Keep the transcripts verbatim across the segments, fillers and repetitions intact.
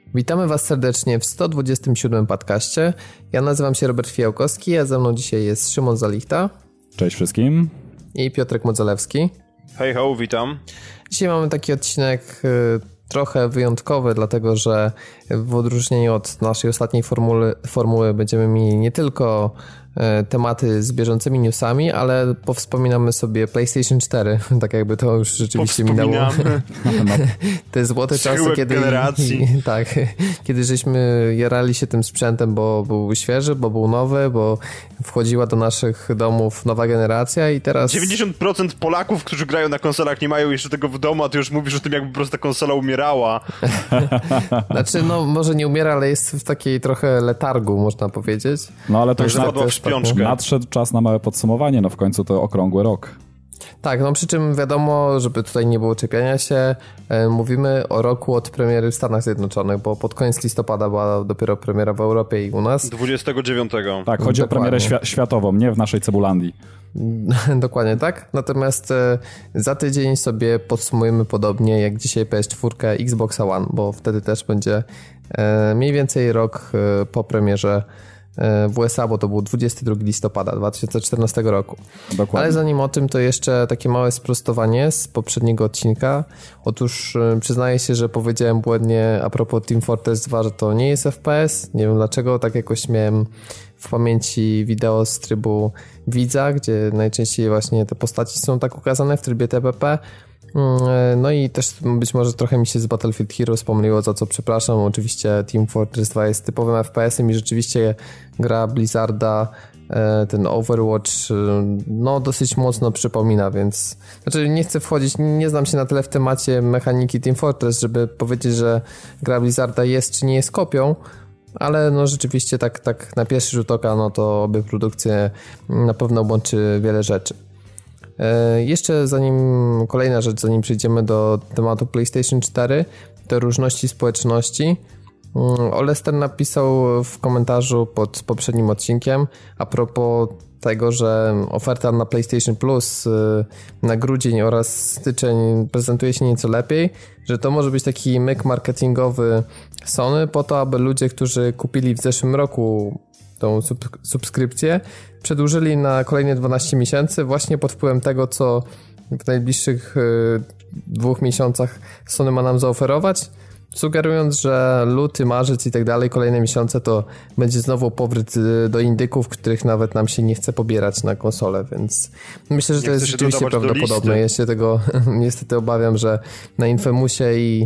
Witamy Was serdecznie w sto dwudziestym siódmym podcaście. Ja nazywam się Robert Fijałkowski, a ze mną dzisiaj jest Szymon Zalichta. Cześć wszystkim. I Piotrek Modzelewski. Hej ho, witam. Dzisiaj mamy taki odcinek y, trochę wyjątkowy, dlatego że w odróżnieniu od naszej ostatniej formuły, formuły będziemy mieli nie tylko y, tematy z bieżącymi newsami, ale powspominamy sobie PlayStation cztery, tak jakby to już rzeczywiście minęło. Te złote czasy, kiedy, generacji. tak, kiedy żeśmy jarali się tym sprzętem, bo był świeży, bo był nowy, bo wchodziła do naszych domów nowa generacja i teraz... dziewięćdziesiąt procent Polaków, którzy grają na konsolach, nie mają jeszcze tego w domu, a ty już mówisz o tym, jakby po prostu ta konsola umierała. Znaczy, no może nie umiera, ale jest w takiej trochę letargu, można powiedzieć. No ale to już zapadła w śpiączkę. Nadszedł czas na małe podsumowanie, no w końcu to okrągły rok. Tak, no przy czym wiadomo, żeby tutaj nie było czepiania się, e, mówimy o roku od premiery w Stanach Zjednoczonych, bo pod koniec listopada była dopiero premiera w Europie i u nas. dwudziestego dziewiątego. Tak, chodzi Dokładnie. o premierę świ- światową, nie w naszej Cebulandii. Dokładnie tak, natomiast e, za tydzień sobie podsumujemy podobnie jak dzisiaj P S cztery, Xboxa One, bo wtedy też będzie e, mniej więcej rok e, po premierze w U S A, bo to był dwudziestego drugiego listopada dwa tysiące czternastego roku. Dokładnie. Ale zanim o tym, to jeszcze takie małe sprostowanie z poprzedniego odcinka. Otóż przyznaję się, że powiedziałem błędnie a propos Team Fortress dwa, że to nie jest F P S. Nie wiem dlaczego, tak jakoś miałem w pamięci wideo z trybu widza, gdzie najczęściej właśnie te postaci są tak ukazane w trybie T P P. No i też być może trochę mi się z Battlefield Heroes pomyliło, za co przepraszam. Oczywiście Team Fortress dwa jest typowym F P S-em i rzeczywiście gra Blizzarda, ten Overwatch, no dosyć mocno przypomina, więc znaczy nie chcę wchodzić, nie znam się na tyle w temacie mechaniki Team Fortress, żeby powiedzieć, że gra Blizzarda jest czy nie jest kopią, ale no rzeczywiście tak, tak na pierwszy rzut oka, no to obie produkcje na pewno łączy wiele rzeczy. Jeszcze zanim, kolejna rzecz, zanim przejdziemy do tematu PlayStation cztery, to różności społeczności. Olester napisał w komentarzu pod poprzednim odcinkiem a propos tego, że oferta na PlayStation Plus na grudzień oraz styczeń prezentuje się nieco lepiej, że to może być taki myk marketingowy Sony po to, aby ludzie, którzy kupili w zeszłym roku tą sub- subskrypcję, przedłużyli na kolejne dwanaście miesięcy właśnie pod wpływem tego, co w najbliższych y, dwóch miesiącach Sony ma nam zaoferować, sugerując, że luty, marzec i tak dalej, kolejne miesiące to będzie znowu powrót do indyków, których nawet nam się nie chce pobierać na konsolę, więc myślę, że nie to jest rzeczywiście prawdopodobne. Ja się tego niestety obawiam, że na Infamousie i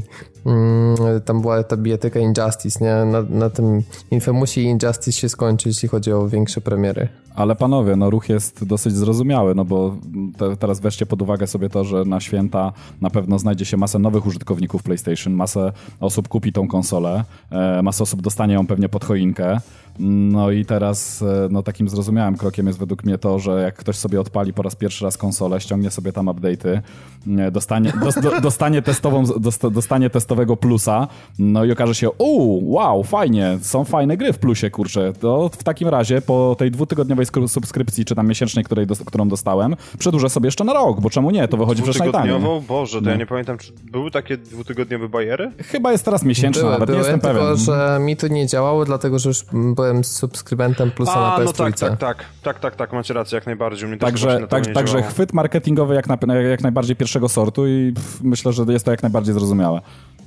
mm, tam była ta bijatyka Injustice, nie? Na, na tym Infamousie i Injustice się skończy, jeśli chodzi o większe premiery. Ale panowie, no ruch jest dosyć zrozumiały, no bo te, teraz weźcie pod uwagę sobie to, że na święta na pewno znajdzie się masę nowych użytkowników PlayStation, masę osób kupi tą konsolę, e, masę osób dostanie ją pewnie pod choinkę. No i teraz e, no takim zrozumiałym krokiem jest według mnie to, że jak ktoś sobie odpali po raz pierwszy raz konsolę, ściągnie sobie tam update'y, e, dostanie, dos, do, dostanie, testową, dosta, dostanie testowego plusa, no i okaże się, uuu, wow, fajnie, są fajne gry w plusie, kurczę. To w takim razie po tej dwutygodniowej subskrypcji, czy tam miesięcznej, której, do, którą dostałem, przedłużę sobie jeszcze na rok, bo czemu nie? To wychodzi przecież najtaniej. Dwutygodniową? Boże, to no. Ja nie pamiętam, czy były takie dwutygodniowe bajery? Chyba jest teraz miesięczna, były, nawet były, nie jestem tylko, pewien. Tylko, że mi to nie działało, dlatego, że już byłem subskrybentem plusa A, na P S trzy. no tak, tak, tak, tak, tak, tak, macie rację, jak najbardziej. Mnie także też tak, także chwyt marketingowy jak, na, jak najbardziej pierwszego sortu i pff, myślę, że jest to jak najbardziej zrozumiałe.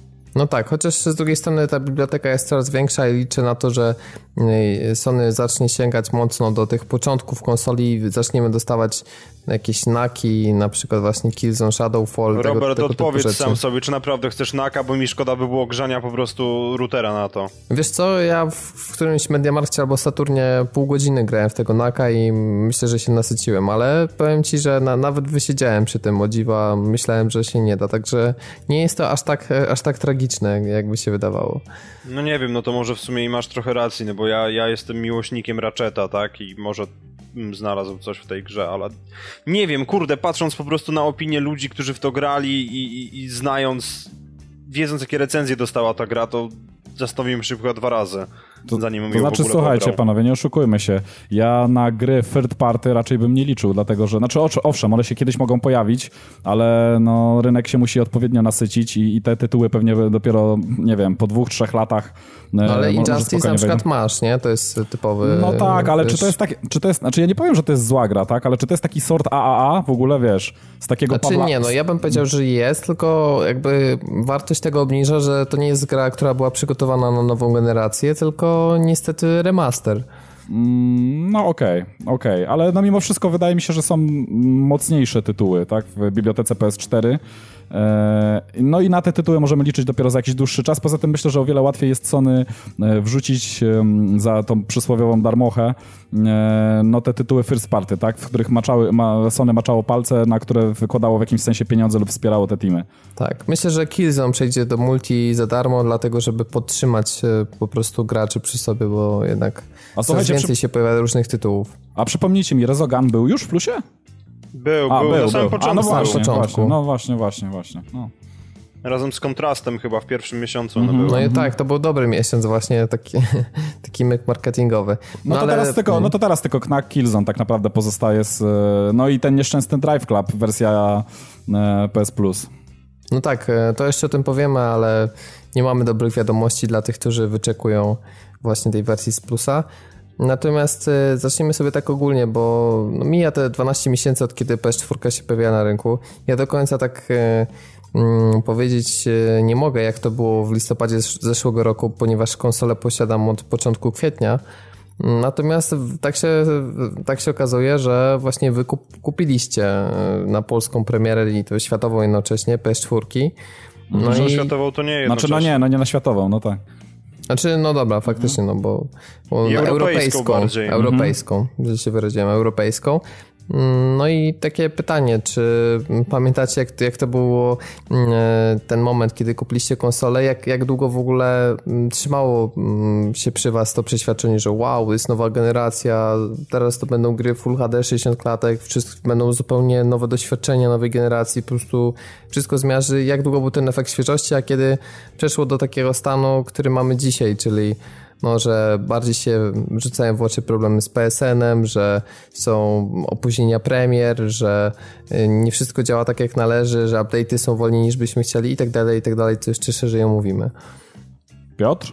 No tak, chociaż z drugiej strony ta biblioteka jest coraz większa i liczę na to, że Sony zacznie sięgać mocno do tych początków konsoli i zaczniemy dostawać jakieś naki, na przykład właśnie Killzone, Shadowfall. Robert, tego, tego odpowiedz sam sobie, czy naprawdę chcesz naka, bo mi szkoda by było grzania po prostu routera na to. Wiesz co, ja w, w którymś Mediamarkcie albo Saturnie pół godziny grałem w tego naka i myślę, że się nasyciłem, ale powiem ci, że na, nawet wysiedziałem przy tym, o dziwa, myślałem, że się nie da, także nie jest to aż tak, aż tak tragiczne, jakby się wydawało. No nie wiem, no to może w sumie i masz trochę racji, no bo ja, ja jestem miłośnikiem Ratcheta, tak, i może znalazł coś w tej grze, ale nie wiem, kurde, patrząc po prostu na opinię ludzi, którzy w to grali i, i, i znając, wiedząc jakie recenzje dostała ta gra, to zastanowiłem się chyba dwa razy. To, zanim to znaczy, w ogóle słuchajcie, pobrał. panowie, nie oszukujmy się. Ja na gry third party raczej bym nie liczył, dlatego że, znaczy owszem, one się kiedyś mogą pojawić, ale no, rynek się musi odpowiednio nasycić i, i te tytuły pewnie dopiero, nie wiem, po dwóch, trzech latach. No, ale Injustice na przykład wejdą. masz, nie? To jest typowy... No tak, ale wiesz... czy to jest tak, czy to jest, znaczy ja nie powiem, że to jest zła gra, tak, ale czy to jest taki sort A A A w ogóle, wiesz, z takiego Znaczy Pawła... nie, no ja bym powiedział, że jest, tylko jakby wartość tego obniża, że to nie jest gra, która była przygotowana na nową generację, tylko niestety remaster. No okej, okay, okej, okay. Ale no mimo wszystko wydaje mi się, że są mocniejsze tytuły, tak, w bibliotece P S cztery. No i na te tytuły możemy liczyć dopiero za jakiś dłuższy czas. Poza tym myślę, że o wiele łatwiej jest Sony wrzucić za tą przysłowiową darmochę no te tytuły first party, tak, w których maczały, ma, Sony maczało palce, na które wykładało w jakimś sensie pieniądze lub wspierało te teamy. Tak, myślę, że Killzone przejdzie do multi za darmo, dlatego żeby podtrzymać po prostu graczy przy sobie, bo jednak A coraz więcej przy... się pojawia różnych tytułów. A przypomnijcie mi, Resogun był już w plusie? Był, A, był, był, na samym był. początku. A, no właśnie, początku. właśnie, no właśnie, właśnie, właśnie. No. Razem z Kontrastem chyba w pierwszym miesiącu Mm-hmm. one były. No i tak, to był dobry miesiąc właśnie, taki, taki myk marketingowy. No, no, to ale... teraz tylko, no to teraz tylko Knack Killzone tak naprawdę pozostaje z... No i ten nieszczęsny Drive Club, wersja P S Plus. No tak, to jeszcze o tym powiemy, ale nie mamy dobrych wiadomości dla tych, którzy wyczekują właśnie tej wersji z Plusa. Natomiast y, zacznijmy sobie tak ogólnie, bo no, mija te dwanaście miesięcy od kiedy P S cztery się pojawia na rynku. Ja do końca tak y, y, powiedzieć y, nie mogę, jak to było w listopadzie z zeszłego roku, ponieważ konsolę posiadam od początku kwietnia. Natomiast tak się, tak się okazuje, że właśnie wy kup, kupiliście na polską premierę i to światową jednocześnie P S cztery. No że i... światową to nie jednocześnie. Znaczy no nie, no nie na światową, no tak. Znaczy, no dobra, faktycznie, no bo, bo I na europejską europejską, bardziej. europejską, mm-hmm. że się wyraziłem, europejską. No i takie pytanie, czy pamiętacie, jak to, jak to było ten moment, kiedy kupiliście konsolę, jak, jak długo w ogóle trzymało się przy was to przeświadczenie, że wow, jest nowa generacja, teraz to będą gry Full H D, sześćdziesiąt klatek, wszystko, będą zupełnie nowe doświadczenia nowej generacji, po prostu wszystko zmiarzy. Jak długo był ten efekt świeżości, a kiedy przeszło do takiego stanu, który mamy dzisiaj, czyli no, że bardziej się rzucają w oczy problemy z P S N-em, że są opóźnienia premier, że nie wszystko działa tak jak należy, że update'y są wolniej niż byśmy chcieli i tak dalej, i tak dalej, co jeszcze szerzej omówimy. Piotr?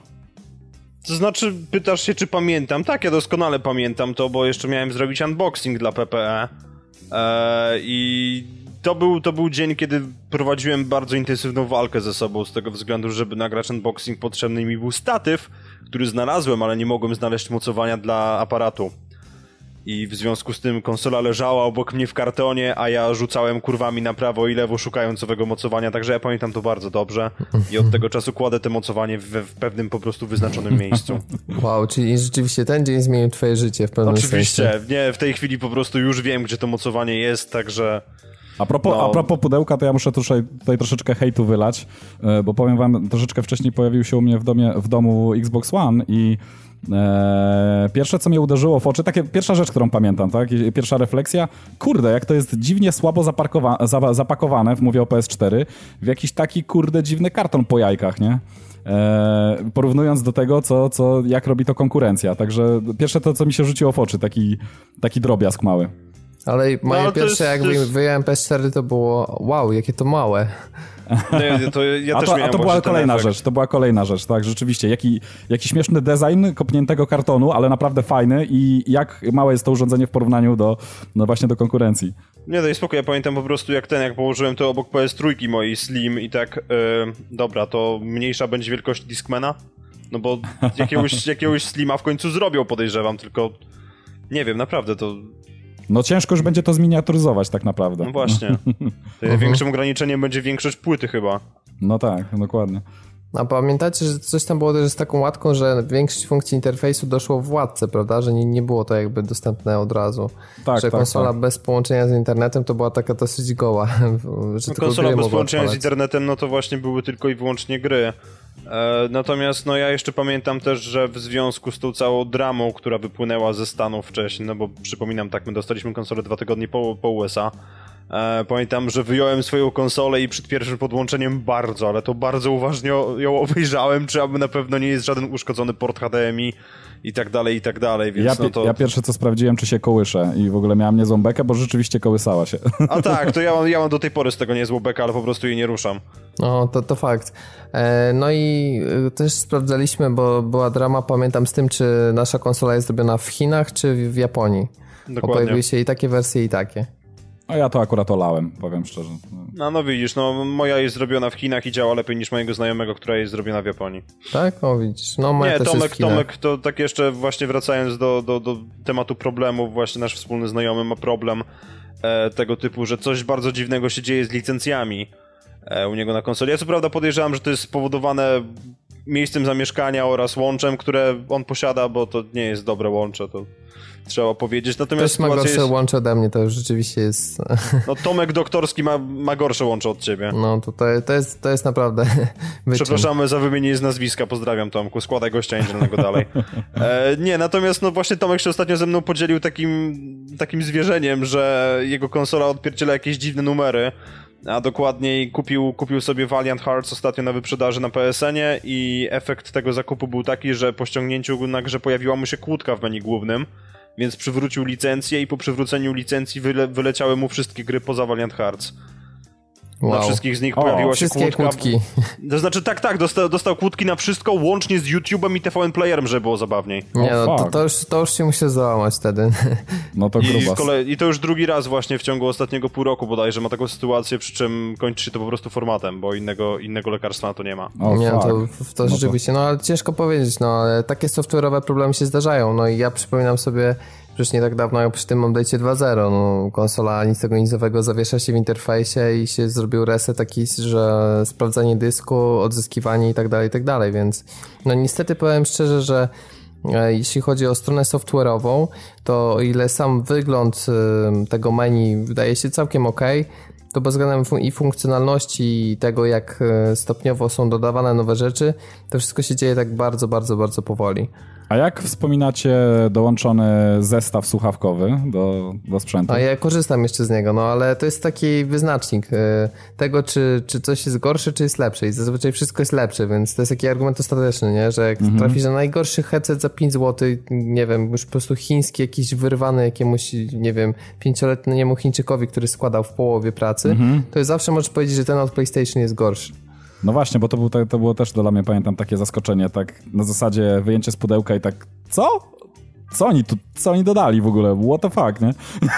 To znaczy, pytasz się, czy pamiętam? Tak, ja doskonale pamiętam to, bo jeszcze miałem zrobić unboxing dla P P E eee, i to był, to był dzień, kiedy prowadziłem bardzo intensywną walkę ze sobą, z tego względu, żeby nagrać unboxing potrzebny mi był statyw, który znalazłem, ale nie mogłem znaleźć mocowania dla aparatu. I w związku z tym konsola leżała obok mnie w kartonie, a ja rzucałem kurwami na prawo i lewo szukając owego mocowania, także ja pamiętam to bardzo dobrze i od tego czasu kładę to mocowanie w, w pewnym po prostu wyznaczonym miejscu. Wow, czyli rzeczywiście ten dzień zmienił twoje życie w pewnym Oczywiście, sensie. Oczywiście, nie, w tej chwili po prostu już wiem, gdzie to mocowanie jest, także... A propos, no. a propos pudełka, to ja muszę tutaj, tutaj troszeczkę hejtu wylać, bo powiem wam, troszeczkę wcześniej pojawił się u mnie w, domie, w domu Xbox One i e, pierwsze, co mnie uderzyło w oczy, takie pierwsza rzecz, którą pamiętam, tak, pierwsza refleksja, kurde, jak to jest dziwnie słabo zaparkowa- za, zapakowane, mówię o P S cztery, w jakiś taki, kurde, dziwny karton po jajkach, nie? E, porównując do tego, co, co, jak robi to konkurencja. Także pierwsze to, co mi się rzuciło w oczy, taki, taki drobiazg mały. Ale moje no, pierwsze, jest, jak jest... wyjąłem P S cztery, to było wow, jakie to małe. Nie, to ja a też to, miałem a to była kolejna rzecz, to była kolejna rzecz, tak, rzeczywiście. Jaki, jaki śmieszny design kopniętego kartonu, ale naprawdę fajny i jak małe jest to urządzenie w porównaniu do, no właśnie do konkurencji. Nie, daj spokój, ja pamiętam po prostu jak ten, jak położyłem to obok P S trzy mojej Slim i tak, yy, dobra, to mniejsza będzie wielkość Discmana? No bo jakiegoś, jakiegoś Slima w końcu zrobią, podejrzewam, tylko nie wiem, naprawdę to... No ciężko już będzie to zminiaturyzować tak naprawdę. No właśnie. Większym ograniczeniem będzie większość płyty chyba. No tak, dokładnie. A pamiętacie, że coś tam było też z taką łatką, że większość funkcji interfejsu doszło w łatce, prawda? Że nie, nie było to jakby dostępne od razu. Tak, że tak, konsola tak. bez połączenia z internetem to była taka dosyć goła. Że no, tylko konsola gry bez mogła połączenia odpalać. z internetem, no to właśnie były tylko i wyłącznie gry. E, natomiast no ja jeszcze pamiętam też, że w związku z tą całą dramą, która wypłynęła ze Stanów wcześniej, no bo przypominam, tak, my dostaliśmy konsolę dwa tygodnie po, po U S A, E, pamiętam, że wyjąłem swoją konsolę i przed pierwszym podłączeniem bardzo, ale to bardzo uważnie ją obejrzałem, czy aby na pewno nie jest żaden uszkodzony port H D M I i tak dalej, i tak dalej, więc ja, no to... ja pierwsze co sprawdziłem, czy się kołysze i w ogóle miałem niezłą bekę, bo rzeczywiście kołysała się. A tak, to ja mam, ja mam do tej pory z tego niezłą bekę, ale po prostu jej nie ruszam. No, to, to fakt. E, no i też sprawdzaliśmy, bo była drama, pamiętam, z tym, czy nasza konsola jest zrobiona w Chinach, czy w Japonii. Dokładnie. Bo pojawiły się i takie wersje, i takie. A ja to akurat olałem, powiem szczerze. No, no widzisz, no moja jest zrobiona w Chinach i działa lepiej niż mojego znajomego, która jest zrobiona w Japonii. Tak? O, widzisz. No, moja Nie, też Tomek, jest w Chinach. Tomek, to tak jeszcze właśnie wracając do, do, do tematu problemów, właśnie nasz wspólny znajomy ma problem e, tego typu, że coś bardzo dziwnego się dzieje z licencjami e, u niego na konsoli. Ja co prawda podejrzewam, że to jest spowodowane miejscem zamieszkania oraz łączem, które on posiada, bo to nie jest dobre łącze, to trzeba powiedzieć. Natomiast Ktoś ma gorsze jest... łącze ode mnie, to już rzeczywiście jest... No Tomek Doktorski ma, ma gorsze łącze od ciebie. No tutaj to jest, to jest naprawdę wyczyn. Przepraszamy za wymienienie z nazwiska, pozdrawiam Tomku, składaj gościa niedzielnego dalej. E, nie, natomiast no właśnie Tomek się ostatnio ze mną podzielił takim, takim zwierzeniem, że jego konsola odpierdziela jakieś dziwne numery, a dokładniej kupił, kupił sobie Valiant Hearts ostatnio na wyprzedaży na P S N ie i efekt tego zakupu był taki, że po ściągnięciu na grze pojawiła mu się kłódka w menu głównym, więc przywrócił licencję i po przywróceniu licencji wyle, wyleciały mu wszystkie gry poza Valiant Hearts. Wow. Na wszystkich z nich o, pojawiła się wszystkie kłódka. kłódki. To znaczy tak, tak, dostał, dostał kłódki na wszystko, łącznie z YouTube'em i T V N Playerem, żeby było zabawniej. Nie, no, oh, to, to, już, to już się musi załamać wtedy. No to I, grubas. kolej, I to już drugi raz właśnie w ciągu ostatniego pół roku bodajże ma taką sytuację, przy czym kończy się to po prostu formatem, bo innego, innego lekarstwa na to nie ma. Oh, nie, fuck. to, to no rzeczywiście, no ale ciężko powiedzieć, no ale takie software'owe problemy się zdarzają, no i ja przypominam sobie, przecież nie tak dawno przy tym update'cie dwa zero, no konsola nic tego nic nowego zawiesza się w interfejsie i się zrobił reset taki, że sprawdzanie dysku, odzyskiwanie i tak dalej, i tak dalej, więc no niestety powiem szczerze, że e, jeśli chodzi o stronę software'ową, to o ile sam wygląd e, tego menu wydaje się całkiem okej, to pod względem fun- i funkcjonalności i tego, jak e, stopniowo są dodawane nowe rzeczy, to wszystko się dzieje tak bardzo, bardzo, bardzo powoli. A jak wspominacie dołączony zestaw słuchawkowy do, do sprzętu? A ja korzystam jeszcze z niego, no ale to jest taki wyznacznik y, tego, czy, czy coś jest gorsze, czy jest lepsze i zazwyczaj wszystko jest lepsze, więc to jest taki argument ostateczny, nie? Że jak mm-hmm. trafisz na najgorszy headset za pięć złotych, nie wiem, już po prostu chiński, jakiś wyrwany jakiemuś, nie wiem, pięcioletniemu Chińczykowi, który składał w połowie pracy, mm-hmm. to zawsze możesz powiedzieć, że ten od PlayStation jest gorszy. No właśnie, bo to, był, to było też dla mnie, pamiętam, takie zaskoczenie, tak na zasadzie wyjęcie z pudełka i tak, co? Co oni tu, co oni dodali w ogóle? What the fuck, nie?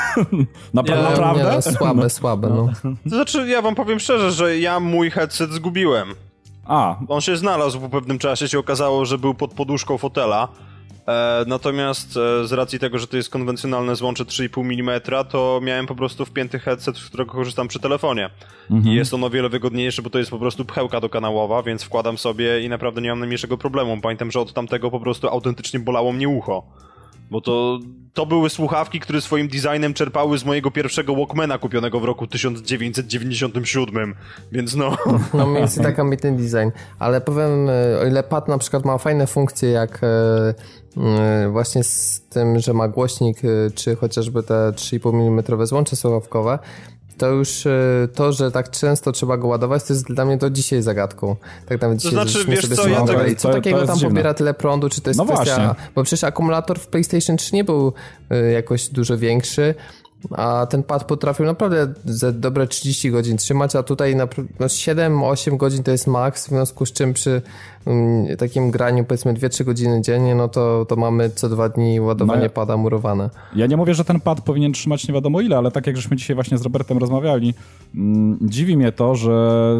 Napra- nie, naprawdę? Nie, no, słabe, no. słabe, no. To znaczy, ja wam powiem szczerze, że ja mój headset zgubiłem. A. On się znalazł po pewnym czasie, się okazało, że był pod poduszką fotela. E, natomiast e, z racji tego, że to jest konwencjonalne złącze trzy i pół milimetra, to miałem po prostu wpięty headset, z którego korzystam przy telefonie. Mhm. I jest on o wiele wygodniejszy, bo to jest po prostu pchełka dokanałowa, więc wkładam sobie i naprawdę nie mam najmniejszego problemu. Pamiętam, że od tamtego po prostu autentycznie bolało mnie ucho. Bo to, to były słuchawki, które swoim designem czerpały z mojego pierwszego Walkmana kupionego w roku tysiąc dziewięćset dziewięćdziesiątym siódmym, więc no... No mniej więcej tak ma ten design, ale powiem, o ile pad na przykład ma fajne funkcje, jak właśnie z tym, że ma głośnik, czy chociażby te trzy i pół milimetra złącze słuchawkowe, to już to, że tak często trzeba go ładować, to jest dla mnie do dzisiaj zagadką. Tak nawet to dzisiaj znaczy, wiesz sobie co, ja słucham, tak, i co to, takiego to tam dziwne. pobiera tyle prądu, czy to jest no kwestia... Właśnie. Bo przecież akumulator w PlayStation trzy nie był jakoś dużo większy, a ten pad potrafił naprawdę za dobre trzydzieści godzin trzymać, a tutaj na no siedem osiem godzin to jest maks, w związku z czym przy um, takim graniu powiedzmy dwie trzy godziny dziennie, no to, to mamy co dwa dni ładowanie no, pada murowane. Ja nie mówię, że ten pad powinien trzymać nie wiadomo ile, ale tak jak żeśmy dzisiaj właśnie z Robertem rozmawiali, mm, dziwi mnie to, że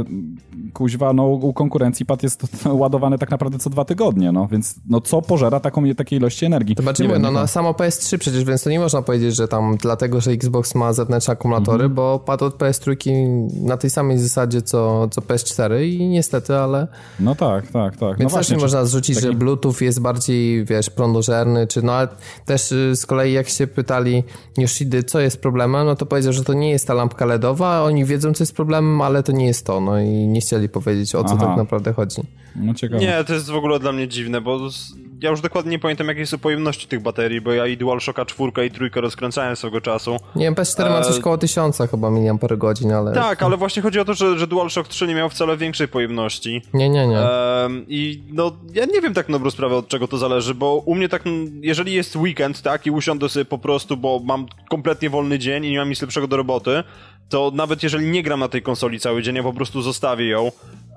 kuźwa, no u konkurencji pad jest ładowany tak naprawdę co dwa tygodnie, no więc no co pożera taką, takiej ilości energii? Zobaczymy, no na samo P S trzy przecież, więc to nie można powiedzieć, że tam dlatego, że Xbox ma zewnętrzne akumulatory, mm-hmm. bo pad od P S trzy na tej samej zasadzie co, co P S cztery i niestety, ale... No tak, tak, tak. Więc no też właśnie, nie można zrzucić, taki... że Bluetooth jest bardziej, wiesz, prądożerny, czy no ale też z kolei jak się pytali Yoshidy, co jest problemem, no to powiedział, że to nie jest ta lampka L E D owa, oni wiedzą, co jest problemem, ale to nie jest to, no i nie chcieli powiedzieć, o co Aha. tak naprawdę chodzi. No ciekawe. Nie, to jest w ogóle dla mnie dziwne, bo ja już dokładnie nie pamiętam, jakie są pojemności tych baterii, bo ja i DualShocka czwórkę i trójkę rozkręcałem swego czasu. Nie wiem, P S cztery ma coś koło tysiąca chyba miliamperogodzin, ale... Tak, ale właśnie chodzi o to, że, że DualShock trzy nie miał wcale większej pojemności. Nie, nie, nie. Um, I no, ja nie wiem tak na dobrą sprawę, od czego to zależy, bo u mnie tak, jeżeli jest weekend, tak, i usiądę sobie po prostu, bo mam kompletnie wolny dzień i nie mam nic lepszego do roboty, to nawet jeżeli nie gram na tej konsoli cały dzień, ja po prostu zostawię ją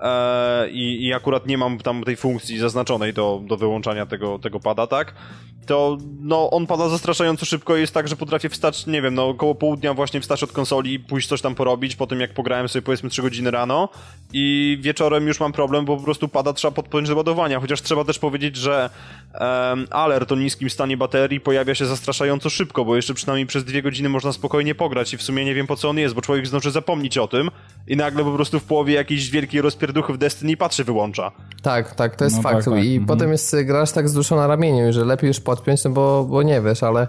e, i, i akurat nie mam tam tej funkcji zaznaczonej do, do wyłączania tego, tego pada, tak? To no, on pada zastraszająco szybko i jest tak, że potrafię wstać, nie wiem, no około południa właśnie wstać od konsoli, pójść coś tam porobić, po tym jak pograłem sobie powiedzmy trzy godziny rano i wieczorem już mam problem, bo po prostu pada trzeba podpiąć do ładowania, chociaż trzeba też powiedzieć, że um, alert o niskim stanie baterii pojawia się zastraszająco szybko, bo jeszcze przynajmniej przez dwie godziny można spokojnie pograć i w sumie nie wiem po co on jest, bo człowiek zdąży zapomnieć o tym i nagle po prostu w połowie jakiejś wielkiej rozpierduchy w Destiny patrzy wyłącza. Tak, tak, to jest no fakt. Tak, tak. I mhm. potem jest, grasz tak z duszą na ramieniu, że lepiej już podpiąć, no bo, bo nie wiesz, ale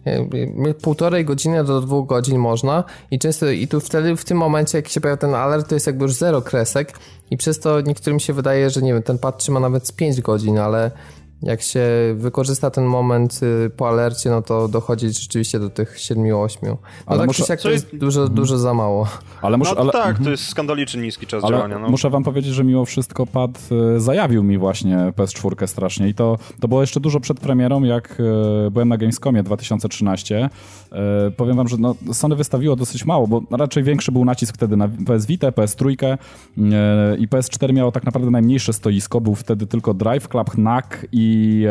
półtorej godziny do dwóch godzin można i często i tu wtedy w tym momencie, jak się pojawia ten alert, to jest jakby już zero kresek i przez to niektórym się wydaje, że nie wiem, ten pad trzyma nawet z pięć godzin, ale jak się wykorzysta ten moment po alercie, no to dochodzi rzeczywiście do tych siedmiu ośmiu. No ale tak muszę, jak to jest, jest dużo, mhm. dużo za mało. Ale muszę, no ale, tak, mhm. to jest skandalicznie niski czas ale działania. No. Muszę wam powiedzieć, że mimo wszystko pad zajawił mi właśnie P S cztery strasznie i to, to było jeszcze dużo przed premierą, jak byłem na Gamescomie dwa tysiące trzynastym. Powiem wam, że no, Sony wystawiło dosyć mało, bo raczej większy był nacisk wtedy na P S Vita, P S trzy i P S cztery miało tak naprawdę najmniejsze stoisko. Był wtedy tylko Drive Club, N A C i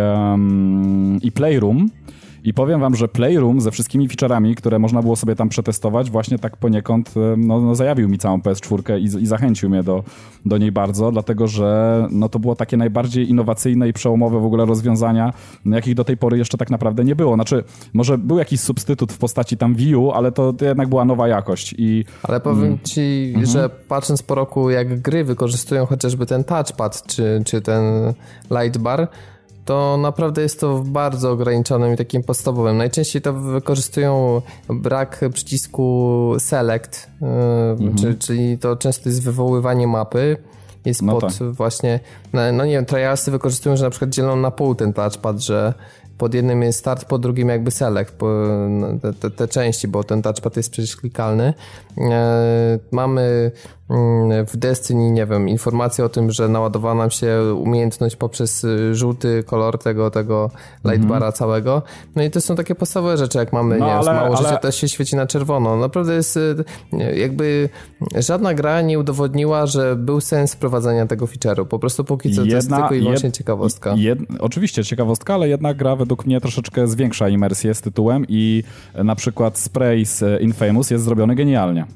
i Playroom. I powiem wam, że Playroom ze wszystkimi feature'ami, które można było sobie tam przetestować, właśnie tak poniekąd no, no zajawił mi całą P S cztery i, i zachęcił mnie do, do niej bardzo, dlatego że no, to było takie najbardziej innowacyjne i przełomowe w ogóle rozwiązania, jakich do tej pory jeszcze tak naprawdę nie było. Znaczy, może był jakiś substytut w postaci tam Wii U, ale to, to jednak była nowa jakość. I, ale powiem mm, ci, mm-hmm. że patrząc po roku, jak gry wykorzystują chociażby ten touchpad, czy, czy ten lightbar, to naprawdę jest to bardzo ograniczonym i takim podstawowym. Najczęściej to wykorzystują brak przycisku select, yy, mhm. czyli, czyli to często jest wywoływanie mapy. Jest no pod tak. właśnie, no, no nie wiem, trialsy wykorzystują, że na przykład dzielą na pół ten touchpad, że pod jednym jest start, pod drugim jakby select, po, no, te, te, te części, bo ten touchpad jest przecież klikalny. E, mamy w Destiny, nie wiem, informację o tym, że naładowała nam się umiejętność poprzez żółty kolor tego, tego lightbara mm-hmm. całego. No i to są takie podstawowe rzeczy, jak mamy, no, nie ale, wiem, mało ale... życia też się świeci na czerwono. Naprawdę jest jakby żadna gra nie udowodniła, że był sens wprowadzenia tego feature'u. Po prostu póki co jedna, to jest tylko i wyłącznie jed, ciekawostka. Jed, oczywiście ciekawostka, ale jedna gra według mnie troszeczkę zwiększa imersję z tytułem i na przykład spray z Infamous jest zrobiony genialnie.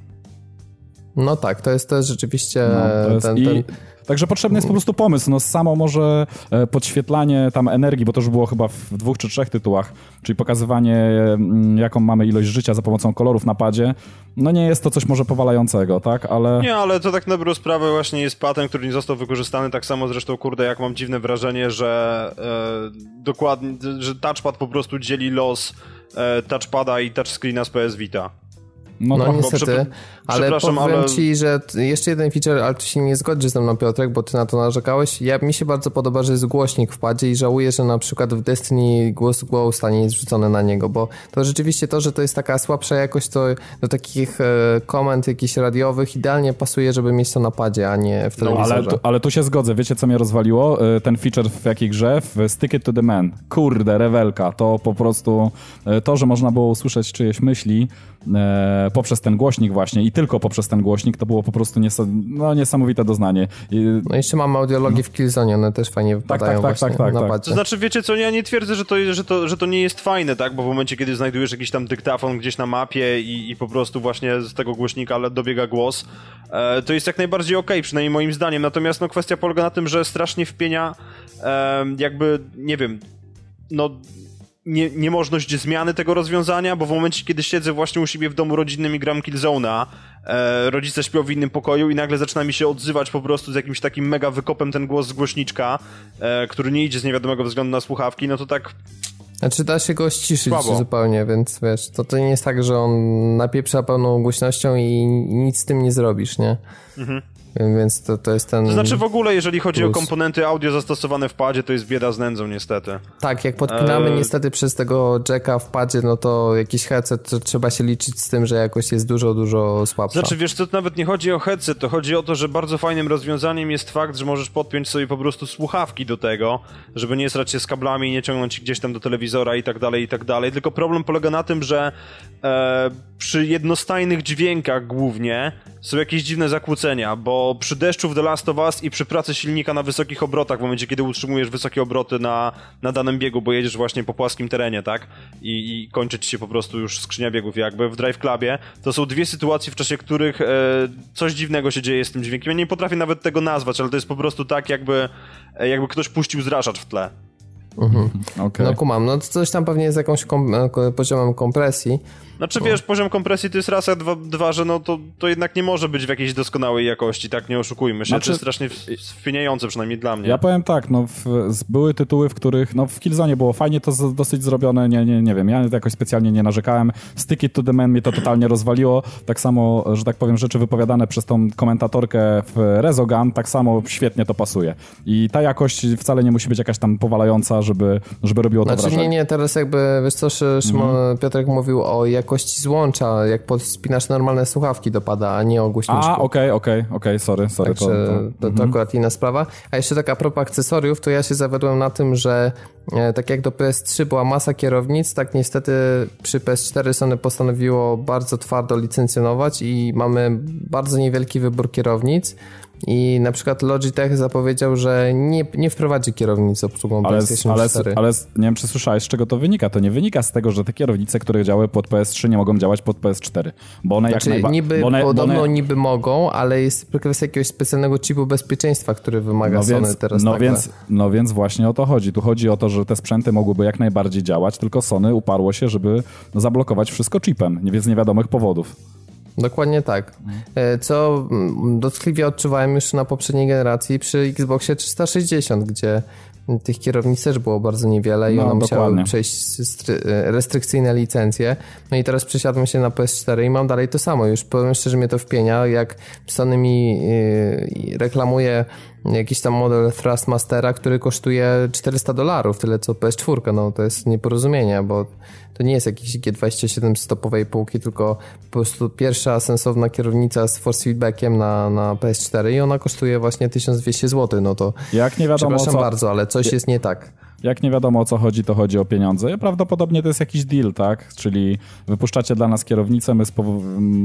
No tak, to jest też rzeczywiście no, to jest ten, i... ten... Także potrzebny jest po prostu pomysł. No samo może podświetlanie tam energii, bo to już było chyba w dwóch czy trzech tytułach, czyli pokazywanie jaką mamy ilość życia za pomocą kolorów na padzie, no nie jest to coś może powalającego, tak, ale... Nie, ale to tak na dobrą sprawę właśnie jest patent, który nie został wykorzystany, tak samo zresztą, kurde, jak mam dziwne wrażenie, że e, dokładnie, że touchpad po prostu dzieli los e, touchpada i touchscreena z P S Vita. No, no niestety, przepra- ale powiem ale... ci, że jeszcze jeden feature, ale tu się nie zgodzisz ze mną, Piotrek, bo ty na to narzekałeś. Ja, mi się bardzo podoba, że jest głośnik w padzie i żałuję, że na przykład w Destiny głos Ghosta nie jest wrzucony na niego, bo to rzeczywiście to, że to jest taka słabsza jakość, to do takich e, komend jakichś radiowych idealnie pasuje, żeby mieć to na padzie, a nie w telewizorze. No, ale, tu, ale tu się zgodzę. Wiecie, co mnie rozwaliło? Ten feature w jakiej grze? W Stick It to the Man. Kurde, rewelka. To po prostu to, że można było usłyszeć czyjeś myśli e, poprzez ten głośnik właśnie i tylko poprzez ten głośnik, to było po prostu nies- no, niesamowite doznanie. I... No jeszcze mamy audiologię w Killzone, one też fajnie wypadają tak, tak, właśnie tak, tak, na tak, padzie. To znaczy, wiecie co, ja nie twierdzę, że to, że, to, że to nie jest fajne, tak, bo w momencie, kiedy znajdujesz jakiś tam dyktafon gdzieś na mapie i, i po prostu właśnie z tego głośnika dobiega głos, e, to jest jak najbardziej okej, okay, przynajmniej moim zdaniem. Natomiast no, kwestia polega na tym, że strasznie wpienia e, jakby, nie wiem, no... Nie, niemożność zmiany tego rozwiązania, bo w momencie, kiedy siedzę właśnie u siebie w domu rodzinnym i gram Killzone'a, e, rodzice śpią w innym pokoju i nagle zaczyna mi się odzywać po prostu z jakimś takim mega wykopem ten głos z głośniczka, e, który nie idzie z niewiadomego względu na słuchawki, no to tak... Znaczy da się go ściszyć Słabo. zupełnie, więc wiesz, to, to nie jest tak, że on napieprza pełną głośnością i nic z tym nie zrobisz, nie? Mhm. Więc to, to jest ten... To znaczy w ogóle, jeżeli chodzi plus. o komponenty audio zastosowane w padzie, to jest bieda z nędzą niestety. Tak, jak podpinamy e... niestety przez tego jacka w padzie, no to jakiś headset, to trzeba się liczyć z tym, że jakość jest dużo, dużo słabsza. Znaczy wiesz co, to nawet nie chodzi o headset, to chodzi o to, że bardzo fajnym rozwiązaniem jest fakt, że możesz podpiąć sobie po prostu słuchawki do tego, żeby nie srać się z kablami, nie ciągnąć gdzieś tam do telewizora i tak dalej, i tak dalej. Tylko problem polega na tym, że e, przy jednostajnych dźwiękach głównie są jakieś dziwne zakłócenia, bo przy deszczu w The Last of Us i przy pracy silnika na wysokich obrotach, w momencie kiedy utrzymujesz wysokie obroty na, na danym biegu, bo jedziesz właśnie po płaskim terenie, tak? I, i kończy ci się po prostu już skrzynia biegów jakby w Drive Clubie, to są dwie sytuacje, w czasie których e, coś dziwnego się dzieje z tym dźwiękiem. Ja nie potrafię nawet tego nazwać, ale to jest po prostu tak, jakby, e, jakby ktoś puścił zraszacz w tle. Mhm. Okay. No kumam, no coś tam pewnie z jakąś kom poziomem kompresji. Znaczy wiesz, poziom kompresji to jest raz, a dwa, dwa że no to, to jednak nie może być w jakiejś doskonałej jakości, tak, nie oszukujmy się, znaczy, to jest strasznie wpieniające przynajmniej dla mnie. Ja powiem tak, no w, były tytuły, w których, no w Killzone było fajnie to z, dosyć zrobione, nie, nie, nie wiem, ja jakoś specjalnie nie narzekałem, Stick It to the Man mnie to totalnie rozwaliło, tak samo, że tak powiem, rzeczy wypowiadane przez tą komentatorkę w Resogun, tak samo świetnie to pasuje i ta jakość wcale nie musi być jakaś tam powalająca, żeby, żeby robiło to znaczy, wrażenie. Nie, nie, teraz jakby, wiesz co, Szymon, mm. Piotrek mówił o jakości złącza, jak podspinasz normalne słuchawki dopada, a nie o głośniczku. A, okej, okej, okej, sorry, sorry. Także to, to, to, to mm. akurat inna sprawa. A jeszcze tak a propos akcesoriów, to ja się zawiodłem na tym, że e, tak jak do P S trzy była masa kierownic, tak niestety przy P S cztery Sony postanowiło bardzo twardo licencjonować i mamy bardzo niewielki wybór kierownic. I na przykład Logitech zapowiedział, że nie, nie wprowadzi kierownic z obsługą ale, PlayStation ale, cztery. Ale nie wiem, czy słyszałeś, z czego to wynika. To nie wynika z tego, że te kierownice, które działały pod P S trzy, nie mogą działać pod P S cztery. Bo one znaczy, jak najba- niby, bo one, podobno bo one... niby mogą, ale jest kwestia jakiegoś specjalnego chipu bezpieczeństwa, który wymaga no Sony więc, teraz no nagle. więc, no więc właśnie o to chodzi. Tu chodzi o to, że te sprzęty mogłyby jak najbardziej działać, tylko Sony uparło się, żeby zablokować wszystko chipem, nie, z niewiadomych powodów. Dokładnie tak. Co dotkliwie odczuwałem już na poprzedniej generacji przy Xboxie trzysta sześćdziesiąt, gdzie tych kierownic też było bardzo niewiele i no, one musiały dokładnie. przejść restrykcyjne licencje. No i teraz przesiadłem się na P S cztery i mam dalej to samo. Już powiem szczerze, mnie to wpienia. Jak Sony mi reklamuje jakiś tam model Thrustmastera, który kosztuje czterysta dolarów, tyle co P S cztery. No to jest nieporozumienie, bo to nie jest jakiś G dwadzieścia siedem z topowej półki, tylko po prostu pierwsza sensowna kierownica z force feedbackiem na, na P S cztery i ona kosztuje właśnie tysiąc dwieście złotych. No to jak nie wiadomo, przepraszam co... bardzo, ale coś jest nie tak. Jak nie wiadomo o co chodzi, to chodzi o pieniądze. Prawdopodobnie to jest jakiś deal, tak? Czyli wypuszczacie dla nas kierownicę, my, spow-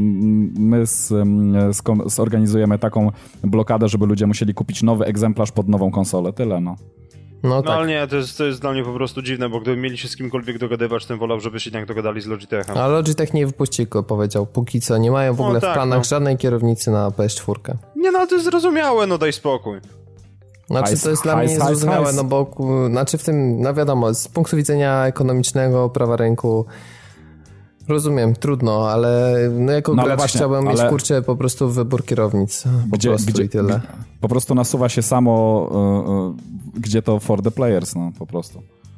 my z, z, zorganizujemy taką blokadę, żeby ludzie musieli kupić nowy egzemplarz pod nową konsolę. Tyle, no. No, no tak. ale nie, to jest, to jest dla mnie po prostu dziwne, bo gdyby mieli się z kimkolwiek dogadywać, to wolał, żeby się jednak dogadali z Logitechem. A Logitech nie wypuści go, powiedział. Póki co nie mają w ogóle no, tak, w planach no. żadnej kierownicy na P S cztery. Nie no, ale to jest zrozumiałe, no daj spokój. Znaczy hajs, to jest dla hajs, mnie niezrozumiałe, hajs. no bo znaczy w tym, no wiadomo, z punktu widzenia ekonomicznego, prawa rynku rozumiem, trudno, ale no jako no, gracz właśnie, chciałbym ale... mieć, kurczę, po prostu wybór kierownic. Po gdzie, prostu gdzie, i tyle. Po prostu nasuwa się samo, y, y, gdzie to for the players, no po prostu.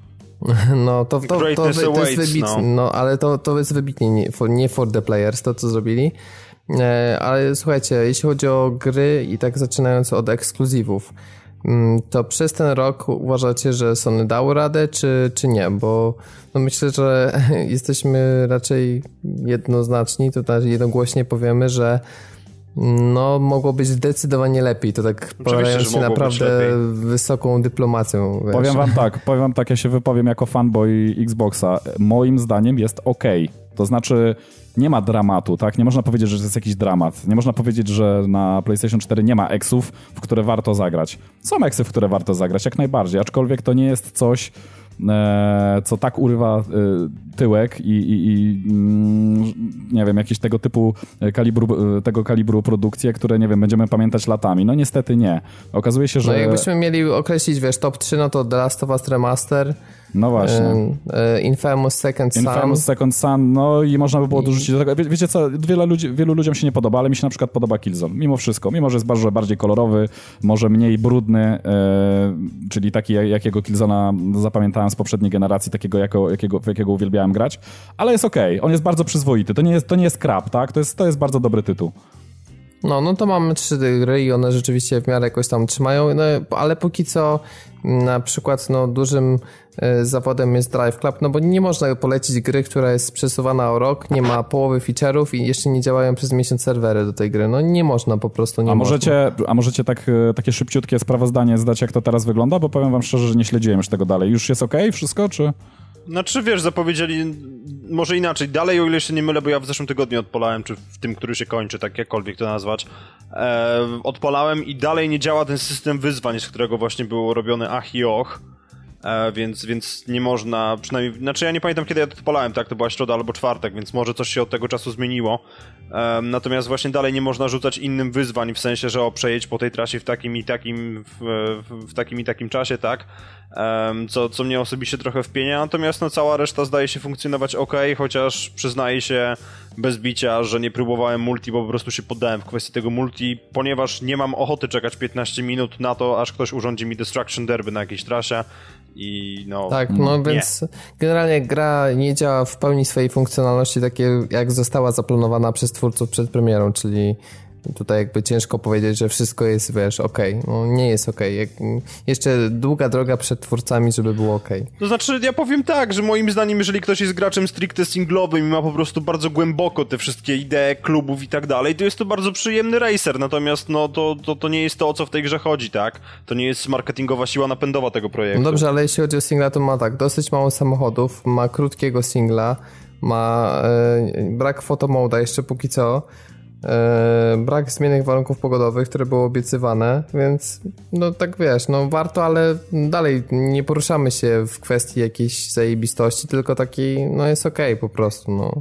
No to, to, to, to, to jest wybitnie, no. no ale to, to jest wybitnie nie for, nie for the players, to co zrobili. E, ale słuchajcie, jeśli chodzi o gry i tak zaczynając od ekskluzywów, to przez ten rok uważacie, że Sony dało radę, czy, czy nie? Bo no myślę, że jesteśmy raczej jednoznaczni, to znaczy jednogłośnie powiemy, że no mogło być zdecydowanie lepiej, to tak porażając się naprawdę wysoką dyplomacją. Wiesz. Powiem wam tak, powiem wam tak, ja się wypowiem jako fanboy Xboxa. Moim zdaniem jest okej. To znaczy nie ma dramatu, tak? Nie można powiedzieć, że to jest jakiś dramat. Nie można powiedzieć, że na PlayStation cztery nie ma eksów, w które warto zagrać. Są eksy, w które warto zagrać, jak najbardziej, aczkolwiek to nie jest coś, e, co tak urywa e, tyłek i, i, i mm, nie wiem, jakieś tego typu kalibru, tego kalibru produkcje, które, nie wiem, będziemy pamiętać latami. No niestety nie. Okazuje się, że... No jakbyśmy mieli określić, wiesz, top trzy, no to The Last of Us Remaster, no właśnie. Y, y, Infamous Second Son. Infamous Second Son, no i można by było dorzucić do tego. Wie, wiecie co, wiele ludzi, wielu ludziom się nie podoba, ale mi się na przykład podoba Killzone. Mimo wszystko. Mimo, że jest bardzo, bardziej kolorowy, może mniej brudny, e, czyli taki, jakiego Killzona zapamiętałem z poprzedniej generacji, takiego, jako, jakiego, jakiego uwielbiałem grać, ale jest okej. Okay. On jest bardzo przyzwoity. To nie jest, to nie jest crap, tak? To jest, to jest bardzo dobry tytuł. No, no to mamy trzy gry i one rzeczywiście w miarę jakoś tam trzymają, no, ale póki co na przykład no, dużym y, zawodem jest Drive Club, no bo nie można polecić gry, która jest przesuwana o rok, nie ma połowy feature'ów i jeszcze nie działają przez miesiąc serwery do tej gry. No nie można po prostu, nie a można. możecie, a możecie tak, takie szybciutkie sprawozdanie zdać, jak to teraz wygląda? Bo powiem wam szczerze, że nie śledziłem już tego dalej. Już jest okej okay, wszystko, czy... Znaczy, wiesz, zapowiedzieli, może inaczej, dalej, o ile się nie mylę, bo ja w zeszłym tygodniu odpalałem, czy w tym, który się kończy, tak jakkolwiek to nazwać, e, odpalałem i dalej nie działa ten system wyzwań, z którego właśnie było robione ach i och, e, więc, więc nie można, przynajmniej, znaczy ja nie pamiętam, kiedy ja to odpalałem, tak, to była środa albo czwartek, więc może coś się od tego czasu zmieniło, e, natomiast właśnie dalej nie można rzucać innym wyzwań, w sensie, że o, przejedź po tej trasie w takim i takim, w, w, w takim i takim czasie, tak, Um, co, co mnie osobiście trochę wpienia, natomiast no, cała reszta zdaje się funkcjonować ok, chociaż przyznaję się bez bicia, że nie próbowałem multi, bo po prostu się poddałem w kwestii tego multi, ponieważ nie mam ochoty czekać piętnaście minut na to, aż ktoś urządzi mi Destruction Derby na jakiejś trasie i no... Tak, no nie. Więc generalnie gra nie działa w pełni swojej funkcjonalności takie jak została zaplanowana przez twórców przed premierą, czyli tutaj jakby ciężko powiedzieć, że wszystko jest, wiesz, okej. Okay. No nie jest okej. Okay. Jeszcze długa droga przed twórcami, żeby było okej. Okay. To znaczy, ja powiem tak, że moim zdaniem, jeżeli ktoś jest graczem stricte singlowym i ma po prostu bardzo głęboko te wszystkie idee klubów i tak dalej, to jest to bardzo przyjemny racer, natomiast no to, to, to nie jest to, o co w tej grze chodzi, tak? To nie jest marketingowa siła napędowa tego projektu. No dobrze, ale jeśli chodzi o singla, to ma tak, dosyć mało samochodów, ma krótkiego singla, ma e, brak fotomoda jeszcze póki co, E, brak zmiennych warunków pogodowych, które były obiecywane, więc no tak wiesz, no warto, ale dalej nie poruszamy się w kwestii jakiejś zajebistości, tylko taki, no jest okej okay po prostu, no.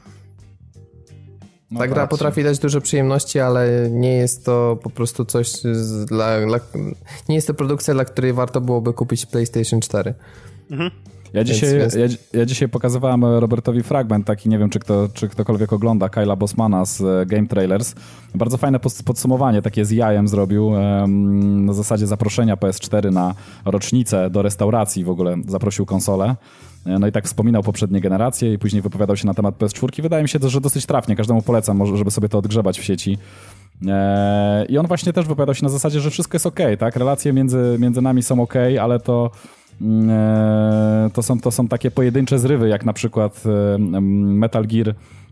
Ta no gra tak, potrafi dać dużo przyjemności, ale nie jest to po prostu coś z, dla, dla, nie jest to produkcja, dla której warto byłoby kupić PlayStation cztery. Mhm. Ja dzisiaj, więc, więc... Ja, ja dzisiaj pokazywałem Robertowi fragment taki, nie wiem czy, kto, czy ktokolwiek ogląda, Kyla Bosmana z Game Trailers. Bardzo fajne podsumowanie, takie z jajem zrobił, um, na zasadzie zaproszenia P S cztery na rocznicę do restauracji w ogóle, zaprosił konsolę. No i tak wspominał poprzednie generacje i później wypowiadał się na temat P S cztery. Wydaje mi się, że dosyć trafnie, każdemu polecam, może, żeby sobie to odgrzebać w sieci. I on właśnie też wypowiadał się na zasadzie, że wszystko jest okej, tak? Relacje między, między nami są okej, ale to To są, to są takie pojedyncze zrywy, jak na przykład Metal Gear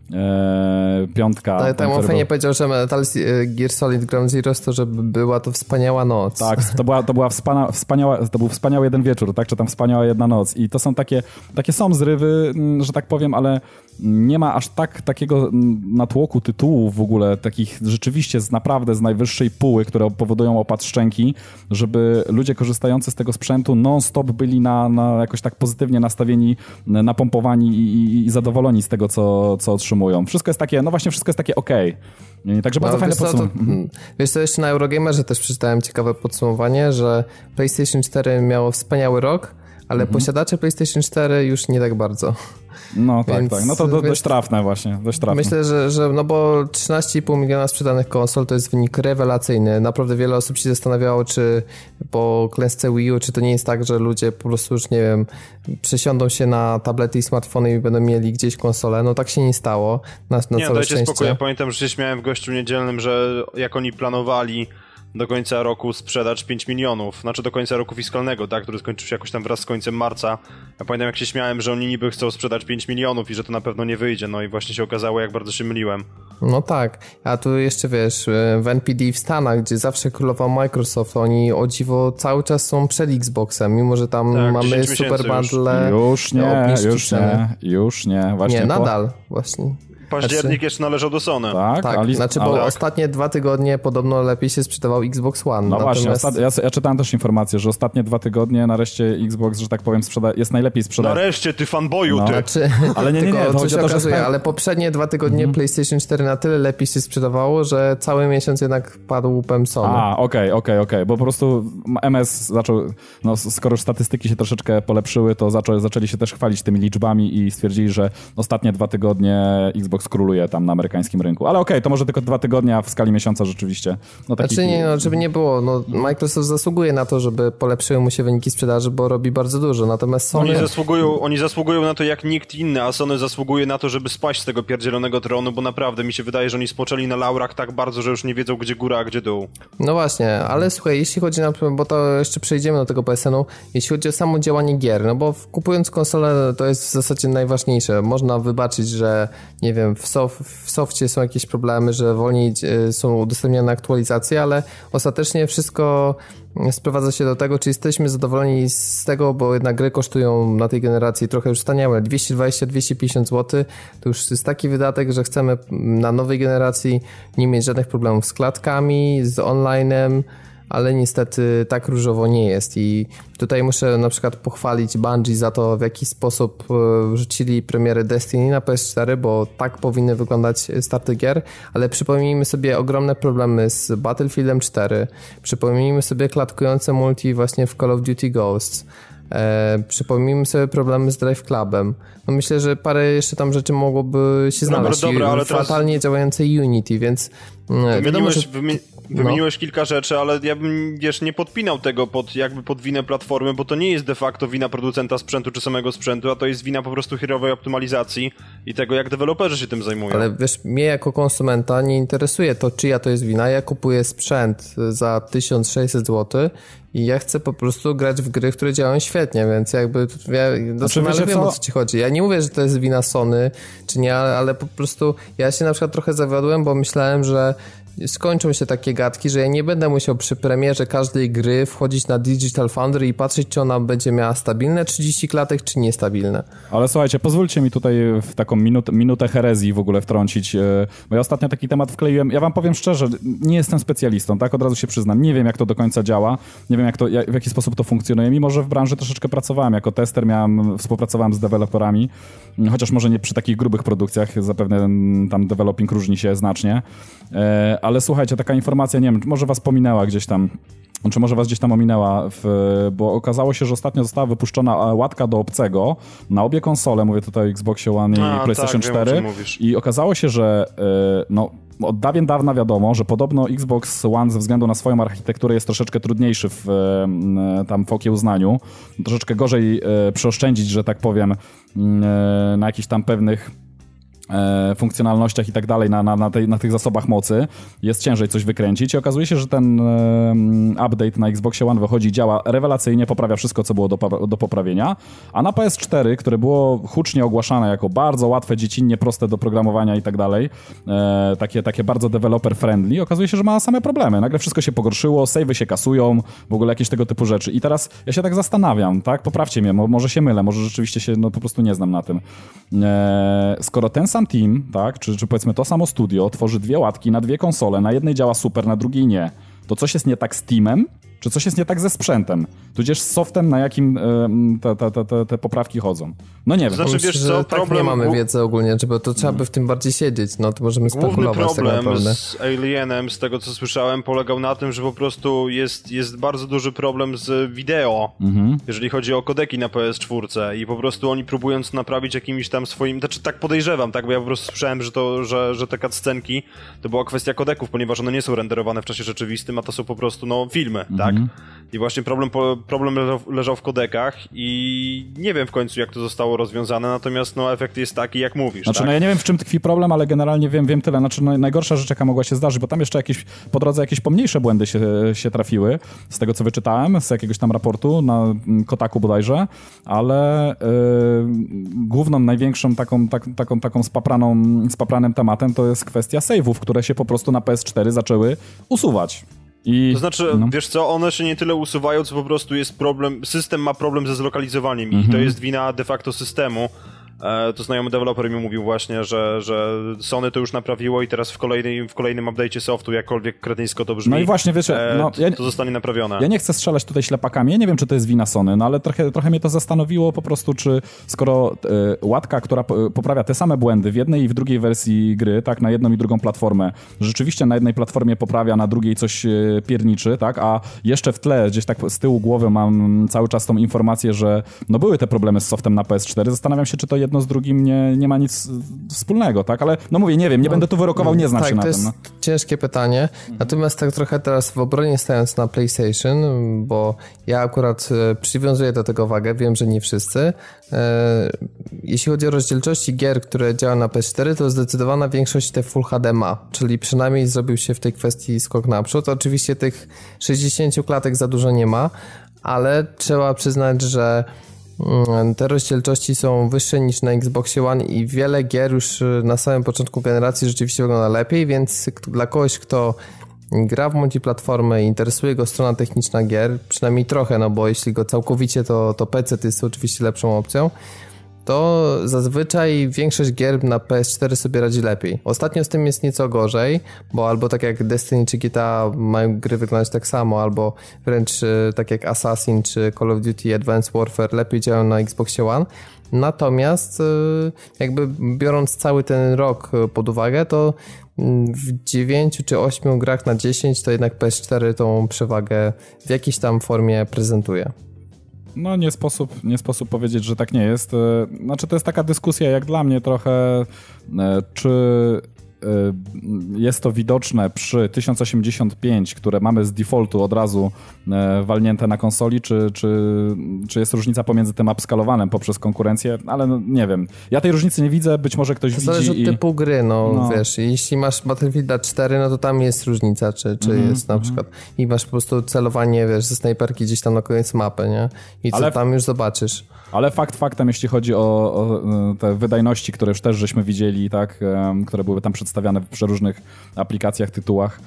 e, piątka. Ale tak on fajnie powiedział, że Metal Gear Solid Ground Zeroes to, że była to wspaniała noc. Tak, to była, to była wspana, wspaniała, to był wspaniały jeden wieczór, tak, czy tam wspaniała jedna noc. I to są takie, takie są zrywy, że tak powiem, ale nie ma aż tak takiego natłoku tytułów w ogóle, takich rzeczywiście z naprawdę z najwyższej póły, które powodują opad szczęki, żeby ludzie korzystający z tego sprzętu non-stop byli na, na jakoś tak pozytywnie nastawieni, napompowani i, i, i zadowoleni z tego, co, co otrzymują. Wszystko jest takie, no właśnie wszystko jest takie okej. Okay. Także bardzo no, fajne podsumowanie. Wiesz co, jeszcze na Eurogamerze też przeczytałem ciekawe podsumowanie, że PlayStation cztery miało wspaniały rok, ale mhm. posiadacze PlayStation cztery już nie tak bardzo. No tak, więc, tak. No to do, dość trafne właśnie, dość trafne. Myślę, że, że no bo trzynaście i pół miliona sprzedanych konsol to jest wynik rewelacyjny. Naprawdę wiele osób się zastanawiało, czy po klęsce Wii U, czy to nie jest tak, że ludzie po prostu już, nie wiem, przesiądą się na tablety i smartfony i będą mieli gdzieś konsolę. No tak się nie stało. Na, na nie, całe dajcie szczęście. spokój. Ja pamiętam, że się śmiałem w gościu niedzielnym, że jak oni planowali do końca roku sprzedać pięć milionów, znaczy do końca roku fiskalnego, tak, który skończył się jakoś tam wraz z końcem marca. Ja pamiętam, jak się śmiałem, że oni niby chcą sprzedać pięć milionów i że to na pewno nie wyjdzie, no i właśnie się okazało, jak bardzo się myliłem. No tak, a tu jeszcze wiesz, w N P D w Stanach, gdzie zawsze królował Microsoft, oni o dziwo cały czas są przed Xboxem, mimo że tam tak, mamy super bundle. Już, już nie, już nie, już nie. Właśnie nie, po... nadal, właśnie. Październik znaczy, jeszcze należał do Sony. Tak, tak ali... znaczy, bo ale... ostatnie dwa tygodnie podobno lepiej się sprzedawał Xbox One. No Natomiast... właśnie, ostat... ja, ja czytałem też informację, że ostatnie dwa tygodnie nareszcie Xbox, że tak powiem, sprzeda... jest najlepiej sprzedany. Nareszcie, ty fanboyu, no. ty! Znaczy, ale nie, nie, nie, tylko, co się to, okazuje, jest... ale poprzednie dwa tygodnie mm. PlayStation cztery na tyle lepiej się sprzedawało, że cały miesiąc jednak padł łupem Sony. A, okej, okej, okej, bo po prostu M S zaczął, no skoro już statystyki się troszeczkę polepszyły, to zaczą, zaczęli się też chwalić tymi liczbami i stwierdzili, że ostatnie dwa tygodnie Xbox Xbox króluje tam na amerykańskim rynku. Ale okej, okay, to może tylko dwa tygodnie, a w skali miesiąca rzeczywiście. No, taki... Znaczy nie, no, żeby nie było, no, Microsoft zasługuje na to, żeby polepszyły mu się wyniki sprzedaży, bo robi bardzo dużo, natomiast Sony... Oni zasługują, oni zasługują na to jak nikt inny, a Sony zasługuje na to, żeby spaść z tego pierdzielonego tronu, bo naprawdę mi się wydaje, że oni spoczęli na laurach tak bardzo, że już nie wiedzą, gdzie góra, a gdzie dół. No właśnie, ale słuchaj, jeśli chodzi na, bo to jeszcze przejdziemy do tego P S N-u, jeśli chodzi o samo działanie gier, no bo kupując konsolę to jest w zasadzie najważniejsze. Można wybaczyć, że nie wiem, w, sof, w softie są jakieś problemy, że wolniej są udostępniane aktualizacje, ale ostatecznie wszystko sprowadza się do tego, czy jesteśmy zadowoleni z tego, bo jednak gry kosztują na tej generacji trochę już staniałe, dwieście dwadzieścia do dwieście pięćdziesiąt złotych, to już jest taki wydatek, że chcemy na nowej generacji nie mieć żadnych problemów z klatkami, z online'em, ale niestety tak różowo nie jest i tutaj muszę na przykład pochwalić Bungie za to, w jaki sposób wrzucili premierę Destiny na P S cztery, bo tak powinny wyglądać starty gier, ale przypomnijmy sobie ogromne problemy z Battlefieldem cztery, przypomnijmy sobie klatkujące multi właśnie w Call of Duty Ghosts, E, przypomnijmy sobie problemy z Drive Clubem. No myślę, że parę jeszcze tam rzeczy mogłoby się znaleźć. Dobra, dobra, ale fatalnie teraz... działające Unity, więc wymieniłeś, wiadomo, że... wymi... Wymieniłeś no. kilka rzeczy, ale ja bym, wiesz, nie podpinał tego pod jakby pod winę platformy, bo to nie jest de facto wina producenta sprzętu czy samego sprzętu, a to jest wina po prostu chwilowej optymalizacji i tego, jak deweloperzy się tym zajmują. Ale wiesz, mnie jako konsumenta nie interesuje to, czyja to jest wina. Ja kupuję sprzęt za tysiąc sześćset złotych i ja chcę po prostu grać w gry, które działają świetnie, więc jakby ja doskonale znaczy, wiem, o co ci chodzi. Ja nie mówię, że to jest wina Sony, czy nie, ale po prostu ja się na przykład trochę zawiodłem, bo myślałem, że skończą się takie gadki, że ja nie będę musiał przy premierze każdej gry wchodzić na Digital Foundry i patrzeć, czy ona będzie miała stabilne trzydzieści klatek, czy niestabilne. Ale słuchajcie, pozwólcie mi tutaj w taką minut, minutę herezji w ogóle wtrącić, bo ja ostatnio taki temat wkleiłem. Ja wam powiem szczerze, nie jestem specjalistą, tak? Od razu się przyznam. Nie wiem, jak to do końca działa, nie wiem, jak to, jak, w jaki sposób to funkcjonuje, mimo że w branży troszeczkę pracowałem. Jako tester miałem, współpracowałem z deweloperami, chociaż może nie przy takich grubych produkcjach, zapewne tam developing różni się znacznie. Ale słuchajcie, taka informacja, nie wiem, może was pominęła gdzieś tam, czy może was gdzieś tam ominęła, w, bo okazało się, że ostatnio została wypuszczona łatka do obcego na obie konsole, mówię tutaj o Xboxie One i A, PlayStation tak, cztery wiem, i okazało się, że no, od dawien dawna wiadomo, że podobno Xbox One ze względu na swoją architekturę jest troszeczkę trudniejszy w tam w okiełznaniu, troszeczkę gorzej przeoszczędzić, że tak powiem, na jakichś tam pewnych E, funkcjonalnościach i tak dalej, na, na, na, tej, na tych zasobach mocy jest ciężej coś wykręcić i okazuje się, że ten e, update na Xboxie One wychodzi, działa rewelacyjnie, poprawia wszystko, co było do, do poprawienia, a na P S cztery, które było hucznie ogłaszane jako bardzo łatwe, dziecinnie, proste do programowania i tak dalej, e, takie, takie bardzo developer friendly, okazuje się, że ma same problemy. Nagle wszystko się pogorszyło, save'y się kasują, w ogóle jakieś tego typu rzeczy. I teraz ja się tak zastanawiam, tak? Poprawcie mnie, może się mylę, może rzeczywiście się no, po prostu nie znam na tym. E, skoro ten sam team, tak, czy, czy powiedzmy to samo studio tworzy dwie łatki na dwie konsole, na jednej działa super, na drugiej nie, to coś jest nie tak z teamem, czy coś jest nie tak ze sprzętem, tudzież z softem, na jakim y, te, te, te, te poprawki chodzą. No nie wiem. Znaczy, wiesz co, tak problem... nie mamy wiedzy ogólnie, żeby to trzeba by w tym bardziej siedzieć, no to możemy spekulować. Główny problem z Alienem, z tego co słyszałem, polegał na tym, że po prostu jest, jest bardzo duży problem z wideo, mhm. jeżeli chodzi o kodeki na P S cztery i po prostu oni próbując naprawić jakimiś tam swoim, znaczy tak podejrzewam, tak, bo ja po prostu słyszałem, że to, że, że te cutscenki to była kwestia kodeków, ponieważ one nie są renderowane w czasie rzeczywistym, a to są po prostu, no, filmy, mhm. tak? I właśnie problem, problem leżał, leżał w kodekach i nie wiem w końcu, jak to zostało rozwiązane, natomiast no efekt jest taki, jak mówisz. Znaczy, tak? no ja nie wiem, w czym tkwi problem, ale generalnie wiem, wiem tyle. Znaczy, no, najgorsza rzecz, jaka mogła się zdarzyć, bo tam jeszcze jakieś, po drodze jakieś pomniejsze błędy się, się trafiły, z tego co wyczytałem, z jakiegoś tam raportu na Kotaku bodajże, ale yy, główną, największą taką, tak, taką, taką spapraną, spapranym tematem to jest kwestia save'ów, które się po prostu na P S cztery zaczęły usuwać. I, to znaczy, no. wiesz co, one się nie tyle usuwają, co po prostu jest problem, system ma problem ze zlokalizowaniem mhm. i to jest wina de facto systemu. E, to znajomy deweloper mi mówił właśnie, że, że Sony to już naprawiło i teraz w kolejnym, w kolejnym update'cie softu, jakkolwiek kretyńsko to brzmi, no i właśnie, wiecie, e, no, ja, to zostanie naprawione. Ja nie chcę strzelać tutaj ślepakami, ja nie wiem, czy to jest wina Sony, no ale trochę, trochę mnie to zastanowiło po prostu, czy skoro y, łatka, która p- poprawia te same błędy w jednej i w drugiej wersji gry, tak, na jedną i drugą platformę, rzeczywiście na jednej platformie poprawia, na drugiej coś y, pierniczy, tak, a jeszcze w tle, gdzieś tak z tyłu głowy mam cały czas tą informację, że no były te problemy z softem na P S cztery, zastanawiam się, czy to jedno z drugim nie, nie ma nic wspólnego, tak? Ale no mówię, nie wiem, nie no, będę tu wyrokował, nie znam tak, się na tym. Tak, to jest no. ciężkie pytanie. Natomiast tak trochę teraz w obronie stając na PlayStation, bo ja akurat przywiązuję do tego wagę, wiem, że nie wszyscy. Jeśli chodzi o rozdzielczości gier, które działają na P S cztery, to zdecydowana większość te Full H D ma, czyli przynajmniej zrobił się w tej kwestii skok naprzód. Oczywiście tych sześćdziesiąt klatek za dużo nie ma, ale trzeba przyznać, że te rozdzielczości są wyższe niż na Xboxie One i wiele gier już na samym początku generacji rzeczywiście wygląda lepiej, więc dla kogoś, kto gra w multiplatformę i interesuje go strona techniczna gier, przynajmniej trochę, no bo jeśli go całkowicie, to, to P C jest oczywiście lepszą opcją, to zazwyczaj większość gier na P S cztery sobie radzi lepiej. Ostatnio z tym jest nieco gorzej, bo albo tak jak Destiny czy G T A mają gry wyglądać tak samo, albo wręcz tak jak Assassin czy Call of Duty Advanced Warfare lepiej działają na Xboxie One. Natomiast jakby biorąc cały ten rok pod uwagę, to w dziewięciu czy ośmiu grach na dziesięć to jednak P S cztery tą przewagę w jakiejś tam formie prezentuje. No nie sposób, nie sposób powiedzieć, że tak nie jest. Znaczy to jest taka dyskusja jak dla mnie trochę, czy jest to widoczne przy tysiąc osiemdziesiąt pięć, które mamy z defaultu od razu walnięte na konsoli, czy, czy, czy jest różnica pomiędzy tym upskalowanym poprzez konkurencję, ale no, nie wiem. Ja tej różnicy nie widzę, być może ktoś to widzi. Zależy od i... typu gry, no, no wiesz, jeśli masz Battlefield cztery, no to tam jest różnica, czy, czy mm, jest na mm. przykład i masz po prostu celowanie, wiesz, ze snajperki gdzieś tam na koniec mapy, nie? I co ale... tam już zobaczysz. Ale fakt faktem, jeśli chodzi o, o te wydajności, które już też żeśmy widzieli, tak, które były tam przedstawiane w przeróżnych aplikacjach, tytułach,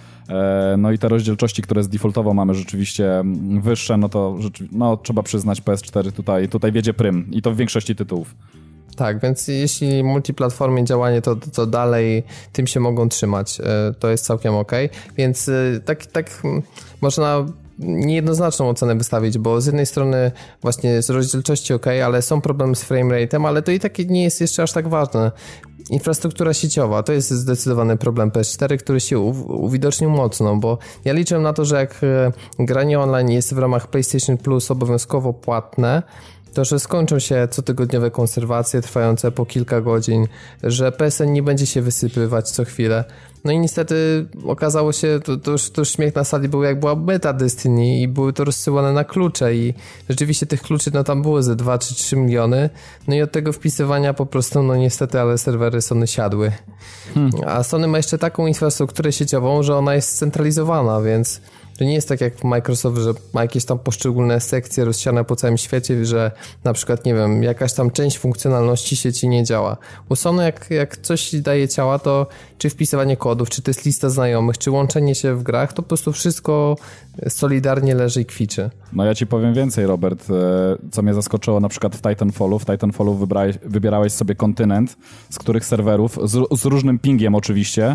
no i te rozdzielczości, które z defaultowo mamy rzeczywiście wyższe, no to no, trzeba przyznać, P S cztery tutaj, tutaj wiedzie prym i to w większości tytułów. Tak, więc jeśli multiplatformie działanie, to, to dalej tym się mogą trzymać. To jest całkiem okej. Więc tak, tak można niejednoznaczną ocenę wystawić, bo z jednej strony właśnie z rozdzielczości ok, ale są problemy z framerate'em, ale to i tak nie jest jeszcze aż tak ważne. Infrastruktura sieciowa to jest zdecydowany problem P S cztery, który się uwidocznił mocno, bo ja liczę na to, że jak granie online jest w ramach PlayStation Plus obowiązkowo płatne, to, że skończą się cotygodniowe konserwacje trwające po kilka godzin, że P S N nie będzie się wysypywać co chwilę. No i niestety okazało się, to, to, już, to już śmiech na sali był, jak była beta Destiny i były to rozsyłane na klucze i rzeczywiście tych kluczy no tam było ze dwa czy trzy miliony, no i od tego wpisywania po prostu no niestety, ale serwery Sony siadły. Hmm. A Sony ma jeszcze taką infrastrukturę sieciową, że ona jest scentralizowana, więc to nie jest tak jak w Microsoft, że ma jakieś tam poszczególne sekcje rozsiane po całym świecie, że na przykład, nie wiem, jakaś tam część funkcjonalności sieci nie działa. U Sony jak, jak coś daje ciała, to czy wpisywanie kodów, czy to jest lista znajomych, czy łączenie się w grach, to po prostu wszystko solidarnie leży i kwiczy. No ja ci powiem więcej, Robert, co mnie zaskoczyło na przykład w Titanfallu. W Titanfallu wybrałeś, wybierałeś sobie kontynent, z których serwerów, z, z różnym pingiem oczywiście,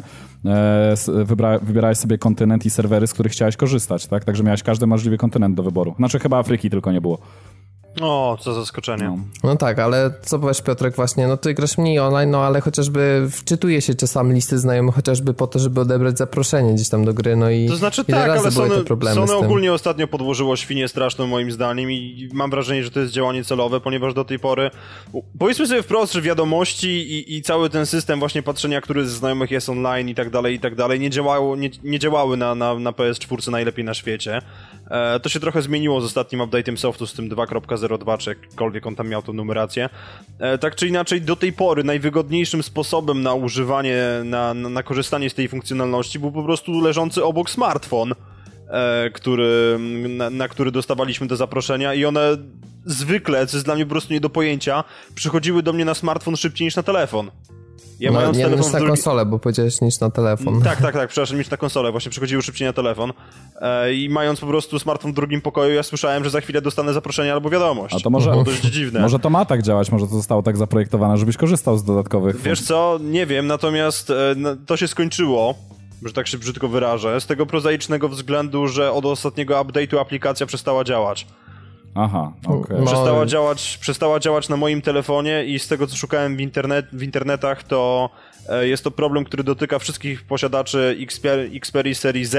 wybra, wybierałeś sobie kontynent i serwery, z których chciałeś korzystać, tak? Także miałeś każdy możliwy kontynent do wyboru. Znaczy chyba Afryki tylko nie było. O, co zaskoczenie. No. no tak, ale co powiesz, Piotrek, właśnie, no ty grasz mniej online, no ale chociażby wczytuje się czasami listy znajomych, chociażby po to, żeby odebrać zaproszenie gdzieś tam do gry, no i to znaczy ile tak, razy ale były Sony, te problemy Sony z tym. ogólnie ostatnio podłożyło świnię straszną moim zdaniem i mam wrażenie, że to jest działanie celowe, ponieważ do tej pory, powiedzmy sobie wprost, że wiadomości i, i cały ten system właśnie patrzenia, który ze znajomych jest online i tak dalej, i tak dalej, nie działało, nie, nie działały na, na, na P S cztery najlepiej na świecie. E, to się trochę zmieniło z ostatnim update'em softu, z tym dwa kropka zero dwa, czy jakkolwiek on tam miał tą numerację. E, tak czy inaczej, do tej pory najwygodniejszym sposobem na używanie, na, na, na korzystanie z tej funkcjonalności był po prostu leżący obok smartfon, e, który, na, na który dostawaliśmy te zaproszenia i one zwykle, co jest dla mnie po prostu nie do pojęcia, przychodziły do mnie na smartfon szybciej niż na telefon. Ja no, mając nie telefon niż na drugi... konsolę, bo powiedziałeś niż na telefon. Tak, tak, tak, przepraszam, niż na konsolę, właśnie przychodziły szybciej na telefon e, i mając po prostu smartfon w drugim pokoju, ja słyszałem, że za chwilę dostanę zaproszenie albo wiadomość. A to może, to dość dziwne. Może to ma tak działać, może to zostało tak zaprojektowane, żebyś korzystał z dodatkowych Wiesz funkcji. Co, nie wiem, natomiast e, to się skończyło, że tak się brzydko wyrażę, z tego prozaicznego względu, że od ostatniego update'u aplikacja przestała działać. Aha, okej. Okay. Przestała działać, przestała działać na moim telefonie i z tego, co szukałem w, internet, w internetach, to e, jest to problem, który dotyka wszystkich posiadaczy Xperia serii Z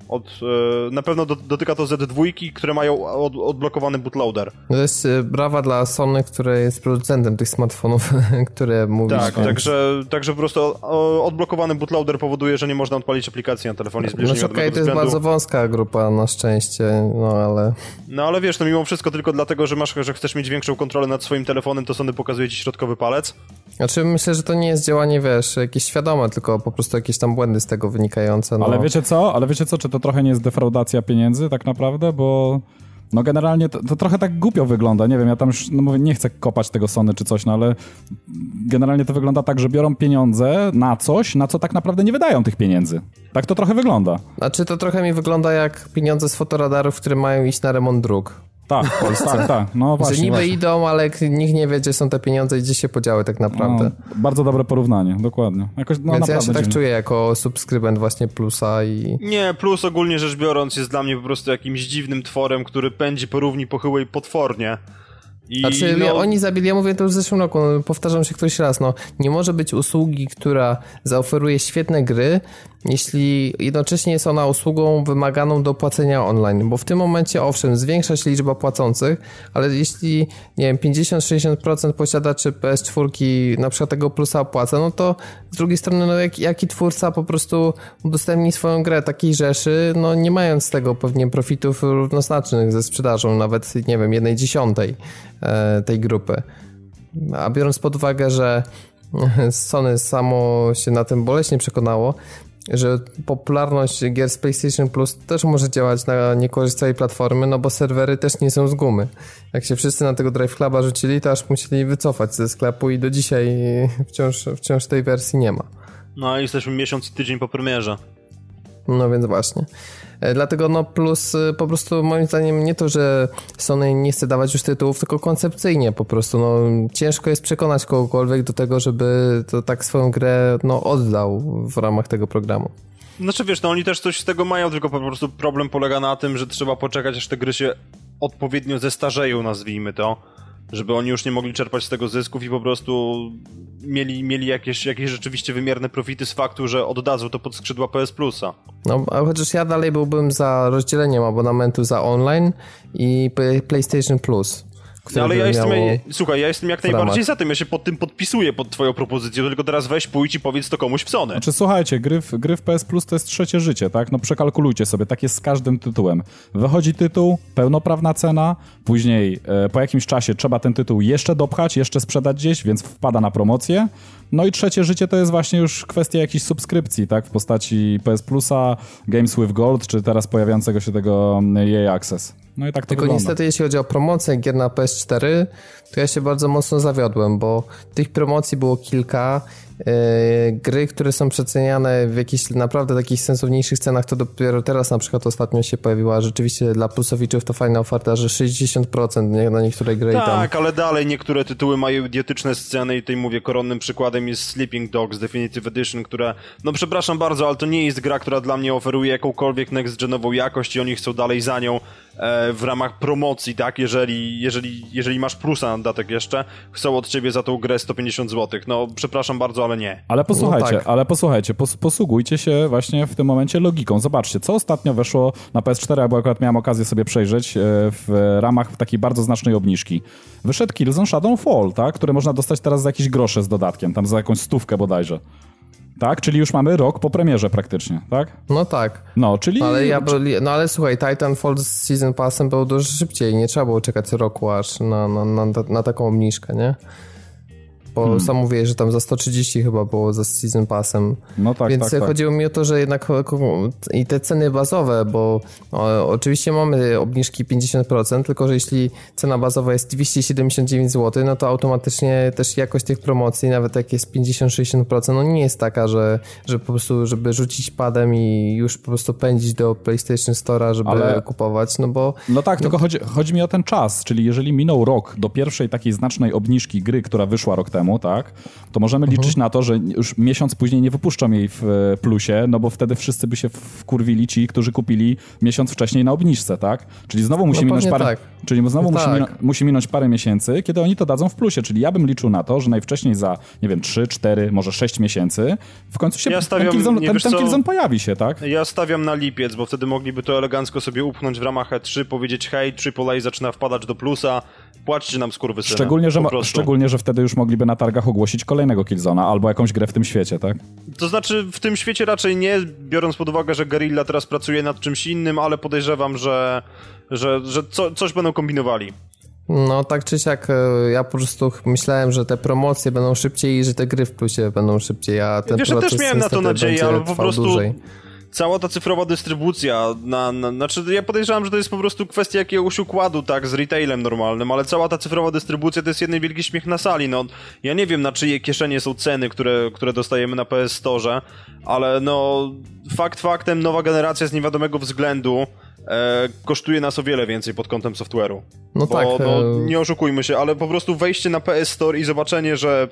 Od, na pewno do, dotyka to zet dwa, które mają od, odblokowany bootloader. To jest brawa dla Sony, które jest producentem tych smartfonów, które mówisz. Tak, więc... także, także po prostu odblokowany bootloader powoduje, że nie można odpalić aplikacji na telefonie zbliżonym. No okej, okay, to jest względu... bardzo wąska grupa na szczęście, no ale... No ale wiesz, no mimo wszystko tylko dlatego, że masz, że chcesz mieć większą kontrolę nad swoim telefonem, to Sony pokazuje ci środkowy palec. Znaczy myślę, że to nie jest działanie, wiesz, jakieś świadome, tylko po prostu jakieś tam błędy z tego wynikające. No. Ale wiecie co? Ale wiecie co? Czy to trochę nie jest defraudacja pieniędzy tak naprawdę? Bo no generalnie to, to trochę tak głupio wygląda. Nie wiem, ja tam już no mówię, nie chcę kopać tego Sony czy coś, no ale generalnie to wygląda tak, że biorą pieniądze na coś, na co tak naprawdę nie wydają tych pieniędzy. Tak to trochę wygląda. Znaczy to trochę mi wygląda jak pieniądze z fotoradarów, które mają iść na remont dróg. Tak, w Polsce. tak, tak. No właśnie, że niby właśnie. idą, ale nikt nie wie, gdzie są te pieniądze i gdzie się podziały tak naprawdę. No, bardzo dobre porównanie, dokładnie. Jakoś, no, Więc ja się dziwnie. tak czuję jako subskrybent właśnie Plusa i... Nie, Plus ogólnie rzecz biorąc jest dla mnie po prostu jakimś dziwnym tworem, który pędzi po równi pochyłej potwornie. I znaczy, no... oni zabili, ja mówię to już w zeszłym roku, no, powtarzam się któryś raz, no nie może być usługi, która zaoferuje świetne gry, jeśli jednocześnie jest ona usługą wymaganą do płacenia online, bo w tym momencie owszem, zwiększa się liczba płacących, ale jeśli, nie wiem, pięćdziesiąt do sześćdziesięciu procent posiadaczy P S cztery na przykład tego Plusa opłaca, no to z drugiej strony, no jak, jaki twórca po prostu udostępni swoją grę takiej rzeszy, no nie mając z tego pewnie profitów równoznacznych ze sprzedażą, nawet, nie wiem, jednej dziesiątej e, tej grupy. A biorąc pod uwagę, że Sony samo się na tym boleśnie przekonało, że popularność gier z PlayStation Plus też może działać na niekorzyść całej platformy, no bo serwery też nie są z gumy. Jak się wszyscy na tego Drive Cluba rzucili, to aż musieli wycofać ze sklepu i do dzisiaj wciąż, wciąż tej wersji nie ma. No i jesteśmy miesiąc i tydzień po premierze. No więc właśnie. Dlatego no Plus po prostu moim zdaniem nie to, że Sony nie chce dawać już tytułów, tylko koncepcyjnie po prostu. No, ciężko jest przekonać kogokolwiek do tego, żeby to tak swoją grę no, oddał w ramach tego programu. Znaczy wiesz, no oni też coś z tego mają, tylko po prostu problem polega na tym, że trzeba poczekać, aż te gry się odpowiednio zestarzeją, nazwijmy to, żeby oni już nie mogli czerpać z tego zysków i po prostu mieli, mieli jakieś, jakieś rzeczywiście wymierne profity z faktu, że oddadzą to pod skrzydła P S Plusa. No, a chociaż ja dalej byłbym za rozdzieleniem abonamentu za online i PlayStation Plus. No, ale ja jestem, ja, słuchaj, ja jestem jak najbardziej za tym, ja się pod tym podpisuję, pod twoją propozycją, tylko teraz weź, pójdź i powiedz to komuś w Sony. Znaczy słuchajcie, gry w, gry w P S Plus to jest trzecie życie, tak? No przekalkulujcie sobie, tak jest z każdym tytułem. Wychodzi tytuł, pełnoprawna cena, później e, po jakimś czasie trzeba ten tytuł jeszcze dopchać, jeszcze sprzedać gdzieś, więc wpada na promocję. No i trzecie życie to jest właśnie już kwestia jakichś subskrypcji, tak? W postaci P S Plusa, Games with Gold, czy teraz pojawiającego się tego E A Access. No i tak to Tylko wygląda. niestety jeśli chodzi o promocję gier na P S cztery, to ja się bardzo mocno zawiodłem, bo tych promocji było kilka. Yy, gry, które są przeceniane w jakichś naprawdę takich sensowniejszych cenach, to dopiero teraz na przykład ostatnio się pojawiła. Rzeczywiście dla plusowiczów to fajna oferta, że sześćdziesiąt procent nie, na niektóre gry. Tak, tam... ale dalej niektóre tytuły mają idiotyczne sceny i tutaj mówię, koronnym przykładem jest Sleeping Dogs Definitive Edition, która, no przepraszam bardzo, ale to nie jest gra, która dla mnie oferuje jakąkolwiek next-genową jakość i oni chcą dalej za nią e, w ramach promocji, tak, jeżeli, jeżeli, jeżeli masz plusa na datek jeszcze, chcą od ciebie za tą grę sto pięćdziesiąt złotych. No przepraszam bardzo, ale nie. Ale posłuchajcie, no tak. ale posłuchajcie, pos, posługujcie się właśnie w tym momencie logiką. Zobaczcie, co ostatnio weszło na P S cztery, bo akurat miałem okazję sobie przejrzeć w ramach takiej bardzo znacznej obniżki. Wyszedł Killzone Shadowfall, tak, który można dostać teraz za jakieś grosze z dodatkiem, tam za jakąś stówkę bodajże. Tak, czyli już mamy rok po premierze praktycznie, tak? No tak. No, czyli... Ale ja byli, no ale słuchaj, Titanfall z Season Passem był dużo szybciej, nie trzeba było czekać roku aż na, na, na, na taką obniżkę, nie? Bo hmm. sam mówię, że tam za sto trzydzieści chyba było za Season Passem. No tak, Więc tak, tak. chodziło mi o to, że jednak i te ceny bazowe, bo o, oczywiście mamy obniżki pięćdziesiąt procent, tylko że jeśli cena bazowa jest dwieście siedemdziesiąt dziewięć złotych, no to automatycznie też jakość tych promocji, nawet jak jest pięćdziesiąt do sześćdziesięciu procent, no nie jest taka, że, że po prostu, żeby rzucić padem i już po prostu pędzić do PlayStation Store'a, żeby Ale... kupować, no bo... No tak, no... tylko chodzi, chodzi mi o ten czas, czyli jeżeli minął rok do pierwszej takiej znacznej obniżki gry, która wyszła rok temu, temu, tak, to możemy mhm. liczyć na to, że już miesiąc później nie wypuszczą jej w plusie, no bo wtedy wszyscy by się wkurwili ci, którzy kupili miesiąc wcześniej na obniżce, tak? Czyli znowu musi, no minąć, parę, tak. czyli znowu no musi, tak. minu, musi minąć parę miesięcy, kiedy oni to dadzą w plusie, czyli ja bym liczył na to, że najwcześniej za, nie wiem, trzy, cztery, może sześć miesięcy w końcu się ja stawiam, ten Killzone, ten, ten Killzone pojawi się, tak? Ja stawiam na lipiec, bo wtedy mogliby to elegancko sobie upchnąć w ramach E trzy, powiedzieć hej, triple A zaczyna wpadać do plusa, płaćcie nam skurwysyny. Szczególnie, że, szczególnie, że wtedy już mogliby na targach ogłosić kolejnego Killzona albo jakąś grę w tym świecie, tak? To znaczy w tym świecie raczej nie, biorąc pod uwagę, że Guerrilla teraz pracuje nad czymś innym, ale podejrzewam, że, że, że co, coś będą kombinowali. No tak czy siak, ja po prostu myślałem, że te promocje będą szybciej i że te gry w plusie będą szybciej, a ten Wiesz, proces ja też miałem na to nadzieję, ale po prostu dłużej. Cała ta cyfrowa dystrybucja, na, na, znaczy ja podejrzewam, że to jest po prostu kwestia jakiegoś układu, tak, z retailem normalnym, ale cała ta cyfrowa dystrybucja to jest jeden wielki śmiech na sali, no ja nie wiem, na czyje kieszenie są ceny, które, które dostajemy na P S Store, ale no fakt faktem, nowa generacja z niewiadomego względu e, kosztuje nas o wiele więcej pod kątem software'u. No bo, tak. No, nie oszukujmy się, ale po prostu wejście na P S Store i zobaczenie, że